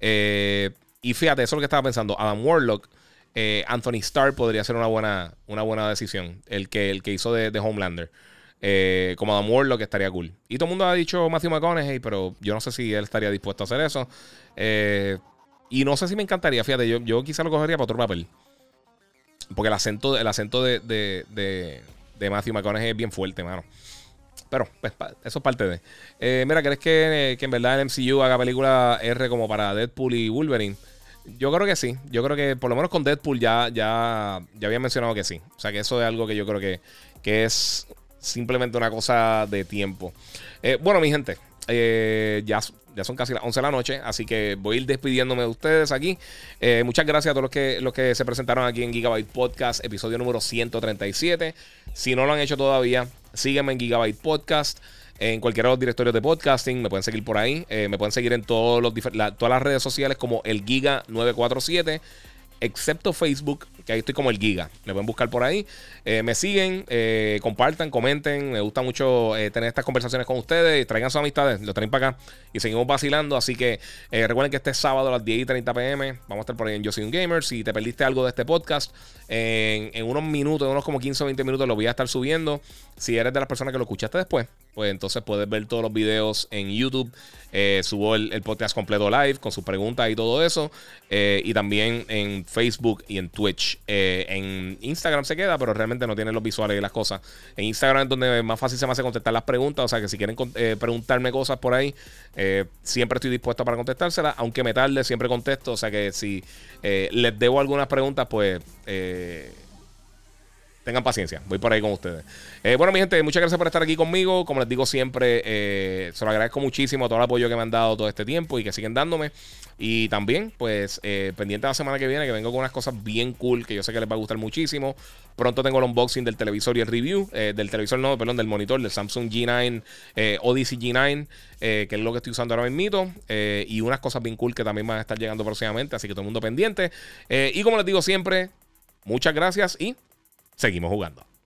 A: Y fíjate, eso es lo que estaba pensando. Adam Warlock, Anthony Starr podría ser una buena decisión. El que hizo de Homelander. Como Adam Warlock estaría cool. Y todo el mundo ha dicho Matthew McConaughey, pero yo no sé si él estaría dispuesto a hacer eso. Y no sé si me encantaría, fíjate, yo quizá lo cogería para otro papel. Porque el acento de Matthew McConaughey es bien fuerte, mano. Pero, pues, eso es parte de. Mira, ¿crees que en verdad el MCU haga película R como para Deadpool y Wolverine? Yo creo que sí. Yo creo que por lo menos con Deadpool ya había mencionado que sí. O sea, que eso es algo que yo creo que es simplemente una cosa de tiempo. Bueno, mi gente, ya son casi las 11 de la noche, así que voy a ir despidiéndome de ustedes aquí. Muchas gracias a todos los que se presentaron aquí en Gigabyte Podcast, episodio número 137. Si no lo han hecho todavía, sígueme en Gigabyte Podcast, en cualquiera de los directorios de podcasting. Me pueden seguir por ahí. Me pueden seguir en todas las redes sociales como el Giga 947. Excepto Facebook, que ahí estoy como el Giga. Me pueden buscar por ahí. Me siguen, compartan, comenten. Me gusta mucho tener estas conversaciones con ustedes. Traigan sus amistades, lo traen para acá y seguimos vacilando. Así que recuerden que este sábado a las 10:30 p.m. vamos a estar por ahí en Yo Soy un Gamer. Si te perdiste algo de este podcast, en unos minutos, en unos como 15 o 20 minutos, lo voy a estar subiendo. Si eres de las personas que lo escuchaste después, pues entonces puedes ver todos los videos en YouTube. Subo el podcast completo live con sus preguntas y todo eso. Y también en Facebook y en Twitch. En Instagram se queda, pero realmente no tiene los visuales y las cosas. En Instagram es donde más fácil se me hace contestar las preguntas. O sea que si quieren preguntarme cosas por ahí, siempre estoy dispuesto para contestárselas. Aunque me tarde, siempre contesto. O sea que si les debo algunas preguntas, pues tengan paciencia, voy por ahí con ustedes. Bueno, mi gente, muchas gracias por estar aquí conmigo. Como les digo siempre, se lo agradezco muchísimo todo el apoyo que me han dado todo este tiempo y que siguen dándome. Y también, pues, pendiente de la semana que viene, que vengo con unas cosas bien cool que yo sé que les va a gustar muchísimo. Pronto tengo el unboxing del televisor y el review. Del televisor, no, perdón, del monitor, del Samsung G9, Odyssey G9, que es lo que estoy usando ahora mismo. Y unas cosas bien cool que también van a estar llegando próximamente. Así que todo el mundo pendiente. Y como les digo siempre, muchas gracias y seguimos jugando.